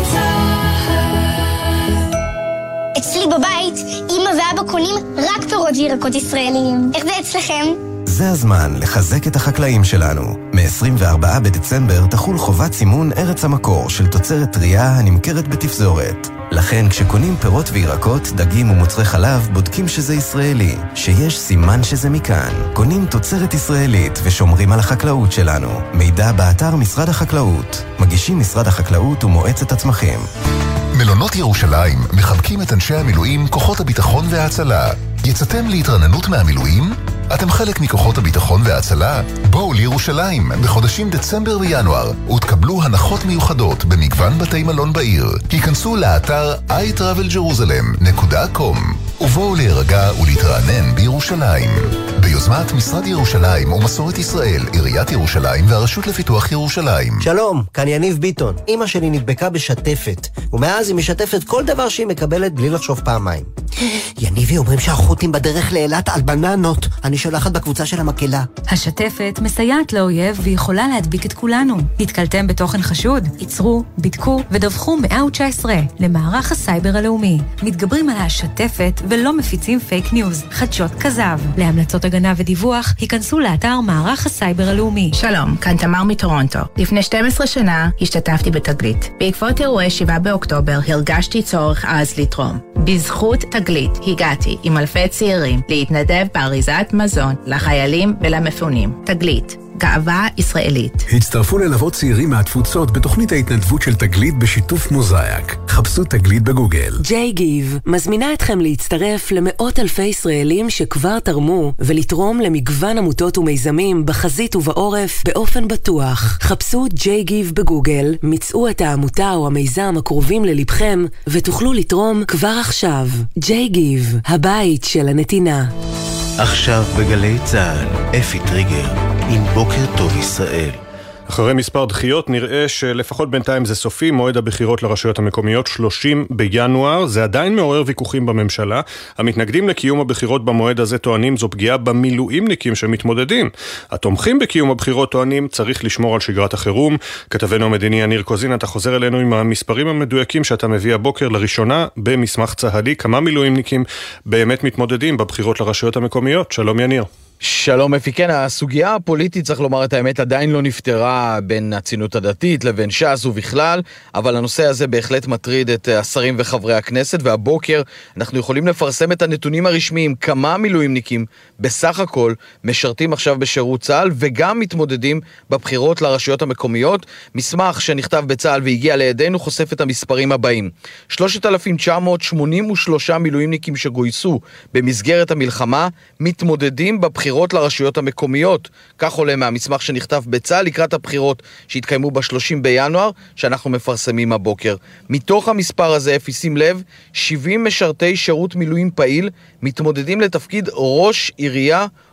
צהל. אצלי בבית, אמא ואבא קונים רק פירות וירקות ישראליים. איך זה אצלכם? זה הזמן לחזק את החקלאים שלנו. מ-עשרים וארבעה בדצמבר תחול חובת סימון ארץ המקור של תוצרת טריה הנמכרת בתפזורת. לכן כשקונים פירות וירקות, דגים ומוצרי חלב, בודקים שזה ישראלי, שיש סימן שזה מכאן. קונים תוצרת ישראלית ושומרים על החקלאות שלנו. מידע באתר משרד החקלאות. מגישים משרד החקלאות ומועצת הצמחים. מלונות ירושלים מחבקים את אנשי המילואים, כוחות הביטחון וההצלה. יצאתם להתרננות מהמילואים? אתם חלק מכוחות הביטחון וההצלה? בואו לירושלים בחודשים דצמבר וינואר ותקבלו הנחות מיוחדות במגוון בתי מלון בעיר. היכנסו לאתר איי טראבל ג'רוזלם נקודה קום ובואו להירגע ולהתרענן בירושלים. ביוזמת משרד ירושלים ומסורת ישראל, עיריית ירושלים והרשות לפיתוח ירושלים. שלום, כאן יניב ביטון. אמא שלי נדבקה בשתפת, ומאז היא משתפת כל דבר שהיא מקבלת בלי לחשוב פעמיים. יניבי אומרים שהחות'ים בדרך לאילת על בננות. אני שולחת בקבוצה של המקהלה. השתפת מסייעת לאויב ויכולה להדביק את כולנו. התקלתם בתוכן חשוד? ייצרו, בדקו ודווחו מאה תשע עשרה למערך הסייבר הלאומי. מתגברים על השתפת ולא מפיצים פייק ניוז, חדשות כזב. להמלצות הגנה ודיווח, היכנסו לאתר מערך הסייבר הלאומי. שלום, כאן תמר מטורונטו. לפני שתים עשרה שנה השתתפתי בתגלית. בעקבות אירועי שבעה באוקטובר הרגשתי צורך אז לתרום. בזכות תגלית הגעתי עם אלפי צעירים להתנדב באריזת מזון לחיילים ולמפונים. תגלית, גאווה ישראלית. הצטרפו ללוות צעירים מהתפוצות בתוכנית ההתנדבות של תגלית בשיתוף מוזאיק. חפשו תגלית בגוגל. ג'יי גיב מזמינה אתכם להצטרף למאות אלפי ישראלים שכבר תרמו ולתרום למגוון עמותות ומיזמים בחזית ובעורף באופן בטוח. חפשו ג'יי גיב בגוגל, מצאו את העמותה או המיזם הקרובים ללבכם ותוכלו לתרום כבר עכשיו. ג'יי גיב, הבית של הנתינה. עכשיו בגלי צהל, אפי טריגר עם בוקר טוב ישראל. אחרי מספר דחיות נראה שלפחות בינתיים זה סופי, מועד הבחירות לרשויות המקומיות שלושים בינואר, זה עדיין מעורר ויכוחים בממשלה. המתנגדים לקיום הבחירות במועד הזה טוענים זו פגיעה במילואימניקים שמתמודדים. התומכים בקיום הבחירות טוענים צריך לשמור על שגרת החירום. כתבנו המדיני יניר קוזין, אתה חוזר אלינו עם המספרים המדויקים שאתה מביא הבוקר לראשונה במסמך צהלי. כמה מילואימניקים באמת מתמודדים בבחירות לרשויות המקומיות? שלום יניר. שלום אפי, כן, הסוגיה הפוליטית, צריך לומר את האמת, עדיין לא נפתרה בין הציונות הדתית לבין ש"ס ובכלל, אבל הנושא הזה בהחלט מטריד את השרים וחברי הכנסת, והבוקר אנחנו יכולים לפרסם את הנתונים הרשמיים, כמה מילואימניקים בסך הכל משרתים עכשיו בשירות צה"ל וגם מתמודדים בבחירות לרשויות המקומיות. מסמך שנכתב בצה"ל והגיע לידינו חושף את המספרים הבאים: שלושת אלפים תשע מאות שמונים ושלושה מילואימניקים שגויסו במסגרת המלחמה מתמודדים בבחירות בחירות לרשויות המקומיות. כך עולה מהמסמך שנכתב בצה"ל לקראת הבחירות שהתקיימו ב-שלושים בינואר, שאנחנו מפרסמים הבוקר. מתוך המספר הזה, אפי, שים לב, שבעים משרתי שירות מילואים פעיל מתמודדים לתפקיד ראש עירייה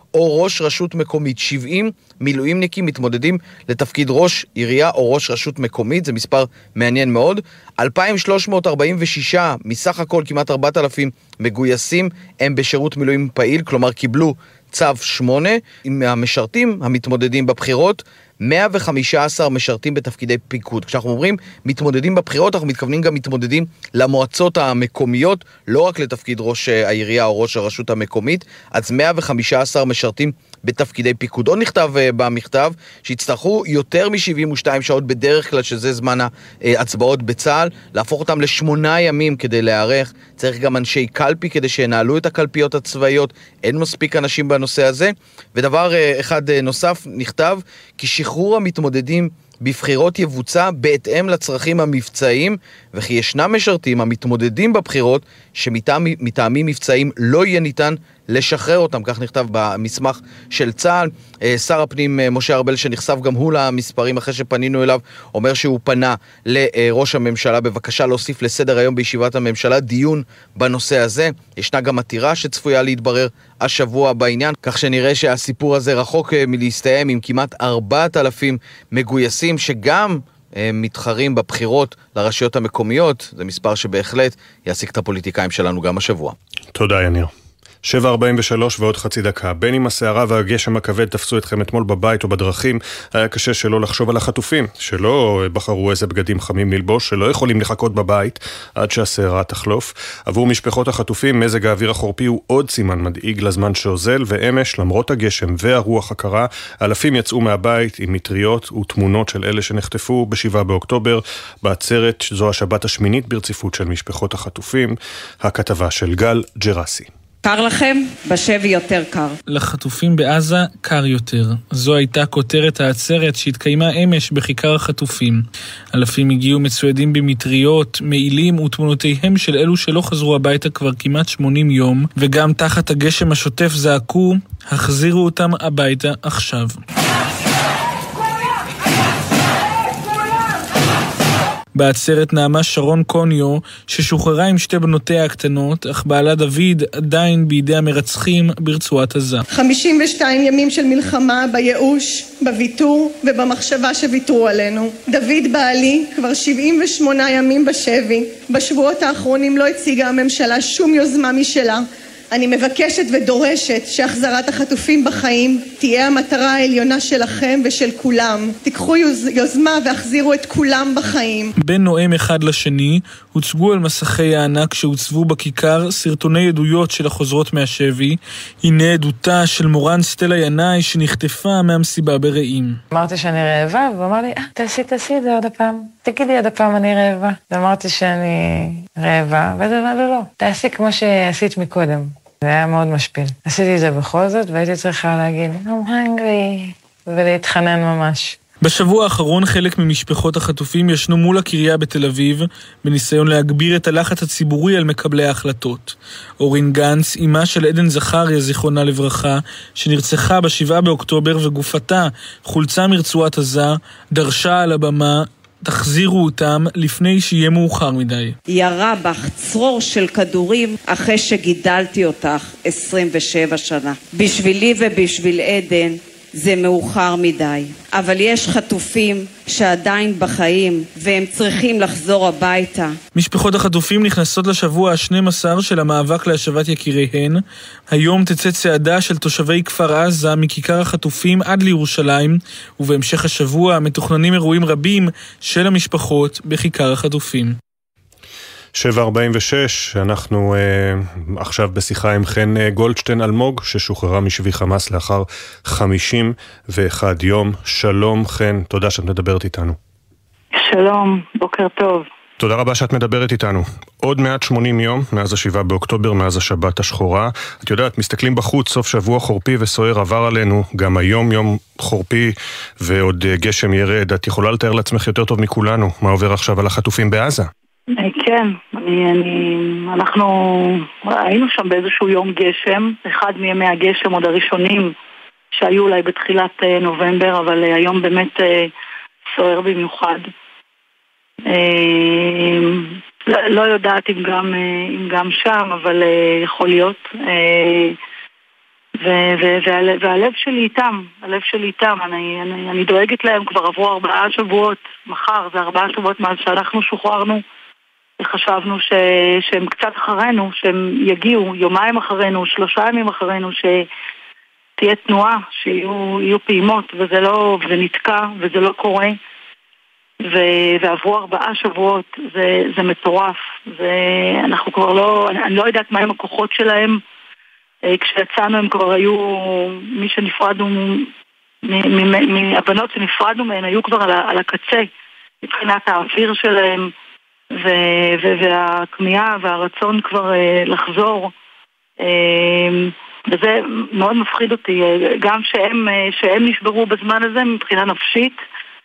או ראש רשות מקומית. שבעים מילואימניקים מתמודדים לתפקיד ראש עירייה או ראש רשות מקומית, זה מספר מעניין מאוד. אלפיים שלוש מאות ארבעים ושש מסך הכל כמעט ארבעת אלפים מגויסים הם בשירות מילואים פעיל, כלומר קיבלו צו שמונה. עם המשרתים המתמודדים בבחירות, מאה וחמישה עשר משרתים בתפקידי פיקוד. כשאנחנו אומרים מתמודדים בבחירות, אנחנו מתכוונים גם מתמודדים למועצות המקומיות, לא רק לתפקיד ראש העירייה או ראש הרשות המקומית. אז מאה וחמישה עשר משרתים בתפקידי פיקוד. עוד נכתב במכתב שיצטרכו יותר מ-שבעים ושתיים שעות בדרך כלל, שזה זמן ההצבעות בצה"ל, להפוך אותם לשמונה ימים כדי להיערך. צריך גם אנשי קלפי כדי שינהלו את הקלפיות הצבאיות. אין מספיק אנשים בנושא הזה. ודבר אחד נוסף, נכתב כי שחרור המתמודדים בבחירות יבוצע בהתאם לצרכים המבצעיים, וכי ישנם משרתים המתמודדים בבחירות שמטעמים מבצעיים לא יהיה ניתן לשחרר אותם. כך נכתב במסמך של צה"ל. שר הפנים משה ארבל, שנחשף גם הוא למספרים אחרי שפנינו אליו, אומר שהוא פנה לראש הממשלה בבקשה להוסיף לסדר היום בישיבת הממשלה דיון בנושא הזה. ישנה גם עתירה שצפויה להתברר השבוע בעניין, כך שנראה שהסיפור הזה רחוק מלהסתיים, עם כמעט ארבעת אלפים מגויסים שגם מתחרים בבחירות לרשויות המקומיות. זה מספר שבהחלט יעסיק את הפוליטיקאים שלנו גם השבוע. תודה יניר. שבע ארבעים ושלוש ועוד חצי דקה. בין אם הסערה והגשם הכבד תפסו אתכם אתמול בבית או בדרכים, היה קשה שלא לחשוב על החטופים, שלא בחרו איזה בגדים חמים ללבוש, שלא יכולים לחכות בבית עד שהסערה תחלוף. עבור משפחות החטופים, מזג האוויר החורפי הוא עוד סימן מדאיג לזמן שעוזל, ואמש, למרות הגשם והרוח הקרה, אלפים יצאו מהבית עם מטריות ותמונות של אלה שנחטפו בשבעה באוקטובר. בעצרת זו השבת השמינית ברציפות של משפחות החטופים. הכתבה של גל ג'רסי. קר לכם? בשבי יותר קר. לחטופים בעזה קר יותר. זו הייתה כותרת העצרת שהתקיימה אמש בכיכר החטופים. אלפים הגיעו מצוידים במטריות, מעילים ותמונותיהם של אלו שלא חזרו הביתה כבר כמעט שמונים יום, וגם תחת הגשם השוטף זעקו, החזירו אותם הביתה עכשיו. בעצרת נעמה שרון קוניו, ששוחררה עם שתי בנותיה הקטנות, אך בעלה דוד עדיין בידי המרצחים ברצועת עזה. חמישים ושתיים ימים של מלחמה בייאוש, בוויתור ובמחשבה שוויתרו עלינו. דוד בעלי כבר שבעים ושמונה ימים בשבי. בשבועות האחרונים לא הציגה הממשלה שום יוזמה משלה. אני מבקשת ודורשת שהחזרת החטופים בחיים תהיה המטרה העליונה שלכם ושל כולם. תיקחו יוזמה והחזירו את כולם בחיים. בין נואם אחד לשני הוצגו על מסכי הענק שהוצבו בכיכר סרטוני עדויות של החוזרות מהשבי. הנה עדותה של מורן סטלה ינאי שנחטפה מהמסיבה ברעים. אמרתי שאני רעבה, והוא אמר לי, אה, תעשי, תעשי את זה עוד הפעם. תגידי עוד הפעם אני רעבה. ואמרתי שאני רעבה, וזה אמר לו, לא. תעשי כמו שעשית מקודם. זה היה מאוד משפיל. עשיתי את זה בכל זאת, והייתי צריכה להגיד, I'm hungry, ולהתחנן ממש. בשבוע האחרון חלק ממשפחות החטופים ישנו מול הקריה בתל אביב, בניסיון להגביר את הלחץ הציבורי על מקבלי ההחלטות. אורין גנץ, אימה של עדן זכריה, זיכרונה לברכה, שנרצחה בשבעה באוקטובר וגופתה חולצה מרצועת עזה, דרשה על הבמה, תחזירו אותם לפני שיהיה מאוחר מדי. ירה בך צרור של כדורים אחרי שגידלתי אותך עשרים ושבע שנה. בשבילי ובשביל עדן זה מאוחר מדי. אבל יש חטופים שעדיין בחיים והם צריכים לחזור הביתה. משפחות החטופים נכנסות לשבוע ה-שנים עשר של המאבק להשבת יקיריהן. היום תצא צעדה של תושבי כפר עזה מכיכר החטופים עד לירושלים, ובהמשך השבוע מתוכננים אירועים רבים של המשפחות בכיכר החטופים. שבע ארבעים ושש, אנחנו אה, עכשיו בשיחה עם חן אה, גולדשטיין אלמוג, ששוחררה משבי חמאס לאחר חמישים ואחד יום. שלום חן, תודה שאת מדברת איתנו. שלום, בוקר טוב. תודה רבה שאת מדברת איתנו. עוד מעט שמונים יום מאז השבעה באוקטובר, מאז השבת השחורה. את יודעת, מסתכלים בחוץ, סוף שבוע חורפי וסוער עבר עלינו, גם היום יום חורפי ועוד אה, גשם ירד. את יכולה לתאר לעצמך יותר טוב מכולנו מה עובר עכשיו על החטופים בעזה? כן, אני, אני, אנחנו היינו שם באיזשהו יום גשם, אחד מימי הגשם עוד הראשונים שהיו אולי בתחילת נובמבר, אבל היום באמת סוער במיוחד. לא, לא יודעת אם גם, אם גם שם, אבל יכול להיות. והלב שלי איתם, הלב שלי איתם, אני, אני, אני דואגת להם, כבר עברו ארבעה שבועות, מחר זה ארבעה שבועות מאז שאנחנו שוחררנו, וחשבנו ש, שהם קצת אחרינו, שהם יגיעו יומיים אחרינו, שלושה ימים אחרינו, שתהיה תנועה, שיהיו פעימות, וזה לא, וזה נתקע, וזה לא קורה, ו, ועברו ארבעה שבועות, זה, זה מטורף, ואנחנו כבר לא, אני, אני לא יודעת מה הם הכוחות שלהם, כשיצאנו הם כבר היו, מי שנפרדנו, מהבנות שנפרדנו מהן היו כבר על הקצה, מבחינת האוויר שלהם, והכמיהה והרצון כבר לחזור, וזה מאוד מפחיד אותי, גם שהם, שהם נשברו בזמן הזה מבחינה נפשית,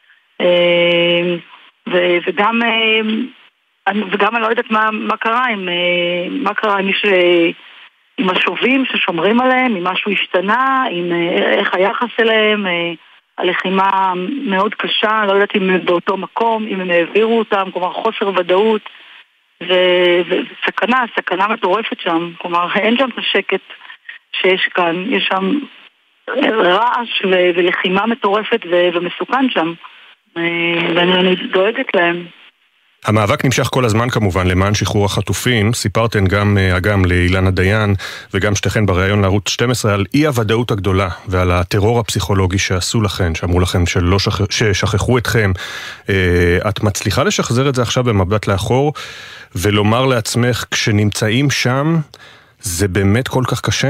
וגם, וגם אני לא יודעת מה, מה קרה, עם, מה קרה עם מי ש... עם השובים ששומרים עליהם, אם משהו השתנה, עם איך היחס אליהם, הלחימה מאוד קשה, לא יודעת אם הם באותו מקום, אם הם העבירו אותם, כלומר חוסר ודאות, וסכנה, סכנה מטורפת שם, כלומר אין שם את השקט שיש כאן, יש שם רעש ולחימה מטורפת ומסוכן שם, ואני דואגת להם. המאבק נמשך כל הזמן כמובן למען שחרור החטופים. סיפרתן גם אגם לאילנה דיין וגם שתיכן בריאיון לערוץ שתים עשרה על אי הוודאות הגדולה ועל הטרור הפסיכולוגי שעשו לכן, שאמרו לכם שלא שכ... ששכחו אתכם. את מצליחה לשחזר את זה עכשיו במבט לאחור ולומר לעצמך, כשנמצאים שם זה באמת כל כך קשה?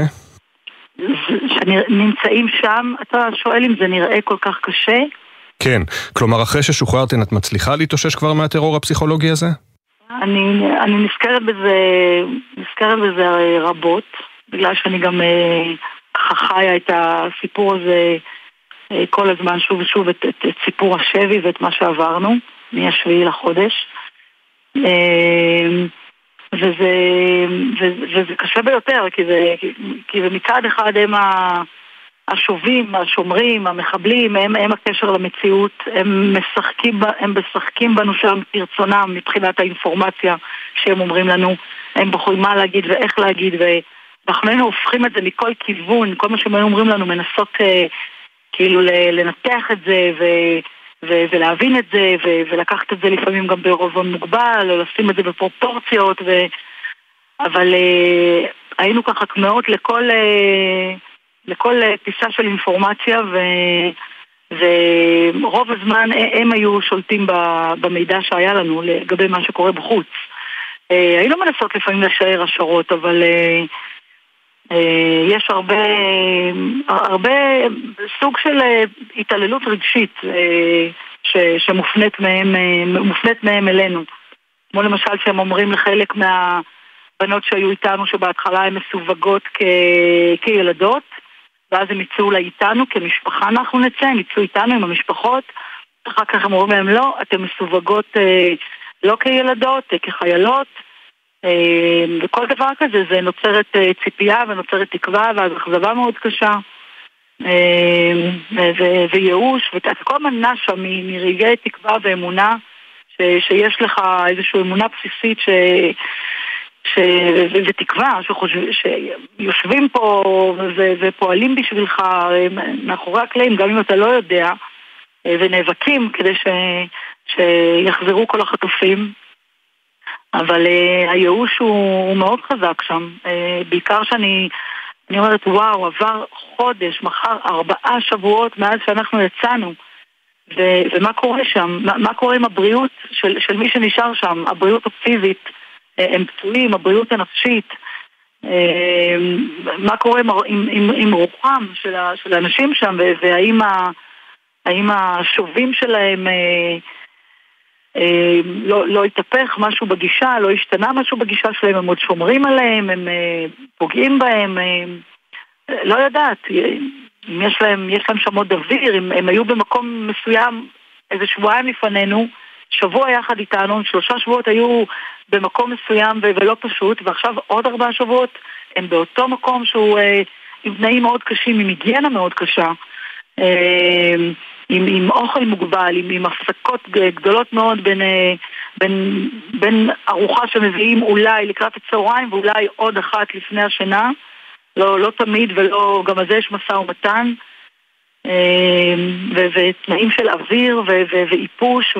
כשנמצאים שם, אתה שואל אם זה נראה כל כך קשה? כן, כלומר אחרי ששוחררתן את מצליחה להתאושש כבר מהטרור הפסיכולוגי הזה? אני, אני נזכרת בזה, נזכרת בזה רבות, בגלל שאני גם חיה את הסיפור הזה כל הזמן שוב ושוב, את, את, את סיפור השבי ואת מה שעברנו, מהשביעי לחודש. וזה, וזה, וזה קשה ביותר, כי זה, כי מצד אחד הם ה... השובים, השומרים, המחבלים, הם, הם הקשר למציאות, הם משחקים, הם משחקים בנו שם ברצונם מבחינת האינפורמציה שהם אומרים לנו, הם בוחרים מה להגיד ואיך להגיד, ואנחנו היינו הופכים את זה מכל כיוון, כל מה שהם אומרים לנו מנסות אה, כאילו לנתח את זה ו, ו, ולהבין את זה ו, ולקחת את זה לפעמים גם בערבון מוגבל, או לשים את זה בפרופורציות, ו, אבל אה, היינו ככה כמאות לכל... אה, לכל פיסה של אינפורמציה, ו... ורוב הזמן הם היו שולטים במידע שהיה לנו לגבי מה שקורה בחוץ. היינו מנסות לפעמים לשער השערות, אבל יש הרבה, הרבה סוג של התעללות רגשית ש... שמופנית מהם, מופנית מהם אלינו. כמו למשל שהם אומרים לחלק מהבנות שהיו איתנו שבהתחלה הן מסווגות כ... כילדות, ואז הם יצאו לה איתנו, כמשפחה אנחנו נצא, הם יצאו איתנו עם המשפחות, אחר כך הם אומרים להם לא, אתן מסווגות אה, לא כילדות, אה, כחיילות, אה, וכל דבר כזה, זה נוצרת אה, ציפייה ונוצרת תקווה, ואז אכזבה מאוד קשה, אה, ו- וייאוש, וכל מנה שם מרגעי תקווה ואמונה, ש- שיש לך איזושהי אמונה בסיסית ש... ש... ותקווה שחושב... שיושבים פה ו... ופועלים בשבילך מאחורי הקלעים, גם אם אתה לא יודע, ונאבקים כדי ש... שיחזרו כל החטופים, אבל uh, הייאוש הוא, הוא מאוד חזק שם, uh, בעיקר שאני אני אומרת וואו, עבר חודש, מחר ארבעה שבועות מאז שאנחנו יצאנו, ו... ומה קורה שם? מה, מה קורה עם הבריאות של, של מי שנשאר שם, הבריאות הפיזית, הם פצועים, הבריאות הנפשית, מה קורה עם, עם, עם רוחם של, ה, של האנשים שם, והאם ה, האם השובים שלהם לא, לא יתהפך משהו בגישה, לא השתנה משהו בגישה שלהם, הם עוד שומרים עליהם, הם פוגעים בהם, לא יודעת, אם יש להם, יש להם שם עוד אוויר, הם, הם היו במקום מסוים איזה שבועיים לפנינו, שבוע יחד איתנו, שלושה שבועות היו במקום מסוים ו- ולא פשוט, ועכשיו עוד ארבעה שבועות הם באותו מקום שהוא אה, עם תנאים מאוד קשים, עם היגיינה מאוד קשה, אה, עם, עם אוכל מוגבל, עם, עם הפסקות גדולות מאוד בין, אה, בין, בין ארוחה שמביאים אולי לקראת הצהריים ואולי עוד אחת לפני השינה, לא, לא תמיד, ולא, גם על זה יש משא ומתן, ותנאים של אוויר, ואיפוש,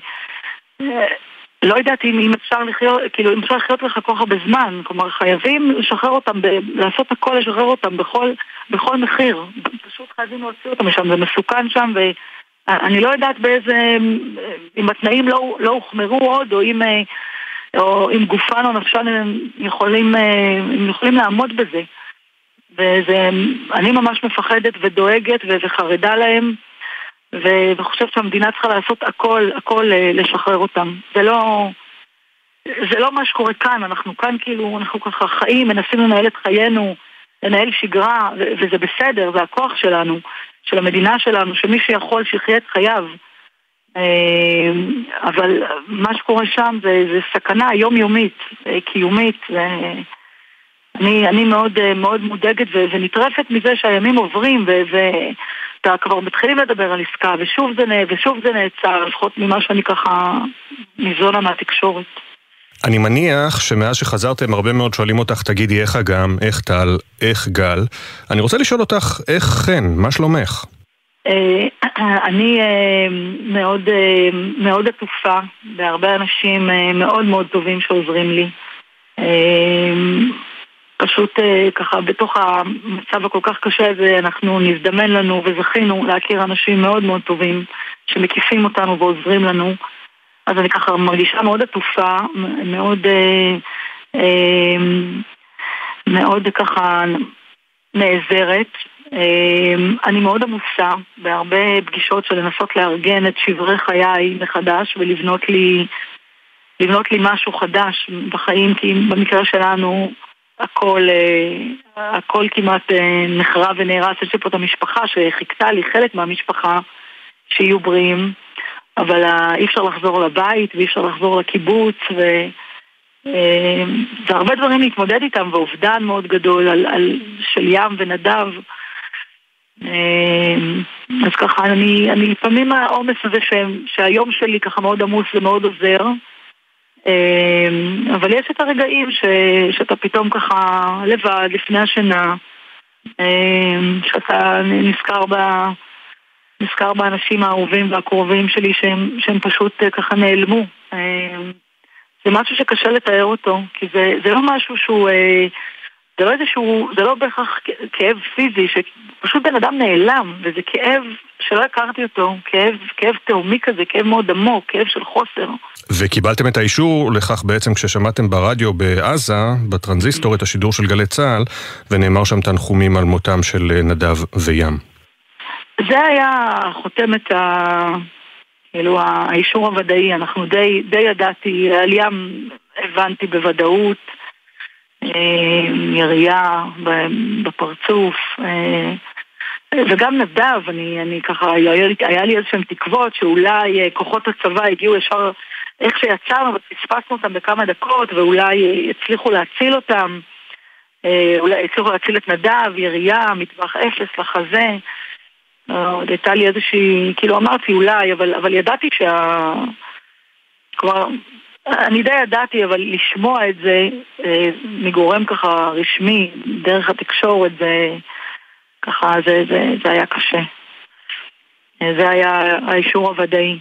ולא יודעת אם אפשר לחיות, כאילו, אם אפשר לחיות לך כל כך הרבה זמן, כלומר, חייבים לשחרר אותם, לעשות הכל, לשחרר אותם בכל, בכל מחיר, פשוט חייבים להוציא אותם משם, זה מסוכן שם, ואני לא יודעת באיזה, אם התנאים לא, לא הוחמרו עוד, או אם, או אם גופן או נפשן הם יכולים, הם יכולים לעמוד בזה. וזה, אני ממש מפחדת ודואגת וחרדה להם, וחושבת שהמדינה צריכה לעשות הכל, הכל לשחרר אותם. זה לא, זה לא מה שקורה כאן, אנחנו כאן כאילו, אנחנו ככה חיים, מנסים לנהל את חיינו, לנהל שגרה, וזה בסדר, זה הכוח שלנו, של המדינה שלנו, שמי שיכול שיחיה את חייו. אבל מה שקורה שם זה, זה סכנה יומיומית, קיומית, אני, אני מאוד, מאוד מודאגת ו, ונטרפת מזה שהימים עוברים ואתה כבר מתחילים לדבר על עסקה ושוב זה, ושוב זה נעצר, לפחות ממה שאני ככה ניזונה מהתקשורת. אני מניח שמאז שחזרתם הרבה מאוד שואלים אותך, תגידי איך אגם, איך טל, איך גל. אני רוצה לשאול אותך, איך חן, מה שלומך? אני מאוד, מאוד עטופה בהרבה אנשים מאוד מאוד טובים שעוזרים לי. פשוט ככה בתוך המצב הכל כך קשה הזה אנחנו נזדמן לנו וזכינו להכיר אנשים מאוד מאוד טובים שמקיפים אותנו ועוזרים לנו. אז אני ככה מרגישה מאוד עטופה, מאוד מאוד ככה נעזרת. אני מאוד עמוסה בהרבה פגישות של לנסות לארגן את שברי חיי מחדש ולבנות לי לבנות לי משהו חדש בחיים, כי במקרה שלנו הכל, הכל כמעט נחרב ונהרס. יש לי פה את המשפחה שחיכתה לי, חלק מהמשפחה שיהיו בריאים, אבל אי אפשר לחזור לבית ואי אפשר לחזור לקיבוץ, וזה הרבה דברים להתמודד איתם, ואובדן מאוד גדול על, על של ים ונדב. אז ככה אני, אני לפעמים העומס הזה ש, שהיום שלי ככה מאוד עמוס ומאוד עוזר, אבל יש את הרגעים ש, שאתה פתאום ככה לבד לפני השינה, שאתה נזכר ב, נזכר באנשים האהובים והקרובים שלי שהם, שהם פשוט ככה נעלמו. זה משהו שקשה לתאר אותו, כי זה, זה לא משהו שהוא, זה לא איזשהו, זה לא בהכרח כאב פיזי, שפשוט בן אדם נעלם, וזה כאב שלא הכרתי אותו, כאב, כאב תאומי כזה, כאב מאוד עמוק, כאב של חוסר. וקיבלתם את האישור לכך בעצם כששמעתם ברדיו בעזה, בטרנזיסטור, את השידור של גלי צהל, ונאמר שם תנחומים על מותם של נדב וים. זה היה חותמת ה... כאילו האישור הוודאי, אנחנו די, די ידעתי, על ים הבנתי בוודאות, ירייה בפרצוף, וגם נדב, אני, אני ככה, היה לי איזשהם תקוות שאולי כוחות הצבא הגיעו ישר איך שיצאנו, ופספסנו אותם בכמה דקות, ואולי הצליחו להציל אותם, אולי הצליחו להציל את נדב, ירייה, מטווח אפס לחזה. הייתה לי איזושהי, כאילו אמרתי אולי, אבל, אבל ידעתי שה... כבר, אני די ידעתי, אבל לשמוע את זה מגורם ככה רשמי, דרך התקשורת, זה ככה, זה, זה, זה היה קשה. זה היה האישור הוודאי,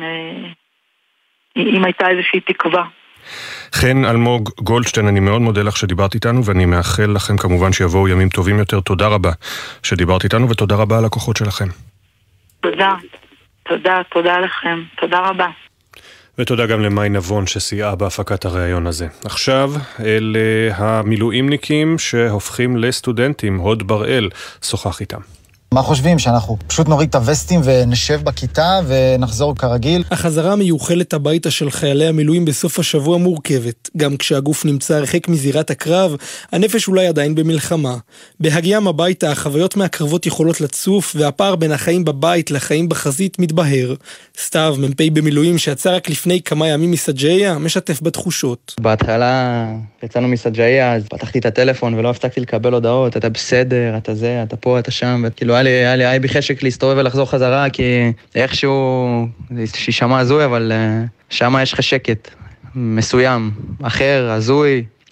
אם הייתה איזושהי תקווה. חן אלמוג גולדשטיין, אני מאוד מודה לך שדיברת איתנו, ואני מאחל לכם כמובן שיבואו ימים טובים יותר. תודה רבה שדיברת איתנו, ותודה רבה על הכוחות שלכם. תודה, תודה, תודה לכם, תודה רבה. ותודה גם למאי נבון שסייעה בהפקת הראיון הזה. עכשיו אל המילואימניקים שהופכים לסטודנטים, הוד בראל שוחח איתם. מה חושבים? שאנחנו פשוט נוריד את הווסטים ונשב בכיתה ונחזור כרגיל? החזרה המיוחלת הביתה של חיילי המילואים בסוף השבוע מורכבת. גם כשהגוף נמצא הרחק מזירת הקרב, הנפש אולי עדיין במלחמה. בהגיעם הביתה החוויות מהקרבות יכולות לצוף, והפער בין החיים בבית לחיים בחזית מתבהר. סתיו, מ"פ במילואים שיצא רק לפני כמה ימים מסג'איה, משתף בתחושות. בהתחלה יצאנו מסג'איה, אז פתחתי את הטלפון ולא הפסקתי לקבל הודעות, אתה בסדר, אתה זה, אתה פה, אתה שם, וכאילו היה לי, היה לי, היה בי חשק להסתובב ולחזור חזרה, כי איכשהו, שישמע הזוי, אבל שם יש לך שקט מסוים, אחר, הזוי,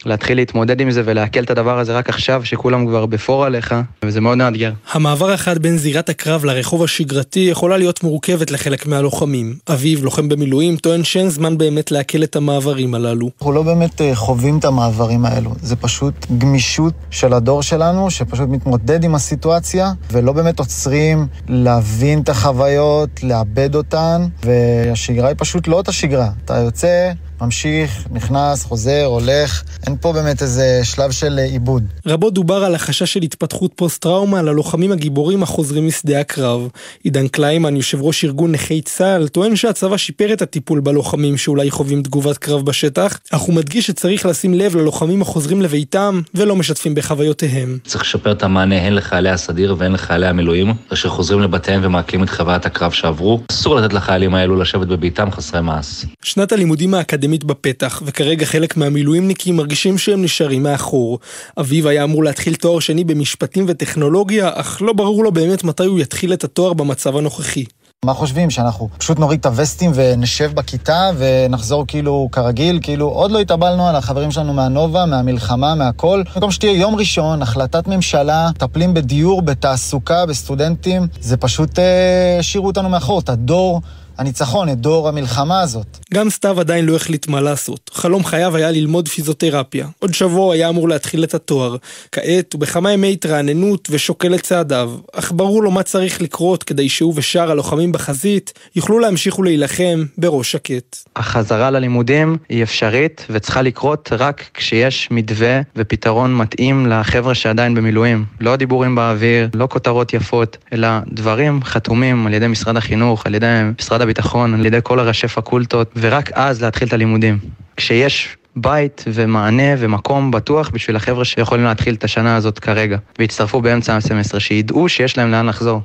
להתחיל להתמודד עם זה ולהקל את הדבר הזה רק עכשיו, שכולם כבר בפור עליך, וזה מאוד מאתגר. המעבר אחד בין זירת הקרב לרחוב השגרתי יכולה להיות מורכבת לחלק מהלוחמים. אביב, לוחם במילואים, טוען שאין זמן באמת להקל את המעברים הללו. אנחנו לא באמת חווים את המעברים האלו. זה פשוט גמישות של הדור שלנו, שפשוט מתמודד עם הסיטואציה, ולא באמת עוצרים להבין את החוויות, לאבד אותן, והשגרה היא פשוט לא אותה שגרה. אתה יוצא, ממשיך, נכנס, חוזר, הולך. אין פה באמת איזה שלב של עיבוד. רבות דובר על החשש של התפתחות פוסט-טראומה ללוחמים הגיבורים החוזרים משדה הקרב. עידן קליימן, יושב ראש ארגון נכי צה"ל, טוען שהצבא שיפר את הטיפול בלוחמים שאולי חווים תגובת קרב בשטח, אך הוא מדגיש שצריך לשים לב ללוחמים החוזרים לביתם ולא משתפים בחוויותיהם. צריך לשפר את המענה הן לחיילי הסדיר והן לחיילי המילואים, אשר חוזרים לבתיהם ומעכלים את חוויית הקרב שעברו. אסור לתת לחיילים האלו לשבת בביתם חסרי מעש. שנת הלימודים האקדמית בפתח, וכרגע חלק מהמילואימניקים מרגישים שהם נשארים מאחור. אביב היה אמור להתחיל תואר שני במשפטים וטכנולוגיה, אך לא ברור לו באמת מתי הוא יתחיל את התואר במצב הנוכחי. מה חושבים? שאנחנו פשוט נוריד את הווסטים ונשב בכיתה ונחזור כאילו כרגיל, כאילו עוד לא התאבלנו על החברים שלנו מהנובה, מהמלחמה, מהכל. במקום שתהיה יום ראשון, החלטת ממשלה, טפלים בדיור, בתעסוקה, בסטודנטים, זה פשוט אה, שירו אותנו מאחור, את הדור הניצחון, את דור המלחמה הזאת. גם סתיו עדיין לא החליט מה לעשות. חלום חייו היה ללמוד פיזיותרפיה. עוד שבוע היה אמור להתחיל את התואר. כעת הוא בכמה ימי התרעננות ושוקל את צעדיו. אך ברור לו מה צריך לקרות כדי שהוא ושאר הלוחמים בחזית יוכלו להמשיך ולהילחם בראש שקט. החזרה ללימודים היא אפשרית וצריכה לקרות רק כשיש מתווה ופתרון מתאים לחבר'ה שעדיין במילואים. לא דיבורים באוויר, לא כותרות יפות, אלא דברים חתומים על ידי משרד החינוך, על ידי משרד הביטחון, על ידי כל הראשי פקולטות, ורק אז להתחיל את הלימודים. כשיש בית ומענה ומקום בטוח בשביל החבר'ה שיכולים להתחיל את השנה הזאת כרגע, והצטרפו באמצע הסמסטר, שידעו שיש להם לאן לחזור.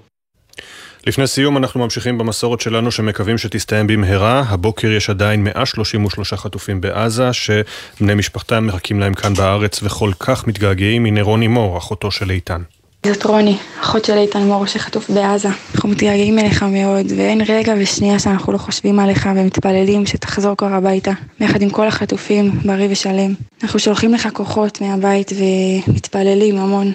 לפני סיום אנחנו ממשיכים במסורת שלנו שמקווים שתסתיים במהרה. הבוקר יש עדיין מאה שלושים ושלושה חטופים בעזה שבני משפחתם מחכים להם כאן בארץ וכל כך מתגעגעים. הנה רוני מור, אחותו של איתן. זאת רוני, אחות של איתן מור שחטוף בעזה. אנחנו מתגעגעים אליך מאוד, ואין רגע ושנייה שאנחנו לא חושבים עליך ומתפללים שתחזור כבר הביתה, יחד עם כל החטופים, בריא ושלם. אנחנו שולחים לך כוחות מהבית ומתפללים המון.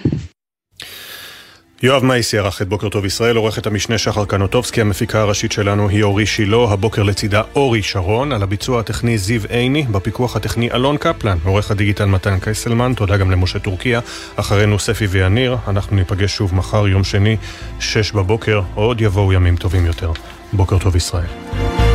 יואב מייסי ערך את בוקר טוב ישראל, עורכת המשנה שחר קנוטובסקי, המפיקה הראשית שלנו היא אורי שילו, הבוקר לצידה אורי שרון, על הביצוע הטכני זיו עיני, בפיקוח הטכני אלון קפלן, עורך הדיגיטל מתן קייסלמן, תודה גם למשה טורקיה, אחרינו ספי ויניר, אנחנו ניפגש שוב מחר יום שני, שש בבוקר, עוד יבואו ימים טובים יותר. בוקר טוב ישראל.